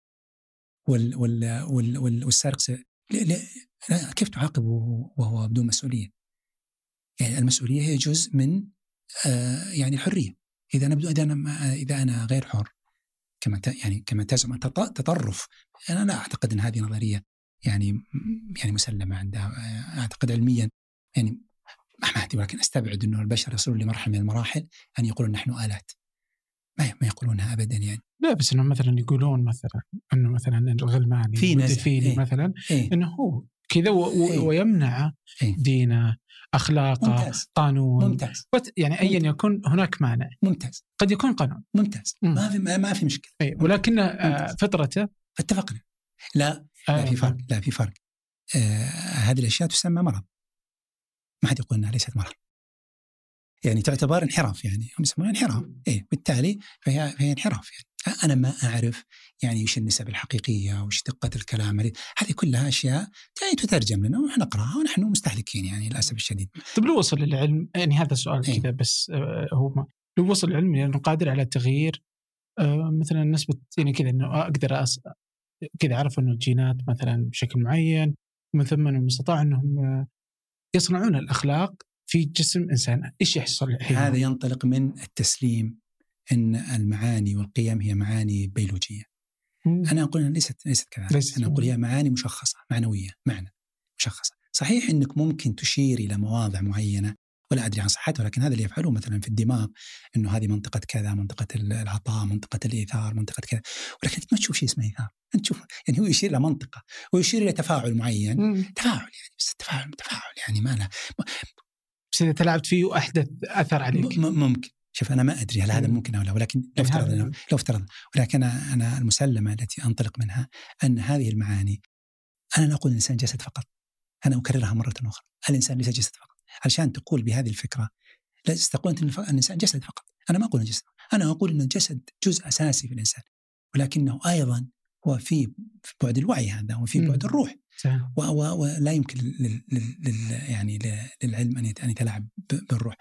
والسارق لا كيف تعاقبه وهو بدون مسؤولية؟ يعني المسؤولية هي جزء من يعني الحرية. إذا أنا غير حر كما تزعم التطرف، أنا لا أعتقد أن هذه نظرية يعني مسلمة عندها. أعتقد علميا يعني ما أدري، ولكن أستبعد أنه البشر يصلون لمرحلة من المراحل أن يقولون نحن آلات. ما يقولونها أبدا يعني. لا بس إنه مثلا يقولون مثلا الغلماني في مثلا إنه هو كذا ويمنع دينه، أخلاقه، قانون. ممتاز. يعني أيا يكون هناك مانع. ممتاز. قد يكون قانون. ممتاز. ما في مشكلة. ولكن فطرته. اتفقنا. لا في فرق. هذه الأشياء تسمى مرض. ما حد يقول أنها ليست مرض. يعني تعتبر انحراف، يعني هم يسمونها انحراف. بالتالي فهي انحراف. يعني أنا ما أعرف يعني وش النسب الحقيقية وش دقة الكلام، هذه كلها أشياء يعني تترجم لنا ونحن نقرأها ونحن مستهلكين يعني للأسف الشديد. طب لو وصل للعلم، يعني هذا سؤال كذا بس، هو لو وصل العلم لأنه قادر على التغيير مثلا نسبة يعني كذا إنه أقدر كذا أعرف إنه الجينات مثلا بشكل معين، ومن ثم إنه استطاع إنهم يصنعون الأخلاق في جسم إنسان، إيش يحصل الحين؟ هذا ينطلق من التسليم إن المعاني والقيم هي معاني بيولوجية. أنا أقول أنها ليست كذلك. أنا أقول هي معاني مشخصة، معنوية، معنى مشخصة. صحيح أنك ممكن تشير إلى مواضع معينة ولا أدري عن صحتها، ولكن هذا اللي يفعله مثلا في الدماغ، إنه هذه منطقة كذا، منطقة العطاء، منطقة الإيثار، منطقة كذا، ولكن أنت ما تشوف شيء اسمه إيثار، أنت تشوف يعني هو يشير إلى منطقة ويشير إلى تفاعل معين، تفاعل يعني، بس تفاعل يعني ما له، بس إذا تلعبت فيه وأحدث أثر عليك ممكن. شوف أنا ما أدري هل هذا ممكن أو لا، ولكن لو افترضنا ولكن أنا المسلمة التي أنطلق منها أن هذه المعاني، أنا لا أقول الإنسان جسد فقط، أنا أكررها مرة أخرى، الإنسان ليس جسد فقط. علشان تقول بهذه الفكرة لا تقول أن الإنسان جسد فقط، أنا ما أقول جسد، أنا أقول أن الجسد جزء أساسي في الإنسان، ولكنه أيضا هو في بعد الوعي هذا وفي بعد الروح، ولا يمكن يعني للعلم أن يتلاعب بالروح.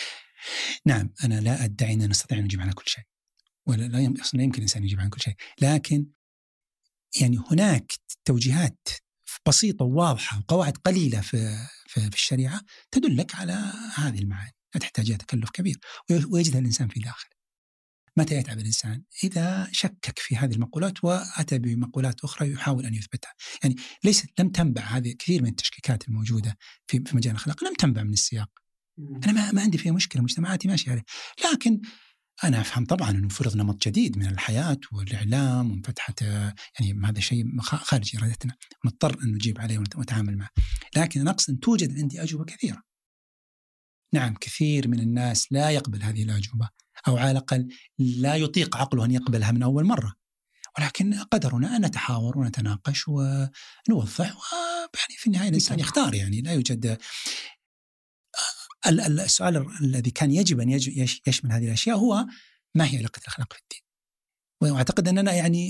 نعم أنا لا أدعي أن نستطيع أن نجيب عن كل شيء، ولا لا يمكن الإنسان يجيب عن كل شيء، لكن يعني هناك توجيهات بسيطة وواضحة وقواعد قليلة في الشريعة تدلك على هذه المعاني، لا تحتاج إلى تكلف كبير ويجدها الإنسان في داخل. متى يتعب الإنسان؟ إذا شكك في هذه المقولات وأتى بمقولات أخرى يحاول أن يثبتها. يعني لم تنبع هذه كثير من التشكيكات الموجودة في مجال الأخلاق، لم تنبع من السياق. أنا ما عندي فيها مشكلة، مجتمعاتي ماشية عليه، لكن أنا أفهم طبعاً أنه فرض نمط جديد من الحياة والإعلام وانفتحت، يعني هذا شيء خارج إرادتنا، نضطر أن نجيب عليه ونتعامل معه. لكن أنا أقصد توجد عندي أجوبة كثيرة. نعم كثير من الناس لا يقبل هذه الأجوبة، أو على الأقل لا يطيق عقله أن يقبلها من أول مرة، ولكن قدرنا أن نتحاور ونتناقش ونوضح، ويعني في النهاية الإنسان يختار. يعني لا يوجد السؤال الذي كان يجب أن يشمل هذه الأشياء هو ما هي علاقة الأخلاق في الدين؟ وأعتقد أننا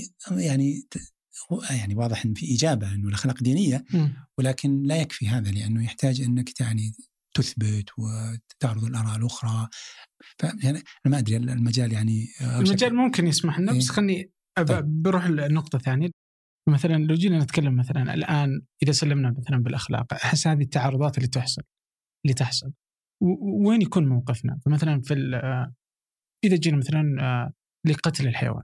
يعني واضح أن في إجابة أنه الأخلاق دينية، ولكن لا يكفي هذا، لأنه يحتاج أنك يعني تثبت وتعرض الآراء الأخرى. يعني أنا ما أدري المجال يعني المجال ممكن يسمح لنا، بس خلني بروح النقطة الثانية. مثلا لو جينا نتكلم مثلا الآن إذا سلمنا مثلا بالأخلاق، أحس هذه التعارضات اللي تحصل وين يكون موقفنا؟ فمثلا إذا جينا مثلا لقتل الحيوان،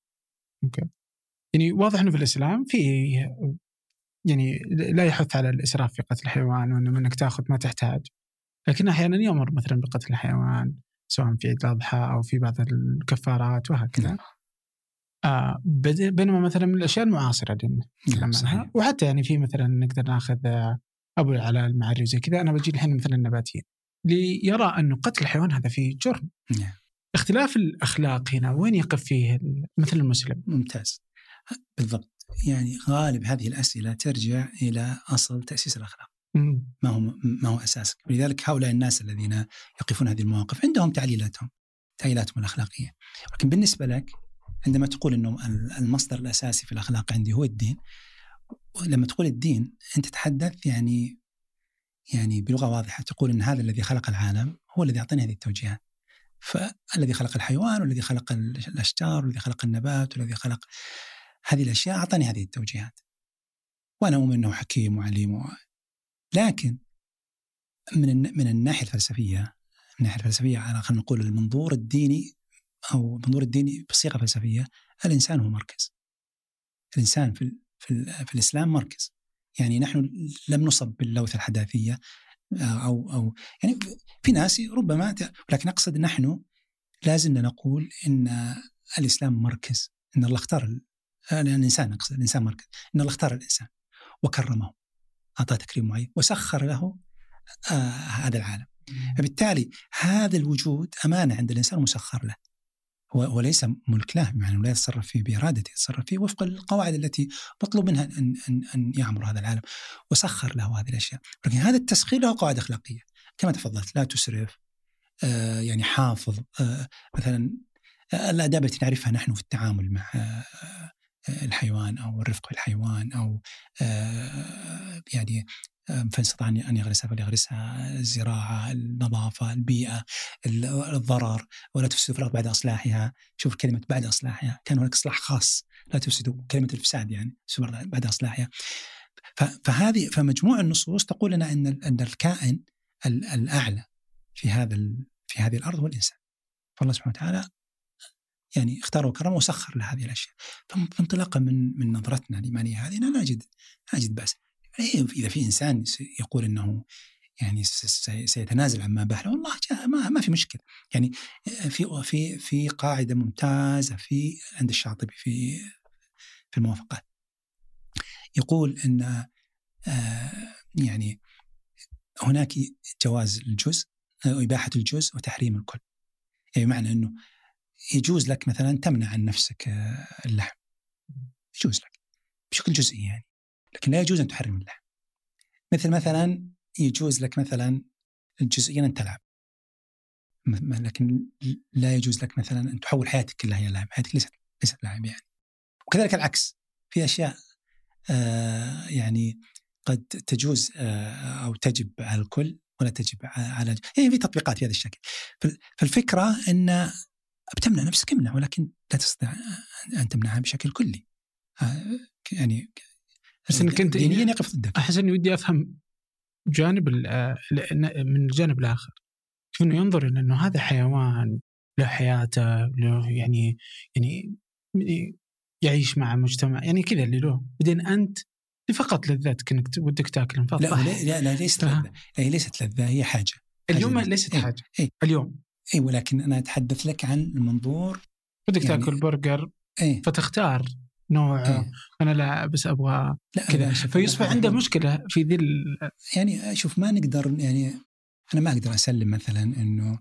يعني واضح أنه في الإسلام في يعني لا يحث على الإسراف في قتل الحيوان، وأنه أنك تأخذ ما تحتاج، لكن أحيانا يأمر مثلا بقتل الحيوان سواء في عيد الأضحى أو في بعض الكفارات وهكذا. بينما مثلا من الأشياء المعاصرة عنها، وحتى يعني في مثلا نقدر نأخذ أبو العلاء المعري وزي كذا. أنا بجي الحين مثلا النباتيين ليرى أنه قتل الحيوان هذا فيه جرم. اختلاف الأخلاق هنا وين يقف فيه مثل المسلم؟ ممتاز، بالضبط. يعني غالب هذه الأسئلة ترجع إلى أصل تأسيس الأخلاق، ما هو أساس. لذلك هؤلاء الناس الذين يقفون هذه المواقف عندهم تعليلاتهم الأخلاقية، ولكن بالنسبة لك عندما تقول أنه المصدر الأساسي في الأخلاق عندي هو الدين، لما تقول الدين أنت تتحدث يعني بلغة واضحة، تقول أن هذا الذي خلق العالم هو الذي أعطاني هذه التوجيهات، فالذي خلق الحيوان والذي خلق الأشجار والذي خلق النبات والذي خلق هذه الأشياء أعطاني هذه التوجيهات، وأنا أؤمن أنه حكيم وعليم. لكن من الناحية الفلسفية خلينا نقول المنظور الديني أو المنظور الديني بصيغة فلسفية، الإنسان هو مركز. الإنسان في الإسلام مركز. يعني نحن لم نصب باللوثة الحداثية أو يعني في ناس ربما، ولكن أقصد نحن لازم نقول إن الإسلام مركز، إن الله اختار الإنسان، أقصد الإنسان مركز، إن الله اختار الإنسان وكرمه، أعطاه تكريم معين وسخر له هذا العالم. فبالتالي هذا الوجود أمانة عند الإنسان مسخر له، وليس ملك له، يعني لا يتصرف فيه بإرادته، يتصرف فيه وفق القواعد التي مطلوب منها أن يعمر هذا العالم، وسخر له هذه الأشياء. لكن هذا التسخير له قواعد أخلاقية كما تفضلت، لا تسرف، يعني حافظ، مثلا الآداب التي نعرفها نحن في التعامل مع الحيوان أو الرفق بالحيوان أو يعني فإن استطاع أن يغرسها فليغرسها، الزراعة، النظافة، البيئة، الضرر، ولا تفسدوا في الأرض بعد إصلاحها. شوف كلمة بعد إصلاحها، كان هناك إصلاح خاص، لا تفسدوا، كلمة الفساد يعني بعد إصلاحها. فمجموع النصوص تقول لنا أن الكائن الأعلى في هذه الأرض هو الإنسان. فالله سبحانه وتعالى يعني اختار وكرم وسخر لهذه الأشياء. فانطلاقا من نظرتنا الإيمانية هذه نجد بأس. إذا في إنسان يقول أنه يعني سيتنازل عما باح له، والله ما في مشكلة. يعني في قاعدة ممتازة عند الشاطبي في الموافقات، يقول أن يعني هناك جواز الجزء أو إباحة الجزء وتحريم الكل. يعني معنى أنه يجوز لك مثلا تمنع عن نفسك اللحم، يجوز لك بشكل جزئي يعني، لكن لا يجوز أن تحرم اللحم. مثلا يجوز لك مثلا جزئيا أن تلعب، لكن لا يجوز لك مثلا أن تحول حياتك كلها إلى لعب. حياتك ليست لعب يعني. وكذلك العكس، في أشياء يعني قد تجوز أو تجب على الكل ولا تجب على يعني في تطبيقات في هذا الشكل. فالفكرة أن بتمنع نفسك امنع، ولكن لا تستطيع أن تمنعها بشكل كلي. يعني بس إنك أنت دينيا يقف ضدك. أحس إني ودي أفهم جانب من الجانب الآخر، كيف إنه ينظر إنه هذا حيوان له حياته، له يعني يعيش مع مجتمع يعني كذا اللي له، بعدين أنت فقط لذاتك إنك ودك تاكل. لا ليست لذة. هي ليست لذة، هي حاجة. اليوم ليست حاجة. اليوم ولكن أنا أتحدث لك عن المنظور. بدك يعني تاكل برجر فتختار نوع. أنا لا بس أبغى كذا، فيصبح عنده مشكلة في ذي يعني أشوف ما نقدر، يعني أنا ما أقدر أسلم مثلا إنه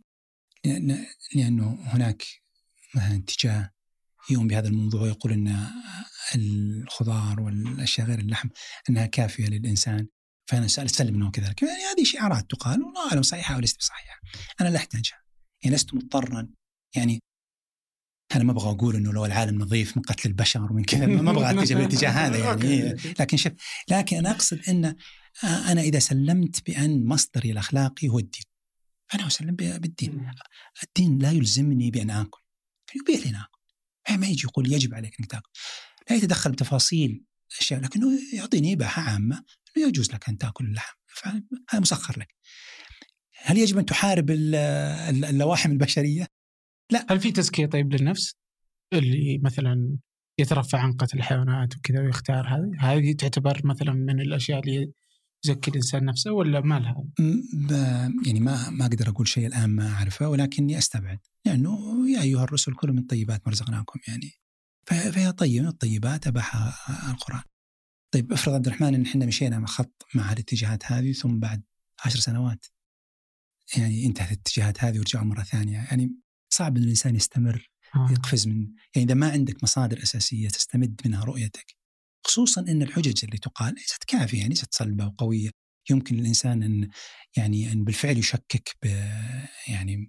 لأنه هناك مثلا اتجاه يقوم بهذا الموضوع ويقول أن الخضار والأشياء غير اللحم أنها كافية للإنسان، فأنا أسلم أنه كذلك. يعني هذه شعارات تقال، والله أعلم صحيحة أو ليست بصحيحة، أنا لا أحتاجها. يعني لست مضطرا، يعني أنا ما أبغى أقول إنه لو العالم نظيف من قتل البشر ومن كذا، ما أبغى أتجه بالاتجاه هذا يعني. لكن أنا أقصد إن أنا إذا سلمت بأن مصدري الأخلاقي هو الدين، فأنا أسلم بالدين. الدين لا يلزمني بأن آكل، يبيح لي ناكل، ما يجي يقول يجب عليك أن تأكل، لا يتدخل بتفاصيل أشياء، لكنه يعطيني إباحة عامة إنه يجوز لك أن تأكل اللحم، هذا مسخر لك. هل يجب أن تحارب اللواحم البشرية؟ لا. هل في تزكية طيب للنفس اللي مثلا يترفع عن قتل الحيوانات وكذا ويختار هذه تعتبر مثلا من الأشياء اللي يزكي الإنسان نفسه، ولا ما لها؟ يعني ما أقدر أقول شيء الآن ما أعرفه، ولكني أستبعد، لأنه يا أيها الرسل كلوا من طيبات ما رزقناكم، يعني فهي طيب من الطيبات أباحها القرآن. طيب افرض عبد الرحمن إن إحنا مشينا مع خط مع الاتجاهات هذه، ثم بعد 10 سنوات يعني انتهت الاتجاهات هذه ورجعوا مرة ثانية، يعني صعب أن الإنسان يستمر يقفز من، يعني إذا ما عندك مصادر أساسية تستمد منها رؤيتك، خصوصا أن الحجج اللي تقال ليست كافية، يعني ليست صلبة وقوية يمكن الإنسان أن بالفعل يشكك يعني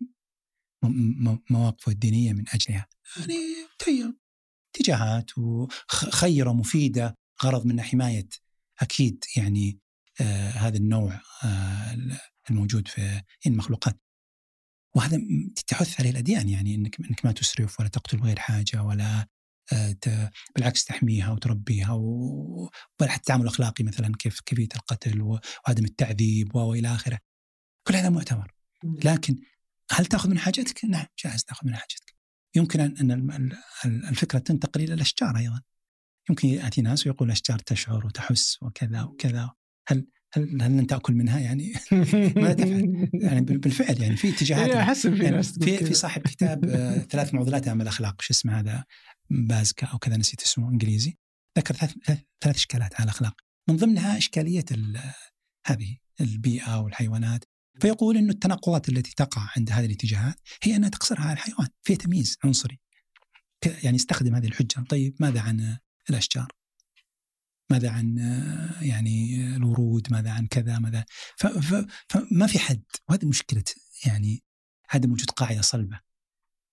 مواقفه الدينية من أجلها. يعني اتجاهات وخيرة مفيدة، غرض منها حماية أكيد يعني هذا النوع الموجود في المخلوقات، وهذا تحث عليه الأديان، يعني إنك ما تسرف ولا تقتل غير حاجة، ولا بالعكس تحميها وتربيها، ولا حتى التعامل الأخلاقي مثلا كيفية القتل وعدم التعذيب وإلى آخره، كل هذا معتبر. لكن هل تأخذ من حاجتك؟ نعم جائز تأخذ من حاجتك. يمكن أن الفكرة تنتقل إلى الأشجار أيضا، يمكن يأتي ناس ويقول الأشجار تشعر وتحس وكذا وكذا، هل أن تأكل منها يعني ما تفعل يعني بالفعل، يعني في اتجاهات يعني في صاحب كتاب 3 معضلات أمام الأخلاق، شو اسمه هذا، بازكا أو كذا نسيت اسمه إنجليزي، ذكر 3 إشكالات على الأخلاق، من ضمنها إشكالية هذه البيئة والحيوانات. فيقول إنه التناقضات التي تقع عند هذه الاتجاهات هي أنها تقصرها على الحيوان، فيه تمييز عنصري، يعني استخدم هذه الحجة. طيب ماذا عن الأشجار؟ ماذا عن يعني الورود؟ ماذا عن كذا؟ ماذا؟ فما في حد، وهذه مشكلة يعني عدم وجود قاعدة صلبة.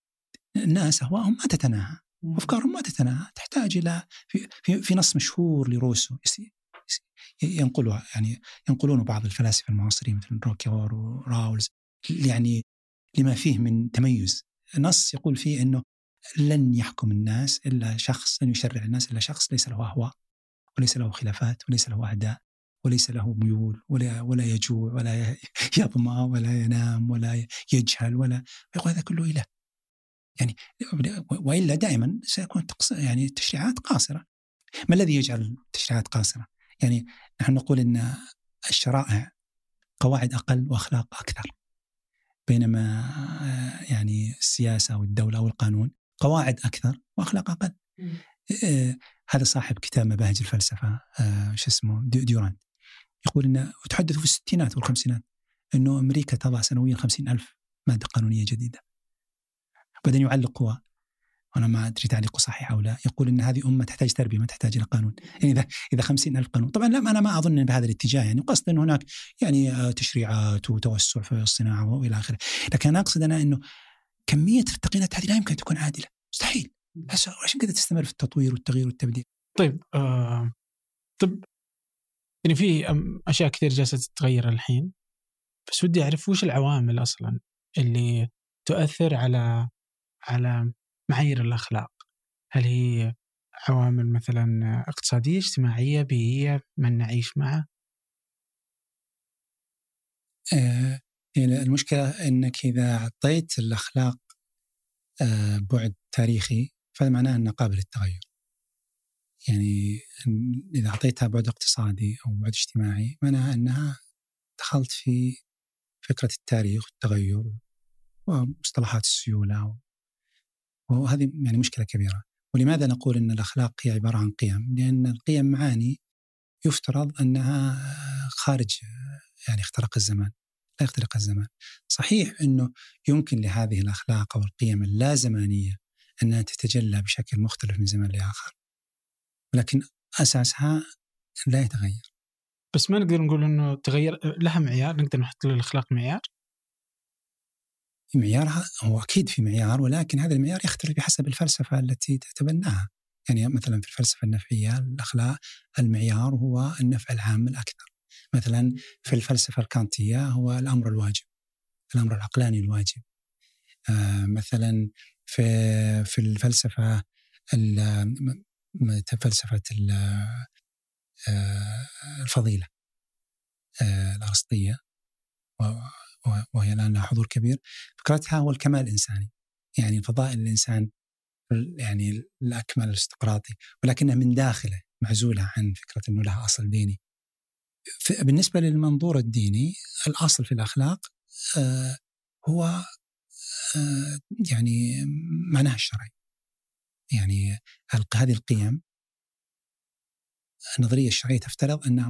الناس أهواءهم ما تتناهى، أفكارهم ما تتناهى، تحتاج إلى في نص مشهور لروسو ينقلها، يعني ينقلون بعض الفلاسفة المعاصرين مثل روكيور وراولز، يعني لما فيه من تميز. نص يقول فيه أنه لن يحكم الناس إلا شخص، لن يشرع الناس إلا شخص ليس له أهواء وليس له خلافات وليس له أعداء وليس له ميول ولا يجوع ولا يظمأ ولا ينام ولا يجهل ولا يقول هذا كله إله. يعني وإلا دائما سيكون يعني التشريعات قاصرة. ما الذي يجعل التشريعات قاصرة؟ يعني نحن نقول إن الشرائع قواعد أقل وأخلاق أكثر، بينما يعني السياسة والدولة والقانون قواعد أكثر وأخلاق أقل. هذا صاحب كتاب مباهج الفلسفة شو اسمه ديوران يقول إنه وتحدث في الستينات والخمسينات إنه أمريكا تضع سنويا 50,000 مادة قانونية جديدة. بعدين يعلق هو، أنا ما أدري تعليقه صحيح أو لا، يقول إن هذه أمة تحتاج تربية ما تحتاج إلى قانون. يعني إذا 50,000 قانون، طبعا لا أنا ما أظن بهذا الاتجاه، يعني قصد أن هناك يعني تشريعات وتوسع في الصناعة وإلى آخره، لكن أنا أقصد أنا إنه كمية التقنيات هذه لا يمكن تكون عادلة، مستحيل. عشان كذا تستمر في التطوير والتغيير والتبديل. طيب يعني في أشياء كثير جالسة تتغير الحين، بس ودي أعرف وش العوامل أصلا اللي تؤثر على معايير الأخلاق. هل هي عوامل مثلا اقتصادية، اجتماعية، بيئية، من نعيش معه؟ يعني المشكلة أنك إذا أعطيت الأخلاق بعد تاريخي فهذا معناه أنه قابل للتغير. يعني إذا أعطيتها بعد اقتصادي أو بعد اجتماعي معناها أنها دخلت في فكرة التاريخ والتغير ومصطلحات السيولة، وهذه يعني مشكلة كبيرة. ولماذا نقول أن الأخلاق هي عبارة عن قيم؟ لأن القيم معاني يفترض أنها خارج يعني اختراق الزمان، لا يخترق الزمان. صحيح أنه يمكن لهذه الأخلاق أو القيم اللازمانية أنها تتجلى بشكل مختلف من زمان لآخر، ولكن أساسها لا يتغير. بس ما نقدر نقول أنه تغير لها معيار، نقدر نحط للأخلاق معيار. معيارها هو أكيد في معيار، ولكن هذا المعيار يختلف بحسب الفلسفة التي تتبناها. يعني مثلا في الفلسفة النفعية الأخلاق المعيار هو النفع العام الأكثر. مثلا في الفلسفة الكانتية هو الأمر الواجب، الأمر العقلاني الواجب. مثلا في الفلسفة فلسفة الفضيلة الأرسطية، وهي الآن لها حضور كبير، فكرتها هو الكمال الإنساني، يعني فضائل الإنسان يعني الأكمل الاستقراطي، ولكنها من داخله معزولة عن فكرة أنه لها أصل ديني. بالنسبة للمنظور الديني الأصل في الأخلاق هو يعني معناها الشرعي. يعني هذه القيم النظرية الشرعية تفترض أنها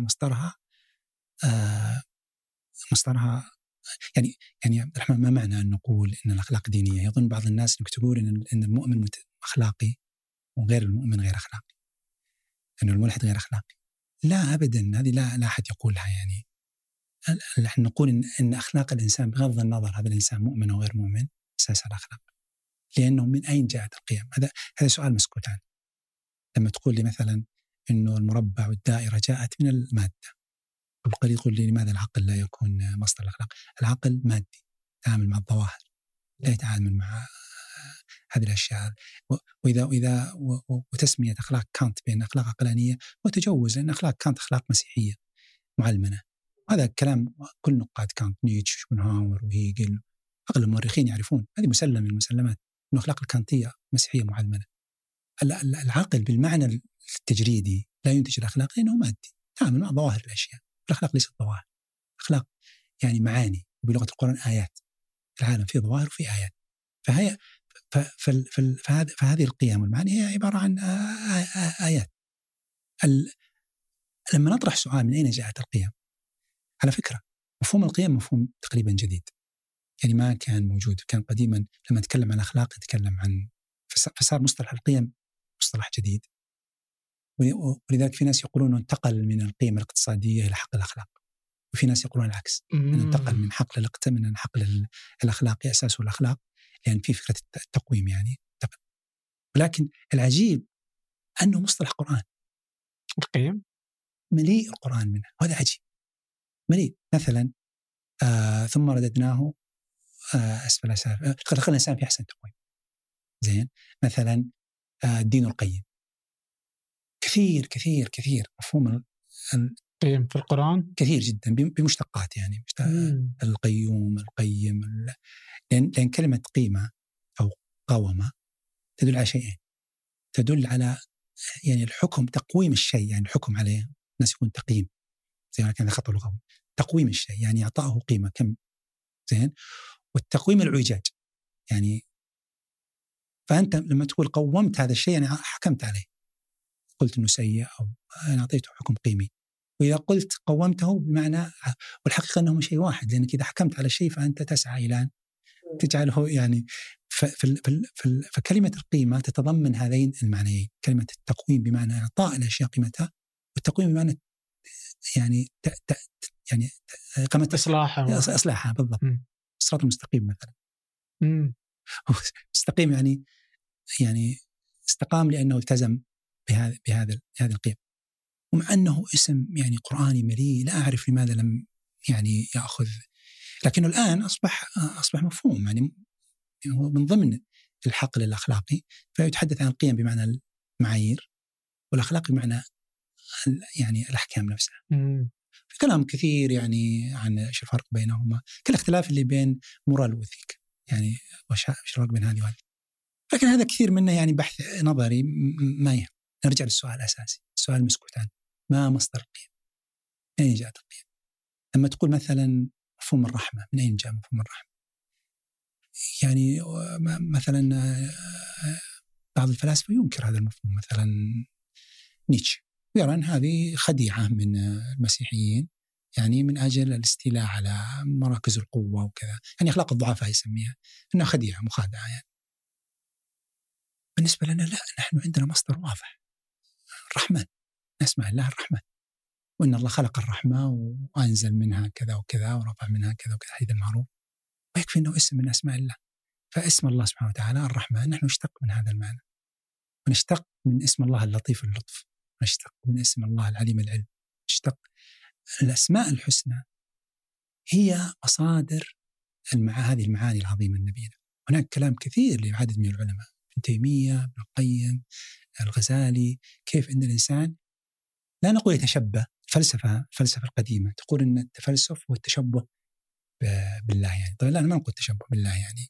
مصدرها يعني عبد الرحمن، ما معنى أن نقول أن الأخلاق دينية؟ يظن بعض الناس أنك تقول أن المؤمن أخلاقي وغير المؤمن غير أخلاقي، أن الملحد غير أخلاقي. لا أبدا، هذه لا أحد يقولها. يعني نحن نقول إن أخلاق الإنسان بغض النظر هذا الإنسان مؤمن أو غير مؤمن أساس الأخلاق. لأنه من أين جاءت القيم؟ هذا سؤال مسكوت عنه. لما تقول لي مثلا إنه المربع والدائرة جاءت من المادة، والقليل يقول لي لماذا العقل لا يكون مصدر الأخلاق؟ العقل مادي، يتعامل مع الظواهر، لا يتعامل مع هذه الأشياء. وإذا وتسمية أخلاق كانت بين أخلاق عقلانية وتجوز، لأن أخلاق كانت أخلاق مسيحية معلمنة. هذا الكلام كل نقاد كانت، نيتشه وشوبنهاور وهيجل، أغلب المؤرخين يعرفون هذه مسلم من المسلمات، أن الأخلاق الكانتية مسيحية معلمنة. العقل بالمعنى التجريدي لا ينتج الأخلاق لأنه مادي، تعامل مع ظواهر الأشياء. الأخلاق ليست ظواهر، أخلاق يعني معاني، وبلغة القرآن آيات. العالم فيه ظواهر وفيه آيات. فهذه القيم والمعاني هي عبارة عن آيات. لما نطرح سؤال من أين جاءت القيم، على فكرة مفهوم القيم مفهوم تقريبا جديد، يعني ما كان موجود. كان قديما لما نتكلم عن أخلاق نتكلم عن، فصار مصطلح القيم مصطلح جديد. ولذلك في ناس يقولون انتقل من القيم الاقتصادية إلى حقل الأخلاق، وفي ناس يقولون العكس، انتقل من حقل الأخلاقي أساسه الأخلاق لأن في فكرة التقويم يعني. ولكن العجيب أنه مصطلح قرآن القيم مليء القرآن منه، وهذا عجيب مليء. مثلا ثم رددناه أسفل سافل، خلق الإنسان في أحسن تقويم. زين. مثلا الدين القيم، كثير كثير كثير مفهوم القيم في القرآن كثير جدا بمشتقات يعني القيوم القيم، لأن كلمة قيمة أو قومة تدل على شيئين. تدل على يعني الحكم، تقويم الشيء، يعني الحكم عليه. الناس يكون تقييم زي ما كان خطأ لغوي، تقويم الشيء يعني إعطائه قيمة كم. زين. والتقويم العجاج يعني، فأنت لما تقول قومت هذا الشيء يعني حكمت عليه، قلت إنه سيء أو أنا أعطيته حكم قيمي. وإذا قلت قومته بمعنى، والحقيقة أنه شيء واحد، لأنك إذا حكمت على الشيء فأنت تسعى إلى أن تجعله يعني. فكلمة القيمة تتضمن هذين المعنيين، كلمة التقويم بمعنى إعطاء الأشياء قيمتها، والتقويم بمعنى يعني يعني قيمة إصلاحها بالضبط. الصراط المستقيم مثلا، مستقيم يعني استقام لأنه التزم بهذه القيم. ومع أنه اسم يعني قرآني مليء، لا أعرف لماذا لم يعني يأخذ، لكنه الآن أصبح مفهوم يعني، هو من ضمن الحقل الأخلاقي، فيتحدث عن القيم بمعنى المعايير، والأخلاق بمعنى يعني الأحكام نفسها. في كلام كثير يعني عن ايش الفرق بينهما، كل اختلاف اللي بين مورال وإثيك يعني، وش الفرق بين هذه وهذه. لكن هذا كثير منه يعني بحث نظري ما يهم. نرجع للسؤال الأساسي، السؤال المسكوت عنه، ما مصدر القيم؟ من أين جاءت القيم؟ لما تقول مثلا مفهوم الرحمة، من أين جاء مفهوم الرحمة؟ يعني مثلا بعض الفلاسفة ينكر هذا المفهوم، مثلا نيتشه يرى أن هذه خديعة من المسيحيين يعني من أجل الاستيلاء على مراكز القوة وكذا، يعني أخلاق الضعفاء يسميها، أنها خديعة مخادعة يعني. بالنسبة لنا لا، نحن عندنا مصدر واضح، الرحمن، نسمع الله الرحمن، وإن الله خلق الرحمة وأنزل منها كذا وكذا ورفع منها كذا وكذا، حديث المعروف، ويكفي أنه اسم من أسماء الله. فاسم الله سبحانه وتعالى الرحمن، نحن نشتق من هذا المعنى، ونشتق من اسم الله اللطيف اللطف، ونشتق من اسم الله العليم العلم، نشتق. الأسماء الحسنى هي مصادر هذه المعاني العظيمة النبيلة. هناك كلام كثير لعدد من العلماء، ابن تيمية، ابن القيم، الغزالي، كيف أن الإنسان لا نقول يتشبه. الفلسفة القديمة تقول أن التفلسف هو التشبه بالله يعني. طيب لا، أنا ما نقول التشبه بالله يعني،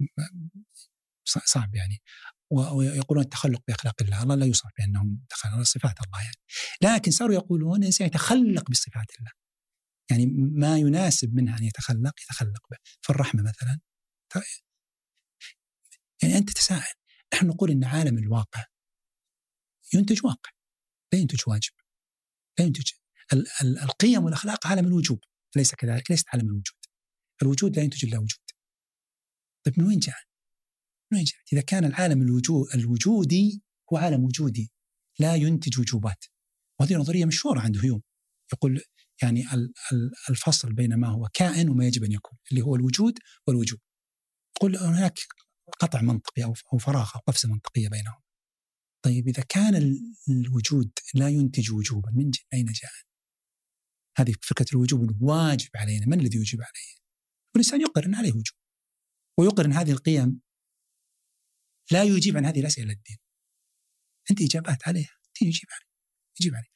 صعب يعني. ويقولون التخلق بأخلاق الله، الله لا يوصف بأنهم تخلق صفات الله يعني، لكن صاروا يقولون الإنسان يتخلق بصفات الله، يعني ما يناسب منها أن يتخلق به. فالرحمة مثلا، يعني أنت تساءل، نحن نقول إن عالم الواقع ينتج واقع، لا ينتج واجب، لا ينتج القيم والأخلاق عالم الوجوب، ليس كذلك، ليست عالم الوجود. الوجود لا ينتج إلا وجود. طيب من وين جاء؟ إذا كان العالم الوجودي هو عالم وجودي لا ينتج وجوبات، وهذه نظرية مشهورة عند هيوم، يقول يعني الفصل بين ما هو كائن وما يجب أن يكون، اللي هو الوجود والوجوب. يقول هناك قطع منطقي أو فراغ أو قفزة منطقية بينهم. طيب إذا كان الوجود لا ينتج وجوبا، من أين جاء؟ هذه فكرة الوجوب الواجب علينا، من الذي يجب عليه؟ والإنسان يقر أن عليه وجوب، ويقر أن هذه القيم لا يجيب عن هذه الأسئلة الدين. أنت إجابات عليها، الدين يجيب عليه.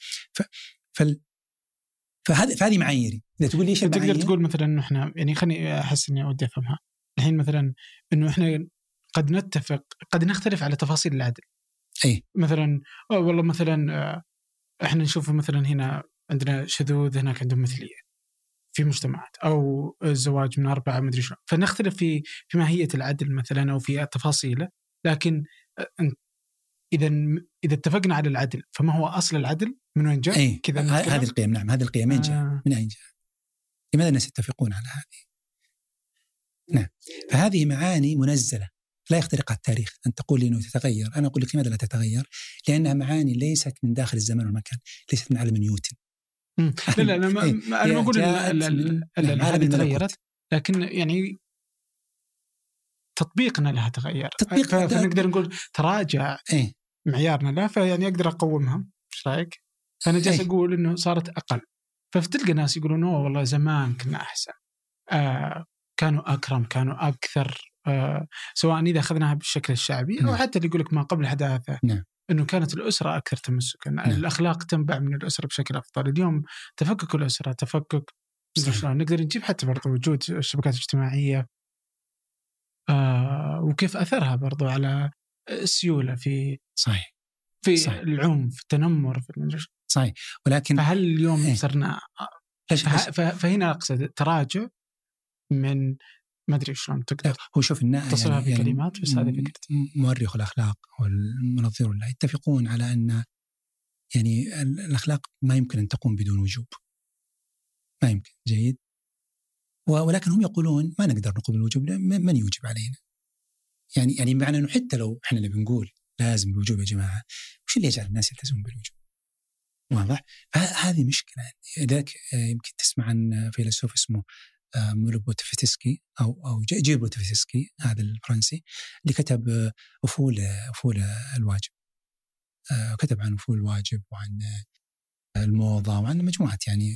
فهذه معاييري. إذا تقول لي إيش المعايير، تقدر تقول مثلا إنه إحنا يعني خلني أحس إني أودي أفهمها الحين، مثلا إنه إحنا قد نتفق قد نختلف على تفاصيل العدل. أي مثلا والله مثلا إحنا نشوف مثلا هنا عندنا شذوذ، هناك عندهم مثلية في مجتمعات، أو الزواج من 4 مدري شو، فنختلف في ماهية العدل مثلا أو في تفاصيله. لكن إذا اتفقنا على العدل، فما هو أصل العدل؟ من وين جاء؟ كذا هذه القيم. نعم، هذه القيم من جاء؟ من أين جاء؟ لماذا الناس يتفقون على هذه؟ نعم، فهذه معاني منزلة لا يخترقها التاريخ. أن تقول لي أنه تتغير، أنا أقول لك لماذا لا تتغير؟ لأنها معاني ليست من داخل الزمان والمكان، ليست من عالم نيوتن. لا أنا ما أقول هذه تغيرت، لكن يعني تطبيقنا لها تغير، تطبيق فنقدر نقول تراجع معيارنا لا، فيعني أقدر أقومها. إيش رأيك؟ فأنا جالس أقول إنه صارت أقل، فتلقى ناس يقولون والله زمان كنا أحسن، كانوا أكرم، كانوا أكثر، سواء إذا أخذناها بالشكل الشعبي أو حتى اللي يقولك ما قبل الحداثة، إنه كانت الأسرة أكثر تمسكا، الأخلاق تنبع من الأسرة بشكل أفضل. اليوم تفكك الأسرة، تفكك نقدر نجيب حتى برضو وجود الشبكات الاجتماعية، وكيف أثرها برضو على السيولة في صحيح في صحيح. العنف، في التنمر، في صحيح. ولكن فهل اليوم صرنا فهنا أقصد تراجع من ما أدري شلون تقدر هو شوف تصلها بكلمات، بس هذه فكرتي. مؤرخ الأخلاق والمنظر الله يتفقون على أن يعني الأخلاق ما يمكن أن تقوم بدون وجوب، ما يمكن. جيد. ولكن هم يقولون ما نقدر نقوم بالوجوب، من يوجب علينا؟ يعني معنى أنه حتى لو إحنا اللي بنقول لازم الوجوب يا جماعة، وش اللي يجعل الناس يلتزمون بالوجوب؟ واضح؟ هذه مشكلة. ذاك يمكن تسمع عن فيلسوف اسمه مولوبوتفسكي أو جيربوتفسكي، هذا الفرنسي اللي كتب أفول الواجب، كتب عن أفول الواجب وعن الموضة وعن مجموعات يعني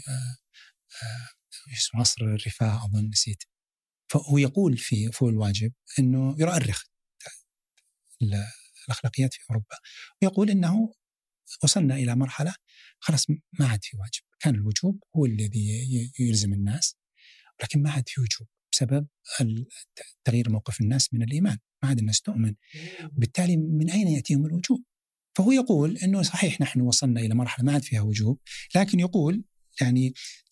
اسمه عصر الرفاه أظن، نسيت. فهو يقول في أفول الواجب أنه يؤرخ الأخلاقيات في أوروبا، ويقول أنه وصلنا إلى مرحلة خلاص ما عاد في واجب، كان الوجوب هو الذي يلزم الناس، لكن ما عاد في وجوب بسبب تغيير موقف الناس من الإيمان، ما عاد الناس تؤمن، وبالتالي من أين يأتيهم الوجوب؟ فهو يقول أنه صحيح نحن وصلنا إلى مرحلة ما عاد فيها وجوب، لكن يقول يعني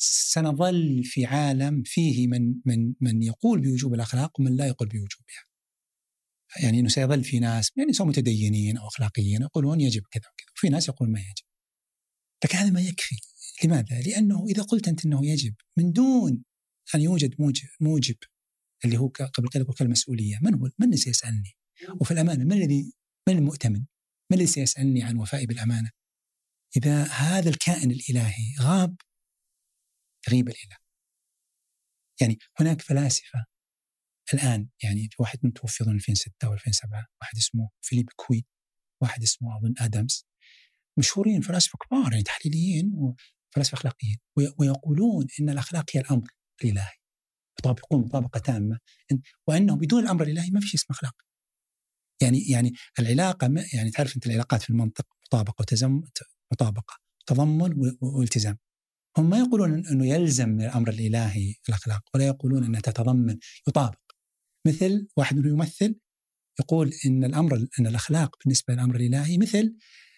سنظل في عالم فيه من يقول بوجوب الأخلاق ومن لا يقول بوجوبها. يعني أنه سيظل في ناس يعني سواء متدينين أو أخلاقيين يقولون يجب كذا وكذا، وفي ناس يقولون ما يجب. لكن هذا ما يكفي. لماذا؟ لأنه إذا قلت أنت أنه يجب من دون أن يوجد موجب اللي هو قبل قليل كالمسؤولية، من اللي سيسألني؟ وفي الأمانة من المؤتمن؟ من اللي سيسألني عن وفائي بالأمانة؟ إذا هذا الكائن الإلهي غاب، غيب الإله. يعني هناك فلاسفة الآن، يعني واحد من توفي أظن 2006 أو 2007، واحد اسمه فيليب كوي، واحد اسمه أظن آدمز، مشهورين فلاسفة كبار يعني تحليليين وفلاسفة أخلاقيين، ويقولون إن الأخلاق هي الأمر الإلهي، يطابقون مطابقة تامة، وأنه بدون الأمر الإلهي ما في شيء اسمه أخلاق. يعني العلاقة، يعني تعرف أنت العلاقات في المنطق مطابقة مطابقة تضمن والتزام. هم ما يقولون أنه يلزم من الأمر الإلهي الأخلاق، ولا يقولون أنها تتضمن يطابق. مثل واحد منهم يمثل يقول إن الأخلاق بالنسبة للأمر الإلهي مثل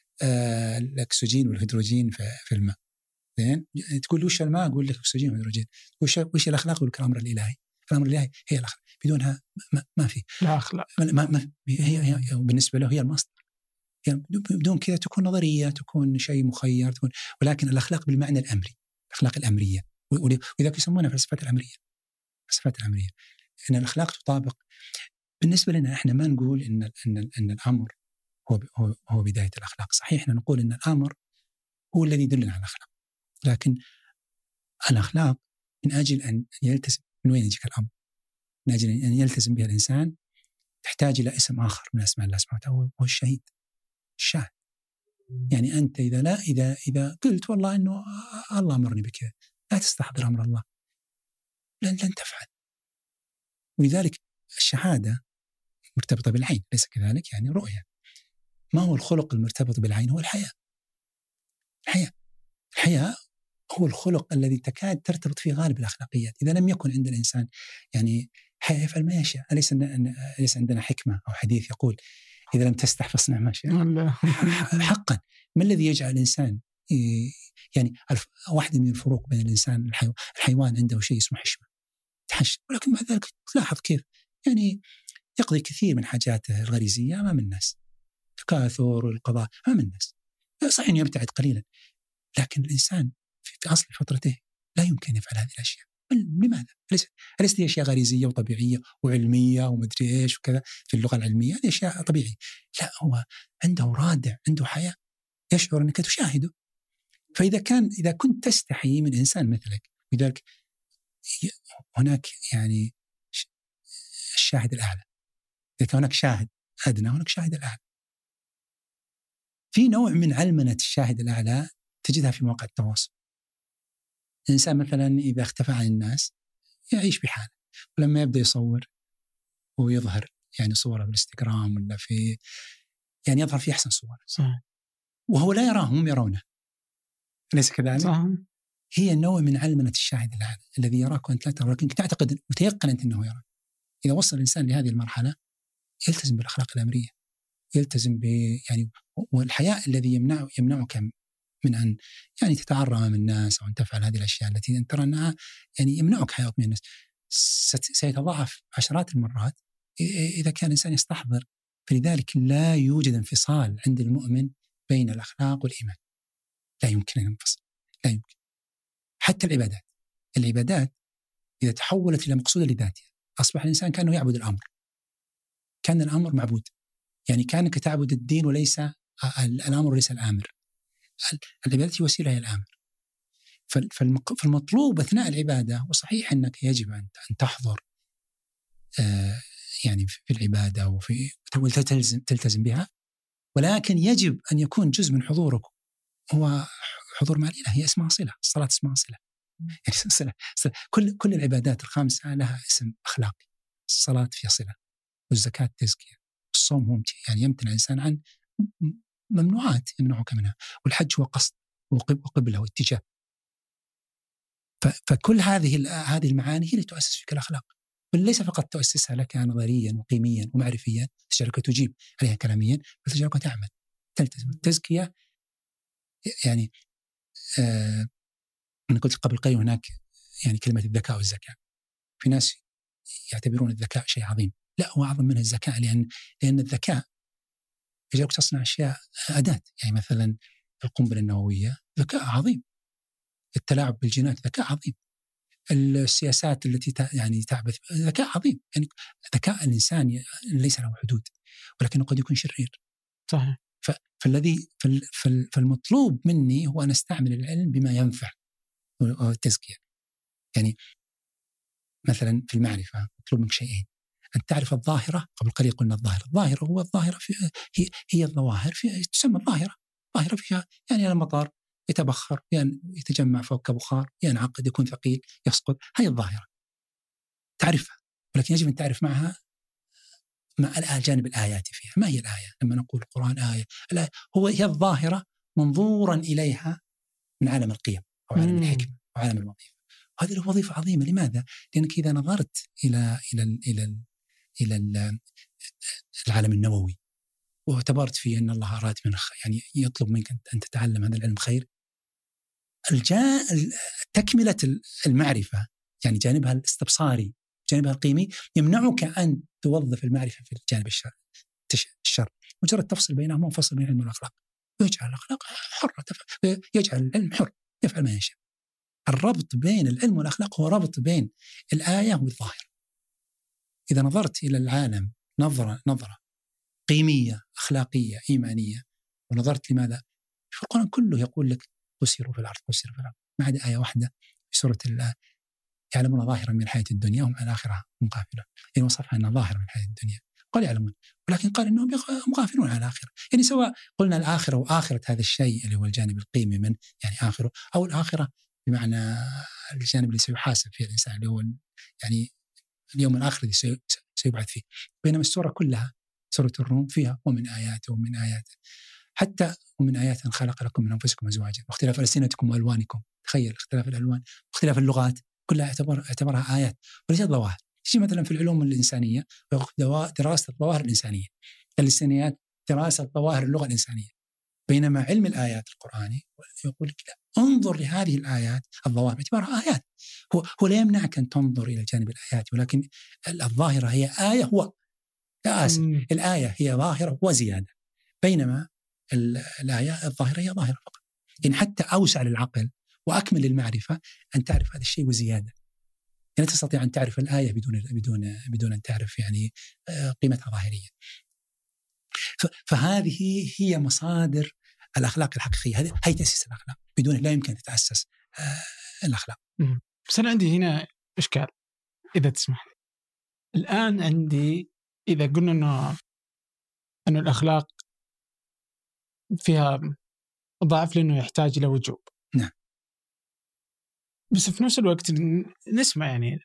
الأكسجين والهيدروجين في الماء. زين، تقول وش الماء؟ أقول لك أكسجين وهيدروجين. وش الأخلاق؟ أقول لك الأمر الإلهي. الأمر الإلهي هي الأخلاق، بدونها ما في لا أخلاق. هي بالنسبة له هي المصدر. يعني بدون كذا تكون نظرية، تكون شيء مخير، ولكن الأخلاق بالمعنى الأمري، الأخلاق الأمرية، ولذلك يسمونها فلسفة الأمرية. فلسفة الأمرية إن الأخلاق تطابق. بالنسبة لنا إحنا ما نقول إن الأمر هو بداية الأخلاق. صحيح إحنا نقول إن الأمر هو الذي يدلنا على الأخلاق، لكن الأخلاق من أجل أن يلتزم، من وين يجيك الأمر؟ من أجل أن يلتزم بها الإنسان تحتاج إلى اسم آخر من أسماء الله سبحانه وتعالى، وهو الشهيد، الشاهد. يعني أنت إذا قلت والله إنه الله أمرني بكذا، لا تستحضر أمر الله، لن تفعل. ولذلك الشهادة مرتبطة بالعين، ليس كذلك؟ يعني رؤية. ما هو الخلق المرتبط بالعين؟ هو الحياة. الحياة هو الخلق الذي تكاد ترتبط فيه غالب الأخلاقيات. إذا لم يكن عند الإنسان يعني حياة يفعل ما يشاء. أليس عندنا حكمة أو حديث يقول إذا لم تستح فاصنع ما شاء؟ حقا ما الذي يجعل الإنسان يعني واحدة من الفروق بين الإنسان الحيوان عنده شيء اسمه حشمة، تحش، ولكن مع ذلك تلاحظ كيف يعني يقضي كثير من حاجاته الغريزية أمام الناس، التكاثر والقضاء أمام الناس. صحيح أنه يبتعد قليلا، لكن الإنسان في أصل فطرته لا يمكن يفعل هذه الأشياء. لماذا؟ أليست هي أشياء غريزية وطبيعية وعلمية ومدري إيش وكذا في اللغة العلمية؟ هذه أشياء طبيعية. لا، هو عنده رادع، عنده حياة، يشعر أنك تشاهده. إذا كنت تستحي من إنسان مثلك، لذلك هناك يعني الشاهد الأعلى إذا كان هناك شاهد أدنى هناك شاهد الأعلى. في نوع من علمنة الشاهد الأعلى تجدها في مواقع التواصل. الإنسان مثلا إذا اختفى عن الناس يعيش بحاله، ولما يبدأ يصور ويظهر يعني صوره بالإنستغرام ولا في يعني يظهر في أحسن صور، صح. وهو لا يراهم، هم يرونه، أليس كذلك؟ صح. هي نوع من علمنة الشاهد الأعلى الذي يراك وأنت لا ترى، ولكن تعتقد متيقن أنت أنه يراك. إذا وصل الإنسان لهذه المرحلة يلتزم بالأخلاق الأمرية، يلتزم يعني والحياء الذي يمنعك من أن يعني تتعرى من الناس أو أن تفعل هذه الأشياء التي أنت ترى أنها يعني يمنعك حياءك من الناس، سيتضاعف عشرات المرات إذا كان الإنسان يستحضر. فلذلك لا يوجد انفصال عند المؤمن بين الأخلاق والإيمان، لا يمكن أن ينفصل، لا يمكن. حتى العبادات إذا تحولت إلى مقصودة لذاتها أصبح الإنسان كأنه يعبد الأمر، كان الأمر معبود، يعني كانك تعبد الدين وليس الأمر وليس الآمر. العبادة وسيلة إلى الآمر. فالمطلوب أثناء العبادة، وصحيح أنك يجب أن تحضر يعني في العبادة وفي تلتزم بها، ولكن يجب أن يكون جزء من حضورك هو حضور مع الإله. هي اسمها صلة، الصلاة اسمها صلة، يعني صلة. كل العبادات الخمسة لها اسم أخلاقي. الصلاة فيها صلة، والزكاة تزكية، الصوم هو يعني يمتنع الإنسان عن ممنوعات يمنعك منها، والحج هو قصد وقبله واتجاه. فكل هذه المعاني هي اللي تؤسس فيك الأخلاق، بل ليس فقط تؤسسها لك نظريا وقيميا ومعرفيا تجعلك تجيب عليها كلاميا، بل تجعلك تعمل تلتزم. التزكية يعني أنا قلت قبل قليل هناك يعني كلمة الذكاء والزكاة. في ناس يعتبرون الذكاء شيء عظيم، لا، هو أعظم من الذكاء، لأن الذكاء يجعلك تصنع أشياء أداة. يعني مثلا القنبلة النووية ذكاء عظيم، التلاعب بالجينات ذكاء عظيم، السياسات التي يعني تعبث ذكاء عظيم. يعني ذكاء الإنسان ليس له حدود، ولكنه قد يكون شرير. صحيح. فالمطلوب مني هو أن أستعمل العلم بما ينفع والتزكية. يعني مثلا في المعرفة مطلوب منك شيئين: أن تعرف الظاهرة. قبل قليل قلنا الظاهرة هو الظاهرة هي الظواهر تسمى الظاهرة فيها يعني المطر يتبخر، يعني يتجمع فوق بخار، ينعقد، يكون ثقيل، يسقط. هي الظاهرة تعرفها، ولكن يجب أن تعرف معها مع الجانب الآياتي فيها. ما هي الآية؟ لما نقول القرآن آية، الآية هي الظاهرة منظورا إليها من عالم القيم أو عالم الحكمة أو عالم الوظيفة. وهذه الوظيفة عظيمة. لماذا؟ لأنك إذا نظرت إلى العالم النووي واعتبرت فيه أن الله أراد منك يعني يطلب منك أن تتعلم هذا العلم خير، تكملة المعرفة يعني جانبها الاستبصاري جانبها القيمي يمنعك أن توظف المعرفة في الجانب الشر. مجرد تفصل بينهم وفصل بين العلم والأخلاق، ويجعل الأخلاق حرة، يجعل العلم حر يفعل ما يشاء. الربط بين العلم والأخلاق هو ربط بين الآية والظاهرة. إذا نظرت إلى العالم نظرة قيمية أخلاقية إيمانية، ونظرت لماذا في القرآن كله يقول لك قسروا في الأرض، ما عدا آية واحدة في سورة يعلمون ظاهرا من الحياة الدنيا وهم على الآخرة هم غافلون. يعني وصفها أنها ظاهرة من الحياة الدنيا، قال يعلمون، ولكن قال إنهم غافلون على الآخرة. يعني سواء قلنا الآخرة وآخرة هذا الشيء اللي هو الجانب القيمي من يعني آخره، أو الآخرة بمعنى الجانب اللي سيحاسب فيه الإنسان اللي هو يعني اليوم الآخر الذي سيبعث فيه. بينما السورة كلها سورة الروم فيها ومن آياته حتى ومن آيات خلق لكم من أنفسكم أزواجا واختلاف ألسنتكم وألوانكم. تخيل اختلاف الألوان واختلاف اللغات كلها اعتبرها آيات وليست ظواهر. شيء مثلا في العلوم الإنسانية دراسة الظواهر الإنسانية، اللسانيات دراسة ظواهر اللغة الإنسانية، بينما علم الآيات القرآني يقول لك لا، انظر لهذه الآيات الظواهر باعتبارها آيات. هو لا يمنعك أن تنظر إلى جانب الآيات، ولكن الظاهرة هي آية هو الآية هي ظاهرة وزيادة، بينما الآية الظاهرة هي ظاهرة فقط. يعني حتى أوسع للعقل وأكمل للمعرفة أن تعرف هذا الشيء وزيادة. يعني تستطيع أن تعرف الآية بدون أن تعرف يعني قيمتها ظاهرية. فهذه هي مصادر الأخلاق الحقيقية، هي تأسيس الأخلاق، بدون لا يمكن أن تتأسس الأخلاق. بس أنا عندي هنا إشكال إذا تسمح. الآن عندي إذا قلنا أنه الأخلاق فيها ضعف لأنه يحتاج إلى وجوب. نعم. بس في نفس الوقت نسمع يعني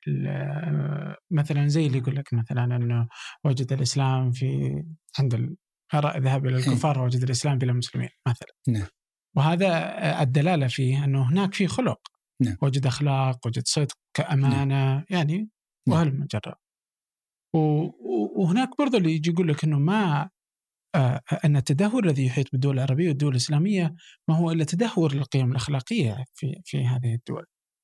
مثلا زي اللي يقول لك مثلا أنه وجد الإسلام في عند الآراء ذهب إلى الكفار ووجد الإسلام بلا مسلمين مثلا. نعم. وهذا الدلالة فيه أنه هناك في خلق. نعم. وجد أخلاق، وجد صدق، أمانة. نعم. يعني وهالمجرد. وهناك برضو اللي يجي يقول لك أنه ما أن التدهور الذي يحيط بالدول العربية والدول الإسلامية ما هو إلا تدهور القيم الأخلاقية في هذه الدول.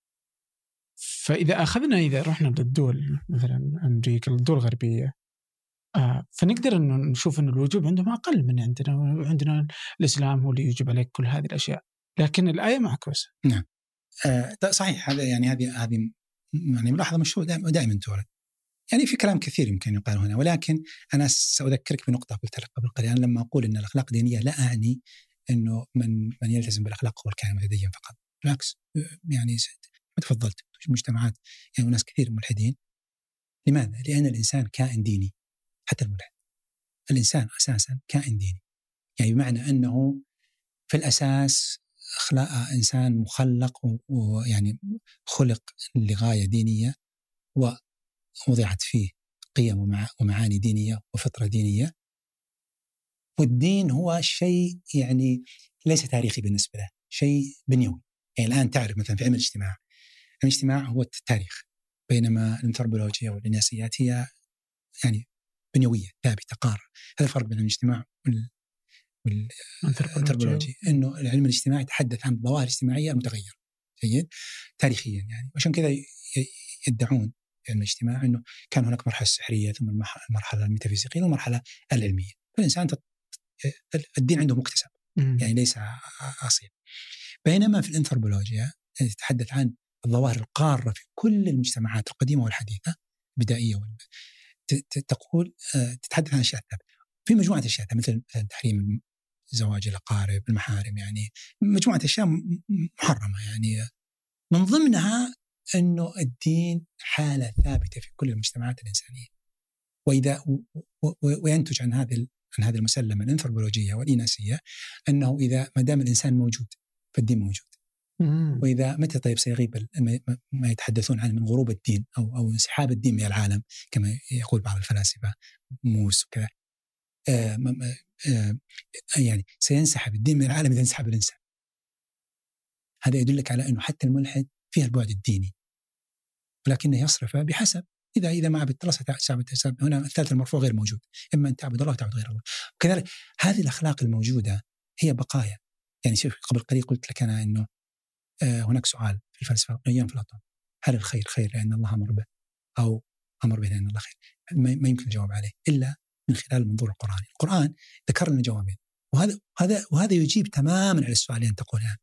فإذا أخذنا إذا رحنا للدول مثلا أمريكا الدول الغربية فنقدر أن نشوف أن الوجوب عندهم أقل من عندنا، وعندنا الإسلام هو اللي يوجب عليك كل هذه الأشياء، لكن الآية معكوسة. نعم. صحيح. هذا يعني هذه يعني ملاحظة مشهورة دائما تورد. يعني في كلام كثير يمكن يقال هنا، ولكن أنا سأذكرك بنقطة قلت لك قبل قليل. أنا لما أقول أن الأخلاق دينية لا أعني أنه من يلتزم بالأخلاق هو الكائن متدين فقط، بالعكس. يعني تفضلت مجتمعات يعني ناس كثير ملحدين. لماذا؟ لأن الإنسان كائن ديني. حتى الملحد الإنسان أساسا كائن ديني، يعني بمعنى أنه في الأساس أخلاق إنسان مخلق ويعني خلق لغاية دينية ووضعت فيه قيم ومعاني دينية وفطرة دينية. والدين هو شيء يعني ليس تاريخي بالنسبة له، شيء بنيوي. يعني الآن تعرف مثلا في علم الاجتماع هو التاريخ، بينما الأنثروبولوجيا والإنسانيات هي يعني بنيوية ثابتة قارة. هذا الفرق بين الاجتماع والأنثروبولوجيا، إنه العلم الاجتماعي يتحدث عن الظواهر الاجتماعية المتغيرة جيد تاريخيا. يعني عشان كذا يدعون في علم الاجتماع إنه كان هناك مرحلة سحرية، ثم المرحلة الميتافيزيقية والمرحلة العلمية. فالإنسان الدين عنده مكتسب، يعني ليس أصيل. بينما في الأنثروبولوجيا تتحدث عن الظواهر القارة في كل المجتمعات القديمة والحديثة بدائية، تقول تتحدث عن أشياء ثابتة في مجموعة أشياء مثل تحريم زواج الأقارب، المحارم، يعني مجموعة أشياء محرمة. يعني من ضمنها أنه الدين حالة ثابتة في كل المجتمعات الإنسانية. وإذا وينتج عن هذه المسلمة الأنثروبولوجية والإناسية أنه إذا ما دام الإنسان موجود فالدين موجود. وإذا متى طيب سيغيب ما يتحدثون عنه من غروب الدين أو انسحاب الدين من العالم كما يقول بعض الفلاسفة موس وكذا، يعني سينسحب الدين من العالم إذا انسحب الإنسان. هذا يدلك على أنه حتى الملحد فيها البعد الديني، ولكنه يصرف بحسب إذا ما عبدت الله ستعبد. هنا الثالث المرفوع غير موجود، إما أن تعبد الله وتعبد غير الله. كذلك هذه الأخلاق الموجودة هي بقايا. يعني شوف قبل قليل قلت لك أنا أنه هناك سؤال في الفلسفة أيام أفلاطون: هل الخير خير لأن الله أمر به أو أمر به لأن الله خير؟ ما يمكن الجواب عليه إلا من خلال المنظور القرآني. القرآن ذكر لنا جوابين، وهذا يجيب تماما على السؤالين تقول يعني.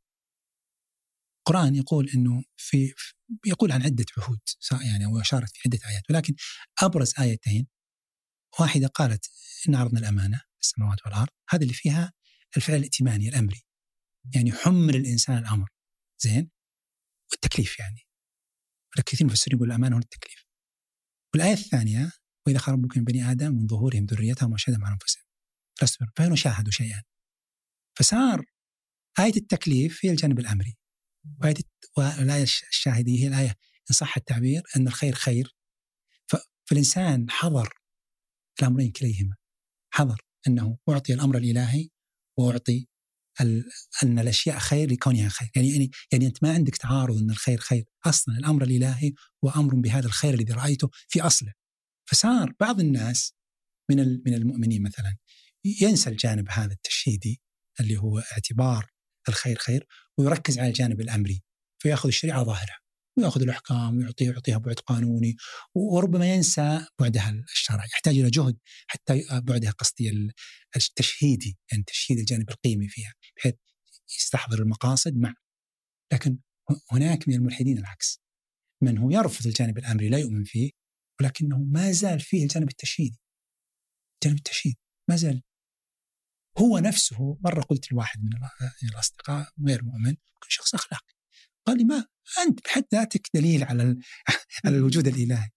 القرآن يقول إنه يقول عن عدة عهود يعني، وأشارت في عدة آيات، ولكن أبرز آيتين، واحدة قالت إن عرضنا الأمانة في السماوات والأرض، هذا اللي فيها الفعل الائتماني الأمري، يعني حمل الإنسان الأمر زين والتكليف يعني. كثير مفسرين يقول الأمانة هو التكليف. والآية الثانية: وإذا أخذ ربك من بني آدم من ظهورهم ذريتهم وشهدهم على أنفسهم فهنا شاهدوا شيئا. فصار آية التكليف هي الجانب الأمري، والآية الشاهدية هي الآية إن صح التعبير أن الخير خير. فالإنسان حضر الأمرين كليهما، حضر أنه أعطي الأمر الإلهي وأعطي أن الأشياء خير لكونها خير. يعني أنت ما عندك تعارض أن الخير خير، أصلا الأمر الإلهي وأمر بهذا الخير الذي رأيته في أصله. فصار بعض الناس من المؤمنين مثلا ينسى الجانب هذا التشهيدي اللي هو اعتبار الخير خير، ويركز على الجانب الأمري، فيأخذ الشريعة ظاهرها ويأخذ الأحكام ويعطيها بعد قانوني، وربما ينسى بعدها الشرعي، يحتاج إلى جهد حتى بعدها قصدي التشهيدي، يعني تشهيد الجانب القيمي فيها بحيث يستحضر المقاصد مع. لكن هناك من الملحدين العكس، من هو يرفض الجانب الأمري لا يؤمن فيه، ولكنه ما زال فيه الجانب التشهيدي. الجانب التشهيد ما زال هو نفسه. مرة قلت لواحد من الأصدقاء غير مؤمن، كل شخص أخلاقي، قال لي: ما أنت بحد ذاتك دليل على الوجود الإلهي.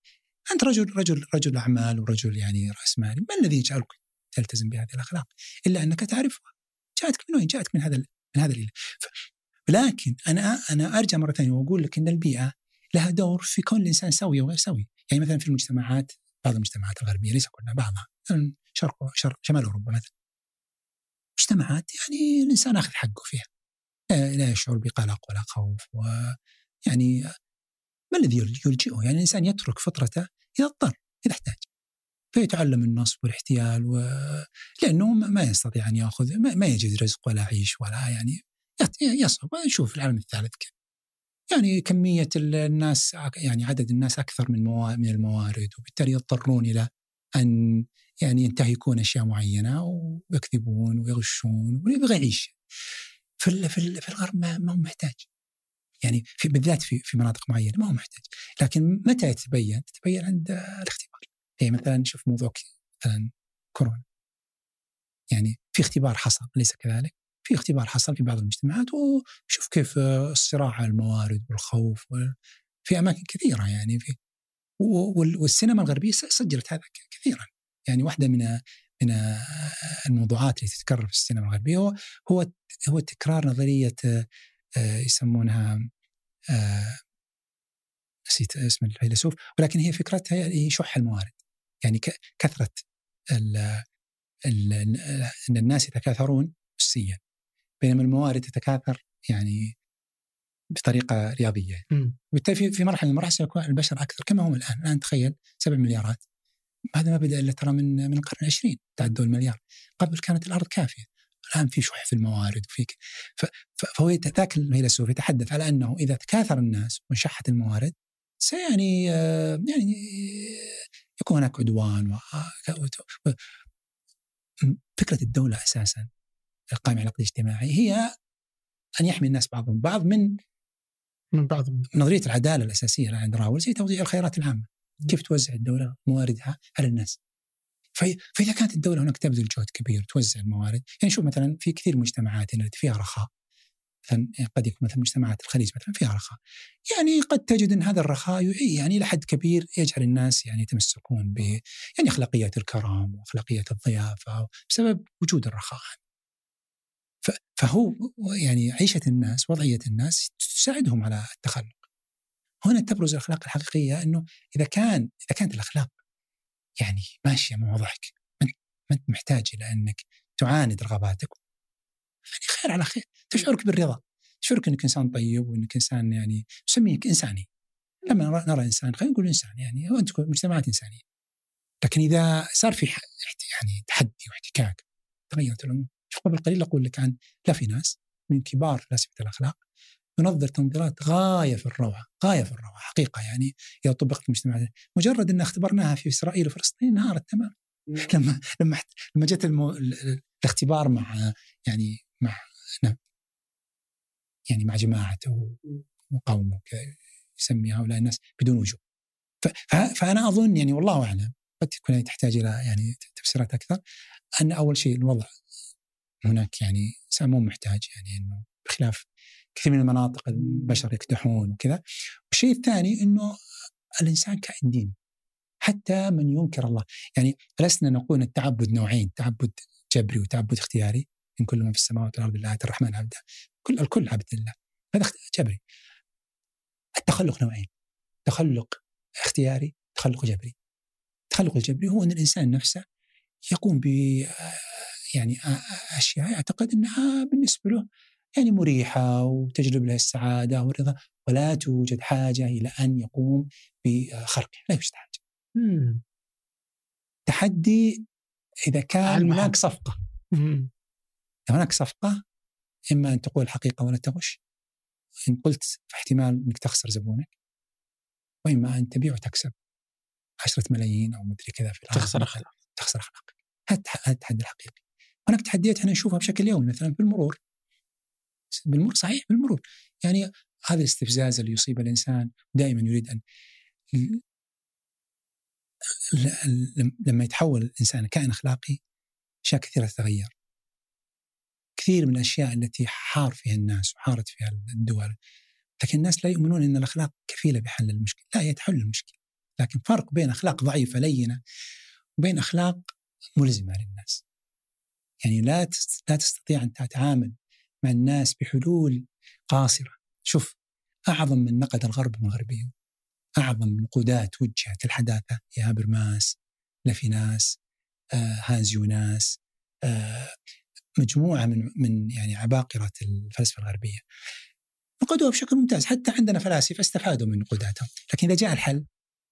أنت رجل أعمال ورجل يعني رأس مالي، ما الذي يجعلك تلتزم بهذه الأخلاق إلا أنك تعرفها جاءتك من وين؟ جاءتك من هذا الإله. لكن أنا أرجع مرة ثانية وأقول لك أن البيئة لها دور في كون الإنسان سوي وغير سوي. يعني مثلا في المجتمعات، بعض المجتمعات الغربية، ليس كلها، بعضها، مثلا شمال أوروبا مثلا، مجتمعات يعني الإنسان أخذ حقه فيها، لا يشعر بقلق ولا خوف، ويعني ما الذي يلجئه؟ يعني الإنسان يترك فطرته إذا اضطر، إذا احتاج، فيتعلم النصب والاحتيال، لأنه ما يستطيع أن يأخذ، ما يجد رزق ولا عيش ولا يعني يصعب. نشوف العالم الثالث كيف يعني كمية الناس، يعني عدد الناس أكثر من الموارد، وبالتالي يضطرون إلى أن يعني ينتهكون أشياء معينة ويكذبون ويغشون ويبغى يعيش. في الغرب ما هو محتاج، يعني بالذات في مناطق معينة ما هو محتاج. لكن متى تتبين عند الاختبار. يعني مثلا نشوف موضوع مثلا كورونا، يعني في اختبار حصل، ليس كذلك؟ في اختبار حصل في بعض المجتمعات، وشوف كيف الصراع على الموارد والخوف في أماكن كثيرة يعني والسينما الغربية سجلت هذا كثيرا. يعني واحدة من الموضوعات اللي تتكرر في السينما الغربية هو تكرار نظرية يسمونها، نسيت اسم الفيلسوف، ولكن هي فكرتها هي شح الموارد. يعني كثرة أن الناس يتكاثرون حسيا، بينما الموارد تتكاثر يعني بطريقة رياضية. بالتالي في مرحلة من المراحل سيكون البشر أكثر كما هم الآن تخيل 7 مليارات، هذا ما بدأ إلا ترى من القرن العشرين تعدوا المليار. قبل كانت الأرض كافية، الآن في شح في الموارد وفيك. فهو ذاك الفيلسوف يتحدث على أنه إذا تكاثر الناس وانشحت الموارد سيعني يعني يكون هناك عدوان. فكرة الدولة أساساً القائمة على العقد الاجتماعي هي أن يحمي الناس بعضهم بعض من بعض. نظرية العدالة الأساسية عند راولز هي توزيع الخيرات العامة. كيف توزع الدولة مواردها على الناس؟ فإذا كانت الدولة هناك تبذل جهد كبير توزع الموارد، يعني شوف مثلا في كثير مجتمعات التي فيها رخاء، مثلا قد يكون مثلا مجتمعات الخليج مثلا فيها رخاء، يعني قد تجد أن هذا الرخاء يعني لحد كبير يجعل الناس يعني يتمسكون ب يعني أخلاقيات الكرم وأخلاقيات الضيافة بسبب وجود الرخاء. فهو يعني عيشة الناس، وضعية الناس تساعدهم على التخلق. هنا تبرز الأخلاق الحقيقية، أنه إذا كانت الأخلاق يعني ماشية مع وضعك، ما أنت محتاج إلى أنك تعاند رغباتك، يعني خير على خير، تشعرك بالرضا، تشعرك أنك إنسان طيب وأنك إنسان يعني نسميك إنساني. لما نرى إنسان خلينا نقول إنسان، يعني وأنت تكون مجتمعات إنسانية. لكن إذا صار في يعني تحدي واحتكاك تغيرت الأمور. قبل قليل أقول لك عن لا في ناس من كبار فلاسفة الأخلاق ينظر تنظيرات غاية في الروعة حقيقة. يعني إذا طبقت المجتمعات، مجرد أن اختبرناها في إسرائيل وفلسطين نهارت تمام. لما جت الاختبار مع مع جماعته وقومه يسمي هؤلاء الناس بدون وجوه. فأنا أظن يعني والله أعلم قد تكون تحتاج إلى يعني تفسيرات أكثر، أن أول شيء الوضع هناك يعني مو محتاج، يعني إنه بخلاف كثير من المناطق البشر يكدحون وكذا. والشيء الثاني إنه الإنسان كائن ديني، حتى من ينكر الله. يعني لسنا نقول التعبد نوعين، تعبد جبري وتعبد اختياري. إن كل من في السماوات والأرض لله الرحمن عبده، الكل عبد الله، هذا جبري. التخلق نوعين، تخلق اختياري، تخلق جبري. التخلق الجبري هو أن الإنسان نفسه يقوم ب يعني أشياء يعتقد أنها بالنسبة له يعني مريحة وتجلب له السعادة والرضا، ولا توجد حاجة إلى أن يقوم بخرقه، لا يوجد حاجة. تحدي إذا كان هناك صفقة. هناك صفقة، إما أن تقول الحقيقة ولا تغش، إن قلت فاحتمال أنك تخسر زبونك، وإما أن تبيع وتكسب 10 ملايين أو مدري كذا في تخسر أخلاقك. هذا التحدي الحقيقي. هناك تحديات احنا نشوفها بشكل يومي، مثلا بالمرور صحيح، بالمرور يعني هذا الاستفزاز اللي يصيب الإنسان دائما يريد أن لما يتحول الإنسان كائن أخلاقي أشياء كثيرة تتغير. كثير من الأشياء التي حار فيها الناس وحارت فيها الدول، لكن الناس لا يؤمنون أن الأخلاق كفيلة بحل المشكلة. لا، هي تحل المشكلة. لكن فرق بين أخلاق ضعيفة لينة وبين أخلاق ملزمة للناس. يعني لا تستطيع أن تتعامل مع الناس بحلول قاصرة. شوف، أعظم من نقد الغرب المغربي، أعظم نقودات وجهت الحداثة يا هابرماس، لافيناس، هانز يوناس، مجموعة من يعني عباقرة الفلسفة الغربية نقدوها بشكل ممتاز. حتى عندنا فلاسفة استفادوا من نقوداتهم، لكن إذا جاء الحل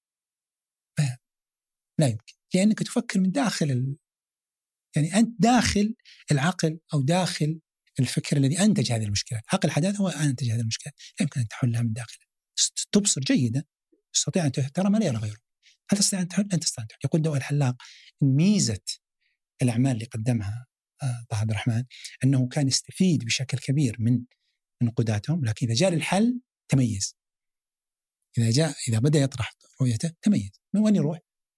لا يمكن، لأنك تفكر من داخل يعني أنت داخل العقل أو داخل الفكر الذي أنتج هذه المشكلة. عقل الحداثة هو أنتج هذه المشكلة، لا يمكن أن تحلها من داخله. تبصر جيدا، تستطيع أن ترى ما لا يرى غيره. هل تستطيع أن تحل؟ أن تستطيع أن تحل. يقول ضوء الحلاق ميزة الأعمال اللي قدمها طه عبد الرحمن أنه كان يستفيد بشكل كبير من نقوداتهم، لكن إذا جاء الحل تميز. إذا بدأ يطرح رؤيته تميز. من وين يروح؟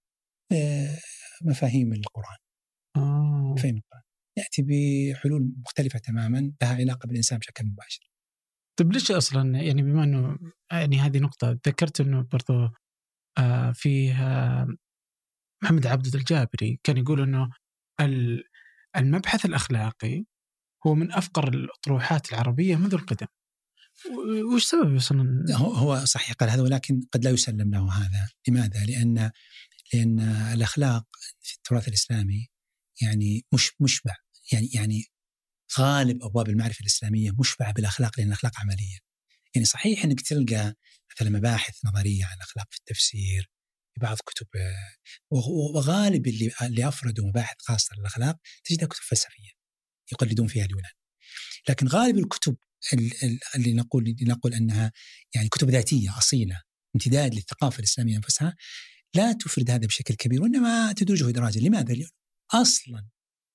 مفاهيم القرآن. مفاهيم القرآن يأتي بحلول مختلفة تماما لها علاقة بالإنسان بشكل مباشر. طيب ليش أصلا يعني بما أنه يعني هذه نقطة ذكرت أنه برضو فيها محمد عبد الجابري كان يقول أنه المبحث الأخلاقي هو من أفقر الأطروحات العربية منذ القدم. وش سبب أصلا؟ هو صحيح قال هذا، ولكن قد لا يسلم له هذا. لماذا؟ لأن الأخلاق في التراث الإسلامي يعني مش مشبع، يعني غالب أبواب المعرفة الإسلامية مشبعة بالأخلاق، لأن الأخلاق عملية. يعني صحيح أنك تلقى مثلا مباحث نظرية عن الأخلاق في التفسير في بعض كتب، وغالب اللي أفردوا مباحث خاصة للأخلاق تجدها كتب فلسفية يقلدون فيها اليونان. لكن غالب الكتب اللي نقول أنها يعني كتب ذاتية أصيلة امتداد للثقافة الإسلامية أنفسها لا تفرد هذا بشكل كبير، وإنما تدرجه إدراجا. لماذا؟ لأن أصلا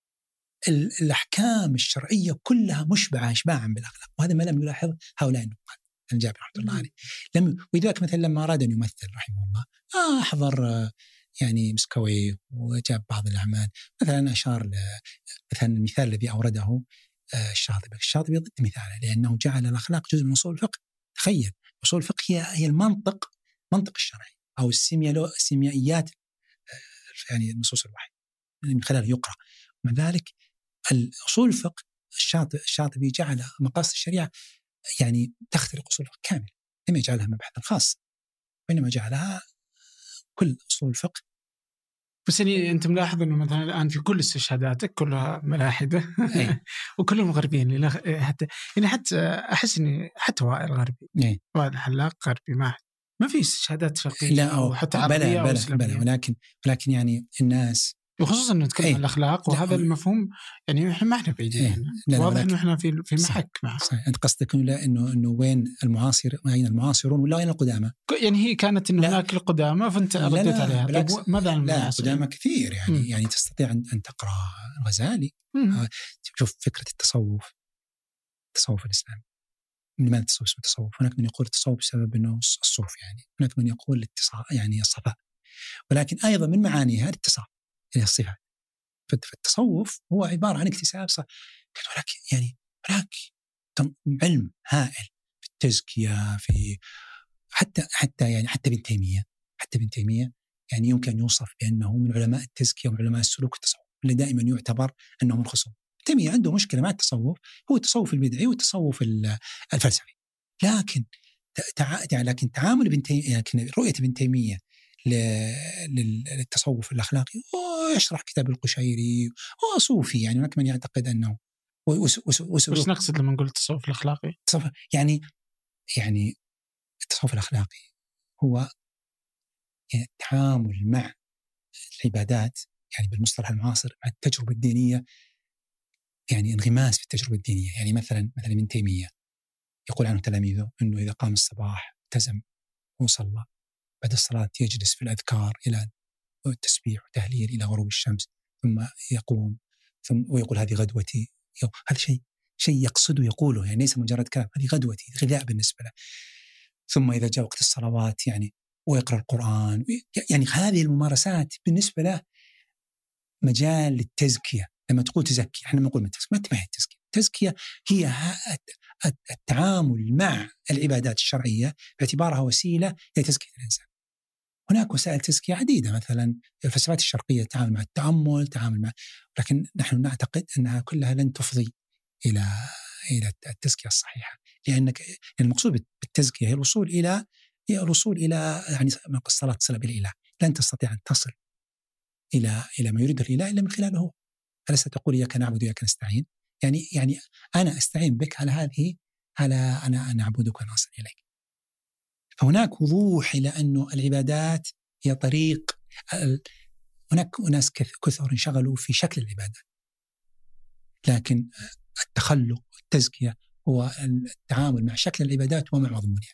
الأحكام الشرعية كلها مشبعة إشباعا بالأخلاق، وهذا ما لم يلاحظ هؤلاء النقاد. الجابر رحمه الله عليه ولذلك مثلا لما أراد أن يمثل رحمه الله أحضر يعني مسكوي وجاب بعض الأعمال. مثلا أشار مثلا المثال الذي أورده الشاطبي ضد مثاله، لأنه جعل الأخلاق جزء من أصول الفقه. تخيل، أصول الفقه هي المنطق الشرعي أو السيميائيات، يعني النصوص الوحي من خلاله يقرأ. ومن ذلك الأصول الفقه الشاطبي جعل مقاصد الشريعة يعني تخترق أصول الفقه كامل، لم يجعلها مبحثا خاص، وإنما جعلها كل أصول الفقه. بس يعني أنت ملاحظ أنه مثلا الآن في كل استشهاداتك كلها ملاحدة وكل المغربيين حتى أحس إني حتى وائل غربي، وائل حلاق غربي، ما في استشهادات شرقية أو حتى عربية أو إسلامية. ولكن يعني الناس، وخصوصا إنه نتكلم عن الأخلاق وهذا المفهوم، يعني إحنا ما إحنا بعيدين، واضح إنه إحنا في محك معه. أنت قصدك إنه وين المعاصرون ولا وين القدامى؟ يعني هي كانت إنه هناك القدامى فأنت رديت عليها. ماذا عن القدامى كثير يعني تستطيع أن تقرأ الغزالي. شوف فكرة التصوف الإسلامي. لماذا التصوف اسمه تصوف؟ هناك من يقول التصوف بسبب أنه الصوف، يعني هناك من يقول الاتصال يعني الصفاء، ولكن أيضا من معانيها الاتصال يعني الصفات. فالتصوف هو عبارة عن اكتساب ولكن يعني هناك علم هائل في التزكية، في حتى ابن تيمية يعني يمكن يوصف بأنه من علماء التزكية ومن علماء السلوك والتصوف، اللي دائما يعتبر أنه من خصوم. تيمية عنده مشكلة مع التصوف، هو التصوف البدعي والتصوف الفلسفي. لكن تعامل ابن تيمية، لكن رؤية ابن تيمية للتصوف الأخلاقي ويشرح كتاب القشيري وصوفي، يعني هناك من يعتقد أنه وش نقصد لما نقول التصوف الأخلاقي؟ يعني التصوف الأخلاقي هو التعامل مع العبادات، يعني بالمصطلح المعاصر مع التجربة الدينية، يعني انغماس في التجربة الدينية. يعني مثلا ابن تيمية يقول عنه تلاميذه أنه إذا قام الصباح التزم وصلى، بعد الصلاة يجلس في الأذكار إلى التسبيح والتهليل إلى غروب الشمس، ثم يقوم ويقول هذه غدوتي. هذا شيء يقصده يقوله، يعني ليس مجرد كلام، هذه غدوتي، غذاء بالنسبة له. ثم إذا جاء وقت الصلوات يعني ويقرأ القرآن، يعني هذه الممارسات بالنسبة له مجال للتزكية. لما تقول تزكي، احنا نقول من التزكية، ما تبعي التزكية. التزكية هي التعامل مع العبادات الشرعية باعتبارها وسيلة لتزكية الإنسان. هناك وسائل تزكية عديدة، مثلا الفلسفات الشرقية تعامل مع التأمل، تعامل مع، لكن نحن نعتقد أنها كلها لن تفضي إلى التزكية الصحيحة، لأنك المقصود بالتزكية هي الوصول إلى يعني الصلاة تصل بالإله. لن تستطيع أن تصل إلى ما يريده الإله إلا من خلاله هو. ألست تقول إياك نعبد وإياك نستعين؟ يعني أنا أستعين بك على هذه، على أنا أعبدك ونصل إليك. فهناك وضوح إلى أنه العبادات هي طريق. هناك ناس كثر انشغلوا في شكل العبادات، لكن التخلق والتزكية هو التعامل مع شكل العبادات ومع مضمونها.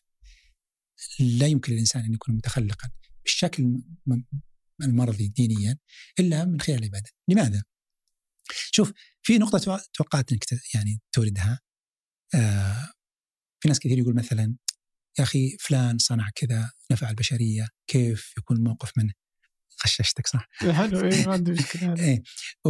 لا يمكن للإنسان أن يكون متخلقا بالشكل المرضي دينيا إلا من خلال العبادات. لماذا؟ شوف، في نقطة توقعت أنك يعني توردها. في ناس كثير يقول مثلا يا أخي فلان صنع كذا نفع البشرية، كيف يكون الموقف منه؟ غششتك صح؟ حلو، ما عندي مشكلة.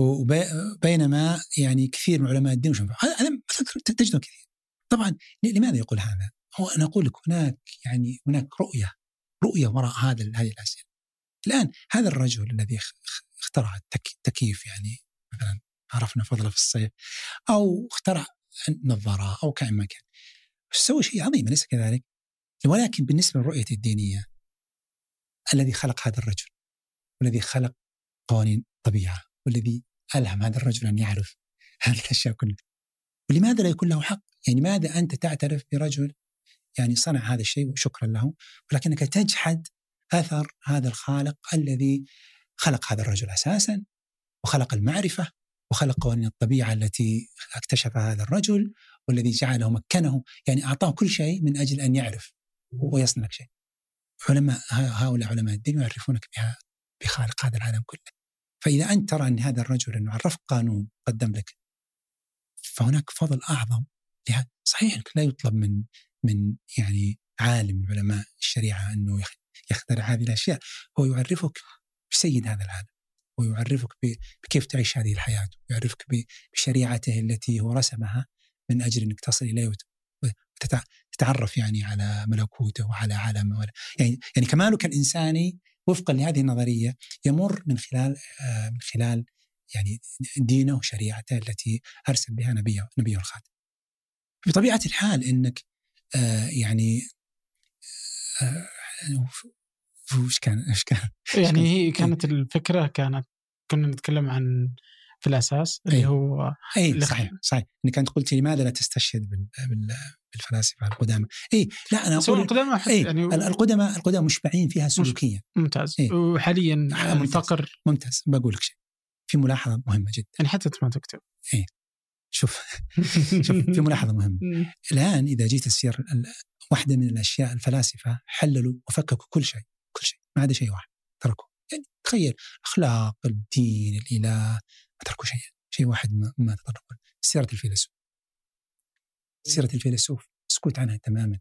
بينما يعني كثير من علماء الدين هذا تجده كثير. طبعا لماذا يقول هذا؟ هو أنا أقول لك هناك رؤية وراء هذه الأسئلة. الآن هذا الرجل الذي اخترع التكييف، يعني مثلا عرفنا فضله في الصيف، أو اخترع النظارة أو كائن ما كان، سوى شيء عظيم أليس كذلك؟ ولكن بالنسبة للرؤية الدينية، الذي خلق هذا الرجل والذي خلق قوانين الطبيعة والذي ألهم هذا الرجل أن يعرف هذه الأشياء كلها، ولماذا لا يكون له حق؟ يعني ماذا أنت تعترف برجل يعني صنع هذا الشيء وشكرا له، ولكنك تجحد أثر هذا الخالق الذي خلق هذا الرجل أساسا، وخلق المعرفة، وخلق قوانين الطبيعة التي اكتشفها هذا الرجل، والذي جعله مكنه، يعني أعطاه كل شيء من أجل أن يعرف ويصنع لك شيء. هؤلاء علماء الدين يعرفونك بها بخالق هذا العالم كله. فإذا أنت ترى أن هذا الرجل أنه عرف قانون قدم لك، فهناك فضل أعظم. صحيح لا يطلب من يعني عالم من علماء الشريعة أنه يخترع هذه الأشياء، هو يعرفك بسيد هذا العالم، ويعرفك بكيف تعيش هذه الحياة، ويعرفك بشريعته التي هو رسمها من أجل أنك تصل إليه وتتعرف يعني على ملكوته وعلى عالمه. يعني كمالك الإنساني وفقا لهذه النظرية يمر من خلال يعني دينه وشريعته التي أرسل بها نبيه الخاتم. بطبيعة الحال إنك وش كان يعني هي كانت الفكرة، كنا نتكلم عن في الأساس اللي هو صحيح إنك أنت قلت لماذا لا تستشهد بالفلاسفة القدامى. لا أنا أقول القدامى يعني القدامى مشبعين فيها سلوكيا. ممتاز. وحاليا الفقر ممتاز. بقول لك شيء، في ملاحظة مهمة جدا، يعني حتى ما تكتب. شوف في ملاحظة مهمة. الآن إذا جيت السير، واحدة من الأشياء الفلاسفة حللوا وفككوا كل شيء ما عدا شيء واحد تركوا. يعني تخيل، أخلاق، الدين، الإله، ما تركوا شيء واحد ما تطرقوا. سيرة الفيلسوف سكوت عنها تماما.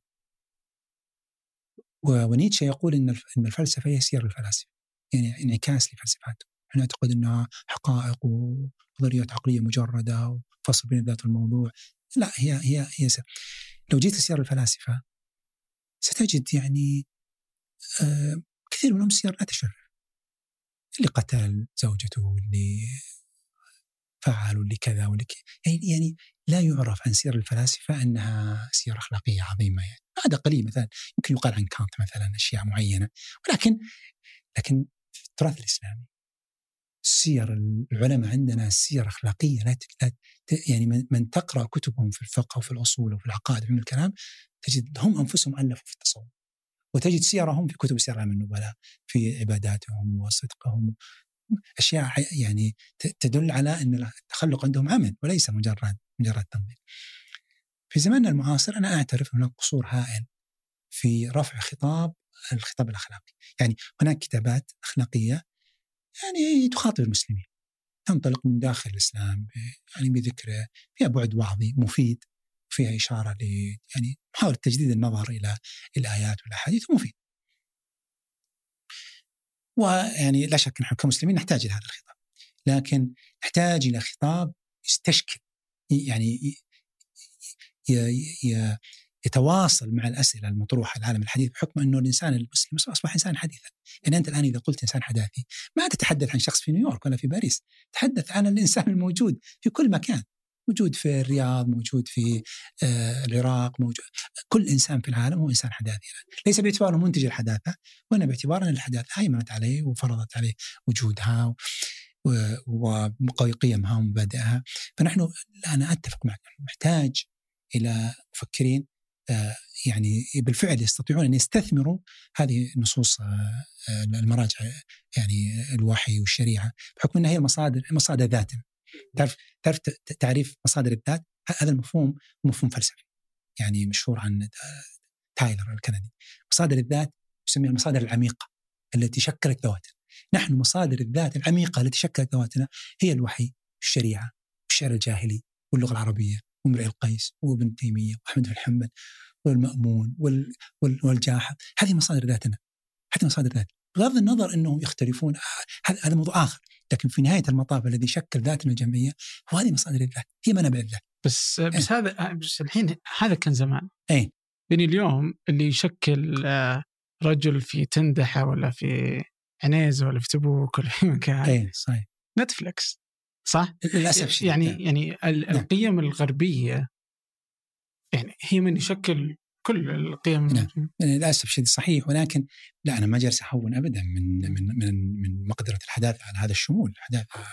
ونيتشه يقول إن الفلسفة هي سير الفلاسفة، يعني انعكاس لفلسفاته. احنا نعتقد أنها حقائق ونظريات عقلية مجردة وفصل بين ذات الموضوع. لا، هي سير. لو جيت سير الفلاسفة ستجد يعني كثير منهم سير لا تشرف، اللي قتل زوجته، واللي فعل، واللي كذا، واللي يعني لا يعرف عن سير الفلاسفة أنها سير أخلاقية عظيمة. يعني هذا قليل. مثلا يمكن يقال عن كانت مثلا أشياء معينة، ولكن في التراث الإسلامي سير العلماء عندنا سير أخلاقية لا يعني من تقرأ كتبهم في الفقه وفي الأصول وفي العقائد وفي الكلام تجد هم أنفسهم ألفوا في التصوف، وتجد سيرهم في كتب سير أعلام النبلاء في عباداتهم وصدقهم، أشياء يعني تدل على أن التخلق عندهم عمل وليس مجرد تنظيم. في زماننا المعاصر أنا أعترف هناك قصور هائل في رفع الخطاب الأخلاقي. يعني هناك كتابات أخلاقية يعني تخاطب المسلمين، تنطلق من داخل الإسلام يعني بذكره، فيها بعد وعظي مفيد، فيها إشارة يعني محاولة تجديد النظر إلى الآيات والأحاديث مفيد. ويعني لا شك نحن كمسلمين نحتاج إلى هذا الخطاب، لكن نحتاج إلى خطاب يستشكل، يعني يتواصل مع الأسئلة المطروحة العالم الحديث، بحكم أنه الإنسان المسلم أصبح إنسان حديثا. يعني أنت الآن إذا قلت إنسان حداثي ما تتحدث عن شخص في نيويورك ولا في باريس، تحدث عن الإنسان الموجود في كل مكان، موجود في الرياض، موجود في العراق، موجود كل إنسان في العالم هو إنسان حداثي، ليس باعتباره منتج الحداثة، وإنما باعتبار أن الحداثة هيمنت عليه وفرضت عليه وجودها وقيمها ومبادئها. فنحن، أنا أتفق معك، محتاج إلى مفكرين يعني بالفعل يستطيعون أن يستثمروا هذه النصوص المراجع، يعني الوحي والشريعة، بحكم أنها هي مصادر ذاتنا. تعرف تعريف مصادر الذات، هذا المفهوم مفهوم فلسفي يعني مشهور عن تايلر الكندي. مصادر الذات يسميها المصادر العميقة التي شكلت ذواتنا. نحن مصادر الذات العميقة التي شكلت ذواتنا هي الوحي، الشريعة، الشعر الجاهلي، واللغة العربية، وامرئ القيس، وابن تيمية، وأحمد بن حنبل، والمأمون، والجاحظ. هذه مصادر ذاتنا، هذه مصادر ذات، بغض النظر أنهم يختلفون، هذا موضوع آخر، لكن في نهاية المطاف الذي شكل ذاتنا الجمعية هو هذه مصادر الذات، هي منابع الذات. بس بس الحين هذا كان زمان. أي بين اليوم اللي يشكل رجل في تندحة ولا في عنيزة ولا في تبوك ولا في مكان. أي صحيح. نتفليكس، صح؟ للأسف يعني القيم الغربية يعني هي من يشكل كل القيم. للأسف شديد صحيح، ولكن لا، أنا ما جالس أحون أبدا من مقدرة الحداثة على هذا الشمول. الحداثة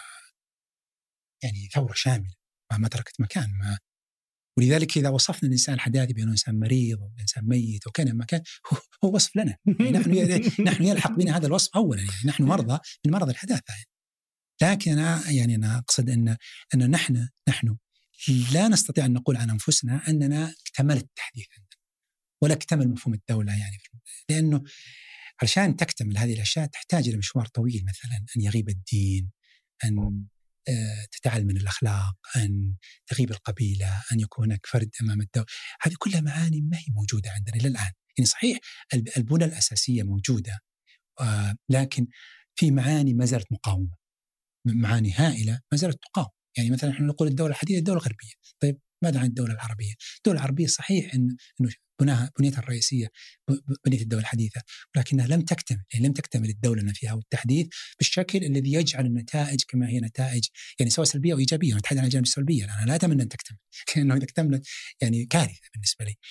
يعني ثورة شاملة ما تركت مكان ما. ولذلك إذا وصفنا الإنسان الحداثي بأنه إنسان مريض أو إنسان ميت وكان مكان، هو وصف لنا. يعني نحن يلحق بنا هذا الوصف أولا، يعني نحن مرضى من مرض الحداثة. لكن أنا أقصد أن نحن لا نستطيع أن نقول عن أنفسنا أننا اكتملت التحديث ولا اكتمل مفهوم الدولة، يعني لأنه علشان تكتمل هذه الأشياء تحتاج إلى مشوار طويل، مثلا أن يغيب الدين، أن تتعلم من الأخلاق، أن تغيب القبيلة، أن يكون هناك فرد أمام الدولة. هذه كلها معاني ما هي موجودة عندنا إلى الآن. يعني صحيح البنى الأساسية موجودة، لكن في معاني ما زالت مقاومة، معاني هائلة ما زالت تقاوم. يعني مثلا نحن نقول الدولة الحديثة الدولة الغربية، طيب ماذا عن الدولة العربية؟ الدولة العربية صحيح إنه بنيتها الرئيسية بنية الدولة الحديثة، ولكنها لم تكتمل، يعني لم تكتمل الدولة فيها والتحديث بالشكل الذي يجعل النتائج كما هي نتائج، يعني سواء سلبية أو إيجابية. نتحدث عن الجانب السلبية، أنا لا أتمنى أن تكتمل، لأنه إذا اكتملت يعني كارثة بالنسبة لي.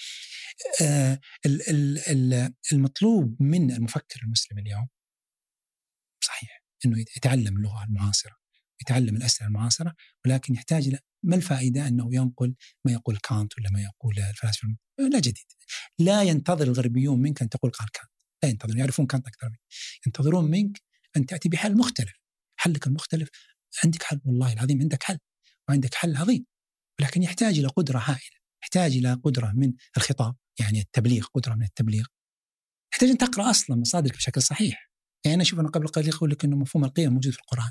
المطلوب من المفكر المسلم اليوم صحيح إنه يتعلم اللغة المعاصرة، يتعلم الأسئلة المعاصرة، ولكن يحتاج إلى ما الفائدة أنه ينقل ما يقول كانت ولا ما يقول الفلاسفة. لا جديد. لا ينتظر الغربيون منك أن تقول قال كانت، لا ينتظرون، يعرفون كانت أكثر منك، ينتظرون منك أن تأتي بحل مختلف. حلك المختلف، عندك حل، والله العظيم عندك حل وعندك حل عظيم، ولكن يحتاج إلى قدرة هائلة، يحتاج إلى قدرة من الخطاب، يعني التبليغ، قدرة من التبليغ. يحتاج أن تقرأ أصلا مصادرك بشكل صحيح. يعني أنا أشوف أنا قبل قليل أقول لك أنه مفهوم القيم موجود في القرآن،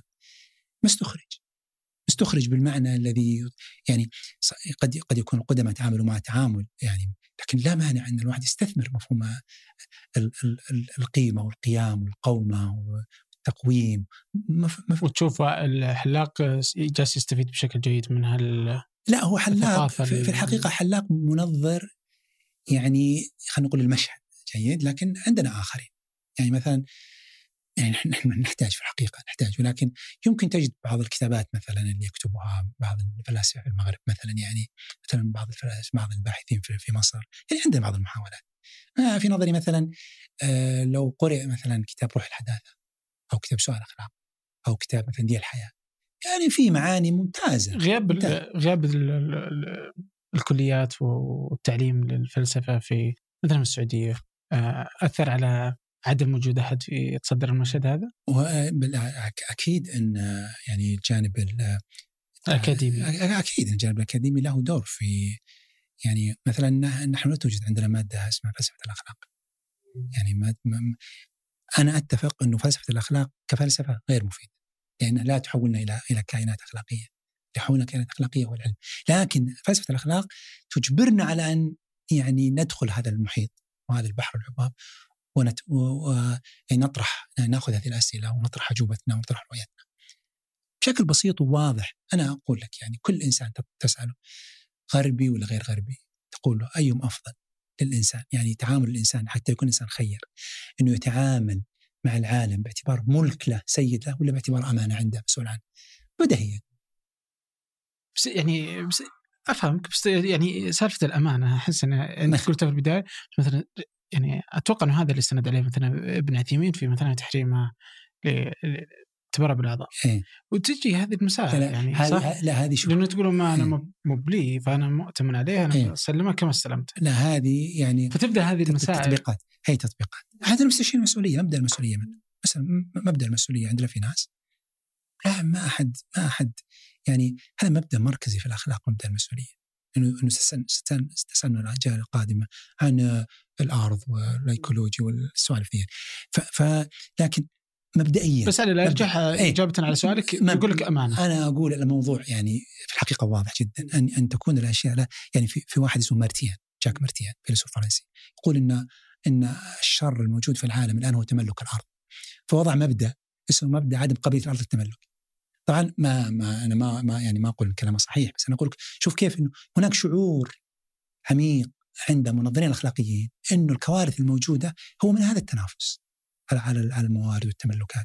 مستخرج بالمعنى الذي يعني قد يكون القدماء تعاملوا مع تعامل يعني، لكن لا مانع أن الواحد يستثمر مفهوم القيمة والقيام والقومة والتقويم. وتشوف الحلاق جالس يستفيد بشكل جيد من لا، هو حلاق في الحقيقة حلاق منظر، يعني خلينا نقول المشهد جيد، لكن عندنا آخرين. يعني مثلا يعني نحن نحتاج في الحقيقة ولكن يمكن تجد بعض الكتابات مثلا اللي يكتبها بعض الفلاسفة في المغرب مثلا، يعني مثلا بعض الباحثين في مصر، يعني عندنا بعض المحاولات. في نظري مثلا لو قرأ مثلا كتاب روح الحداثة أو كتاب سؤال الأخلاق أو كتاب مثلا دي الحياة، يعني في معاني ممتازة. غياب الكليات والتعليم للفلسفة في مثلا السعودية أثر على عدم وجود أحد يتصدر المشهد هذا؟ أكيد أن يعني الجانب الأكاديمي، أكيد الجانب الأكاديمي له دور في، يعني مثلا نحن لا توجد عندنا مادة اسمها فلسفة الأخلاق. يعني أنا أتفق أنه فلسفة الأخلاق كفلسفة غير مفيدة، لأنها لا تحولنا إلى كائنات أخلاقية. تحولنا كائنات أخلاقية هو العلم، لكن فلسفة الأخلاق تجبرنا على أن يعني ندخل هذا المحيط وهذا البحر العباب يعني نأخذ هذه الأسئلة ونطرح أجوبتنا ونطرح رؤيتنا بشكل بسيط وواضح. أنا أقول لك يعني كل إنسان تسأله غربي ولا غير غربي، تقول له أيهم أفضل، للإنسان، يعني تعامل الإنسان حتى يكون إنسان خير، إنه يتعامل مع العالم باعتبار ملك له سيد له ولا باعتبار أمانة عنده مسؤول عنه. بديهية. بس يعني أفهمك، بس يعني سالفة الأمانة أحس أن أنت قلتها في البداية مثلا، يعني أتوقع أنه هذا اللي استند عليه مثلا ابن عثيمين في مثلا تحريم تبرع بالأعضاء. إيه؟ وتجي هذه المسائل يعني صح؟ لا هذه شوف، لأنه تقولون ما أنا إيه؟ مبلي فأنا مؤتمن عليه، أنا إيه؟ أسلمه كما استلمت. لا هذه يعني فتبدأ هذه المسائل تطبيقات، هي تطبيقات. هذا نفس الشيء المسؤولية، مبدأ المسؤولية مثلا مبدأ المسؤولية عندنا في ناس لا ما أحد يعني هذا مبدأ مركزي في الأخلاق، مبدأ المسؤولية، إنه ستسألنا الأجيال القادمة عن الأرض والإيكولوجي والسوالف دي. لكن مبدئيا بس على الأرجح إجابة على سؤالك يقول لك أمانة. أنا أقول الموضوع يعني في الحقيقة واضح جدا، أن تكون الأشياء لا يعني في واحد اسمه مارتيان، جاك مارتيان فيلسوف فرنسي، يقول إن الشر الموجود في العالم الآن هو تملك الأرض، فوضع مبدأ اسمه مبدأ عدم قضية الأرض التملك. طبعا أنا ما أقول الكلام صحيح، بس أنا أقول شوف كيف إنه هناك شعور عميق عند منظرين الأخلاقيين إنه الكوارث الموجودة هو من هذا التنافس على الموارد والتملكات.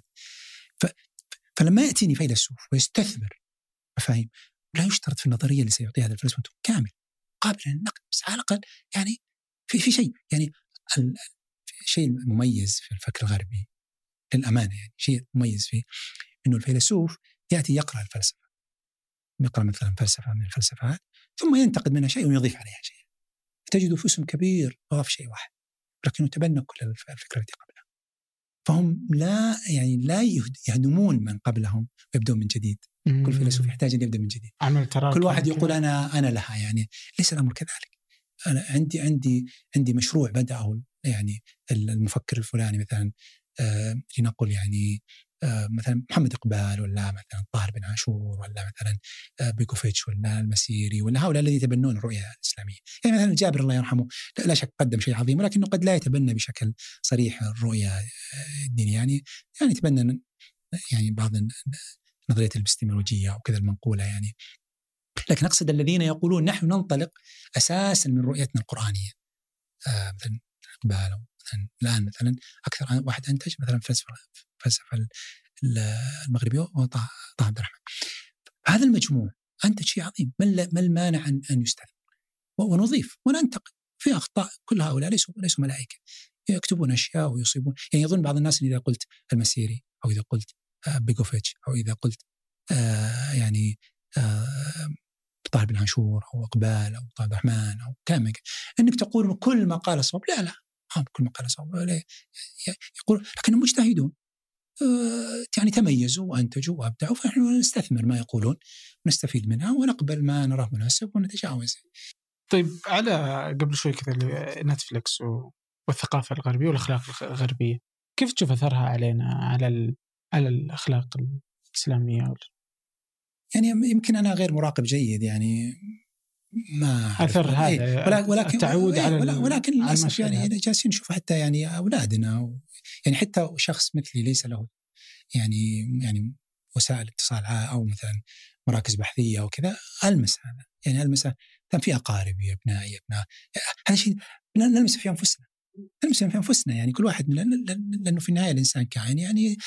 فلما يأتيني فيلسوف ويستثمر مفاهيم، لا يشترط في النظرية اللي سيعطيها هذا الفيلسوف كامل قابل للنقد، بس على الأقل يعني في شيء، يعني الشيء المميز في الفكر الغربي للأمانة، يعني شيء مميز فيه إنه الفيلسوف يأتي يقرأ الفلسفة، يقرأ مثلا فلسفة من الفلسفات ثم ينتقد منها شيء ويضيف عليها شيء، تجد في اسم كبير أضاف شيء واحد لكنه تبنى كل الفكرة التي قبلها. فهم لا يهدمون من قبلهم ويبدون من جديد. كل فيلسوف يحتاج أن يبدأ من جديد. كل واحد يقول أنا لها، يعني ليس الأمر كذلك. أنا عندي مشروع بدأه يعني المفكر الفلاني مثلا، لنقل يعني مثلا محمد إقبال ولا مثلا طاهر بن عاشور ولا مثلا بيكوفيتش ولا المسيري ولا هؤلاء الذين يتبنون الرؤية الإسلامية. يعني مثلا جابر الله يرحمه لا شك قدم شيء عظيم، ولكنه قد لا يتبنى بشكل صريح الرؤية الدينية، يعني يتبنى يعني بعض نظرية الابستمولوجية أو كذا المنقولة يعني. لكن أقصد الذين يقولون نحن ننطلق أساسا من رؤيتنا القرآنية، مثلا إقبال أو الآن مثلا أكثر واحد أنتج مثلا فلسفة المغربية وطه عبد الرحمن. هذا المجموع أنتج شيء عظيم، ما المانع أن يستثمر ونضيف وننتقد في أخطاء. كل هؤلاء ليسوا ملائكة، يكتبون أشياء ويصيبون. يعني يظن بعض الناس إذا قلت المسيري أو إذا قلت بيكوفيتش أو إذا قلت يعني طاهر بن عاشور أو إقبال أو طه عبد الرحمن أو كامل أنك تقول كل ما قال صواب. لا كل ما قال صواب يقول، لكنهم مجتهدون يعني تميزوا وأنتجوا وأبدعوا، فنحن نستثمر ما يقولون ونستفيد منها ونقبل ما نراه مناسب ونتجاوز. طيب على قبل شوي كذا نتفليكس والثقافة الغربية والأخلاق الغربية، كيف تشوف أثرها علينا على الأخلاق الإسلامية؟ يعني يمكن أنا غير مراقب جيد، يعني ما أثر هذا ولكن التعود ولكن للأسف يعني جالسين نشوف حتى يعني أولادنا يعني حتى شخص مثلي ليس له يعني وسائل اتصال أو مثلا مراكز بحثية أو كذا، ألمس هذا، يعني ألمسه في أقاربي أبنائي هذا شيء نلمس في أنفسنا، يعني كل واحد لأنه في النهاية الإنسان كائن يعني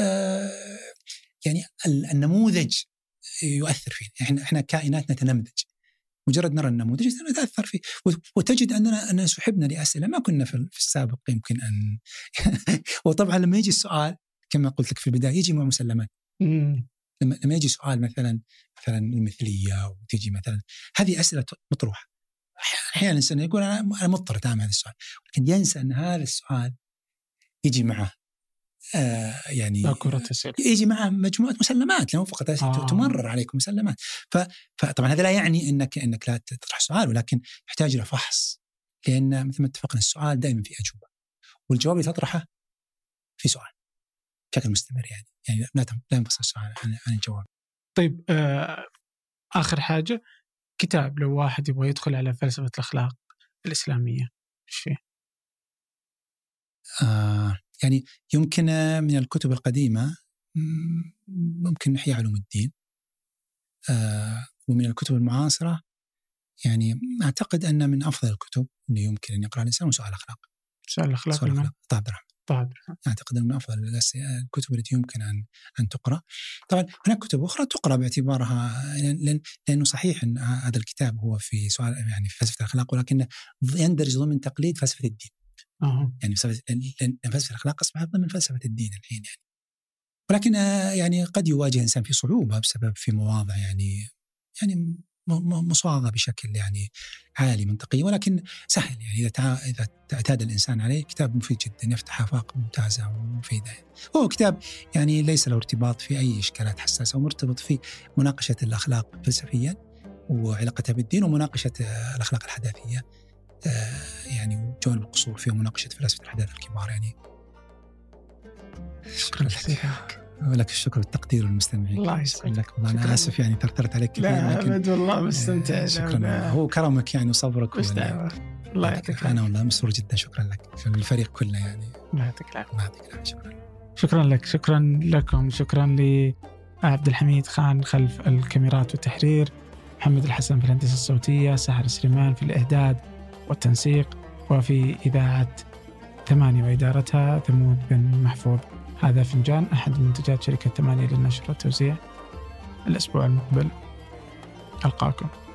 يعني النموذج يؤثر فينا. إحنا كائنات نتنمذج، مجرد نرى النموذج نتأثر فيه، وتجد أننا سحبنا لأسئلة ما كنا في السابق يمكن أن وطبعا لما يجي السؤال كما قلت لك في البداية يجي مع مسلمات. لما يجي سؤال مثلا المثلية وتيجي مثلا هذه أسئلة مطروحة، أحيانا الإنسان يقول أنا مضطر أتعامل هذا السؤال، لكن ينسى أن هذا السؤال يجي معه يعني يجي معه مجموعة مسلمات، لو فقط تمرر عليكم مسلمات. فطبعا هذا لا يعني أنك لا تطرح سؤال، ولكن يحتاج إلى فحص، لأن مثل ما اتفقنا السؤال دائما في أجوبة، والجواب اللي تطرحه في سؤال بشكل مستمر، يعني لا ينفصل السؤال عن الجواب. طيب آخر حاجة، كتاب لو واحد يبغى يدخل على فلسفة الأخلاق الإسلامية إيش فيه؟ يعني يمكن من الكتب القديمة ممكن إحياء علوم الدين، ومن الكتب المعاصرة يعني أعتقد أن من أفضل الكتب اللي يمكن أن يقرأ الإنسان سؤال الأخلاق. سؤال الأخلاق طه عبد الرحمن. أعتقد أنه من أفضل الكتب التي يمكن أن تقرأ. طبعا هناك كتب أخرى تقرأ باعتبارها، لأنه صحيح أن هذا الكتاب هو في سؤال يعني في فلسفة الأخلاق، ولكنه يندرج ضمن تقليد فلسفة الدين. يعني فلسفة الأخلاق أصبحت ضمن فلسفة الدين الحين يعني. ولكن يعني قد يواجه الإنسان في صعوبة بسبب في مواضع يعني مصاغة بشكل يعني عالي منطقي، ولكن سهل يعني إذا اعتاد الإنسان عليه. كتاب مفيد جدا، يفتح آفاق ممتازة ومفيدة. هو كتاب يعني ليس له ارتباط في أي إشكالات حساسة، ومرتبط في مناقشة الأخلاق فلسفيا وعلاقتها بالدين، ومناقشة الأخلاق الحداثية يعني وجوانب القصور فيها، مناقشة فلسفة الحداثة الكبار يعني. شكرا لك. ولك الشكر والتقدير والمستمعين. الله يسعدك. أنا آسف يعني ثرثرت عليك كثير. لا أبد والله مستمتع. شكرا. هو كرمك يعني وصبرك. الله يعطيك. أنا والله مسرور جدا. شكرا لك في الفريق كله يعني. الله يعطيك العافية. شكرا لك. شكرا لكم. شكرا لعبد الحميد خان خلف الكاميرات والتحرير، محمد الحسن في الهندسة الصوتية، سحر سليمان في الإعداد والتنسيق، وفي إذاعة 8 وإدارتها ثمود بن محفوظ. هذا فنجان، أحد منتجات شركة 8 للنشر والتوزيع. الأسبوع المقبل ألقاكم.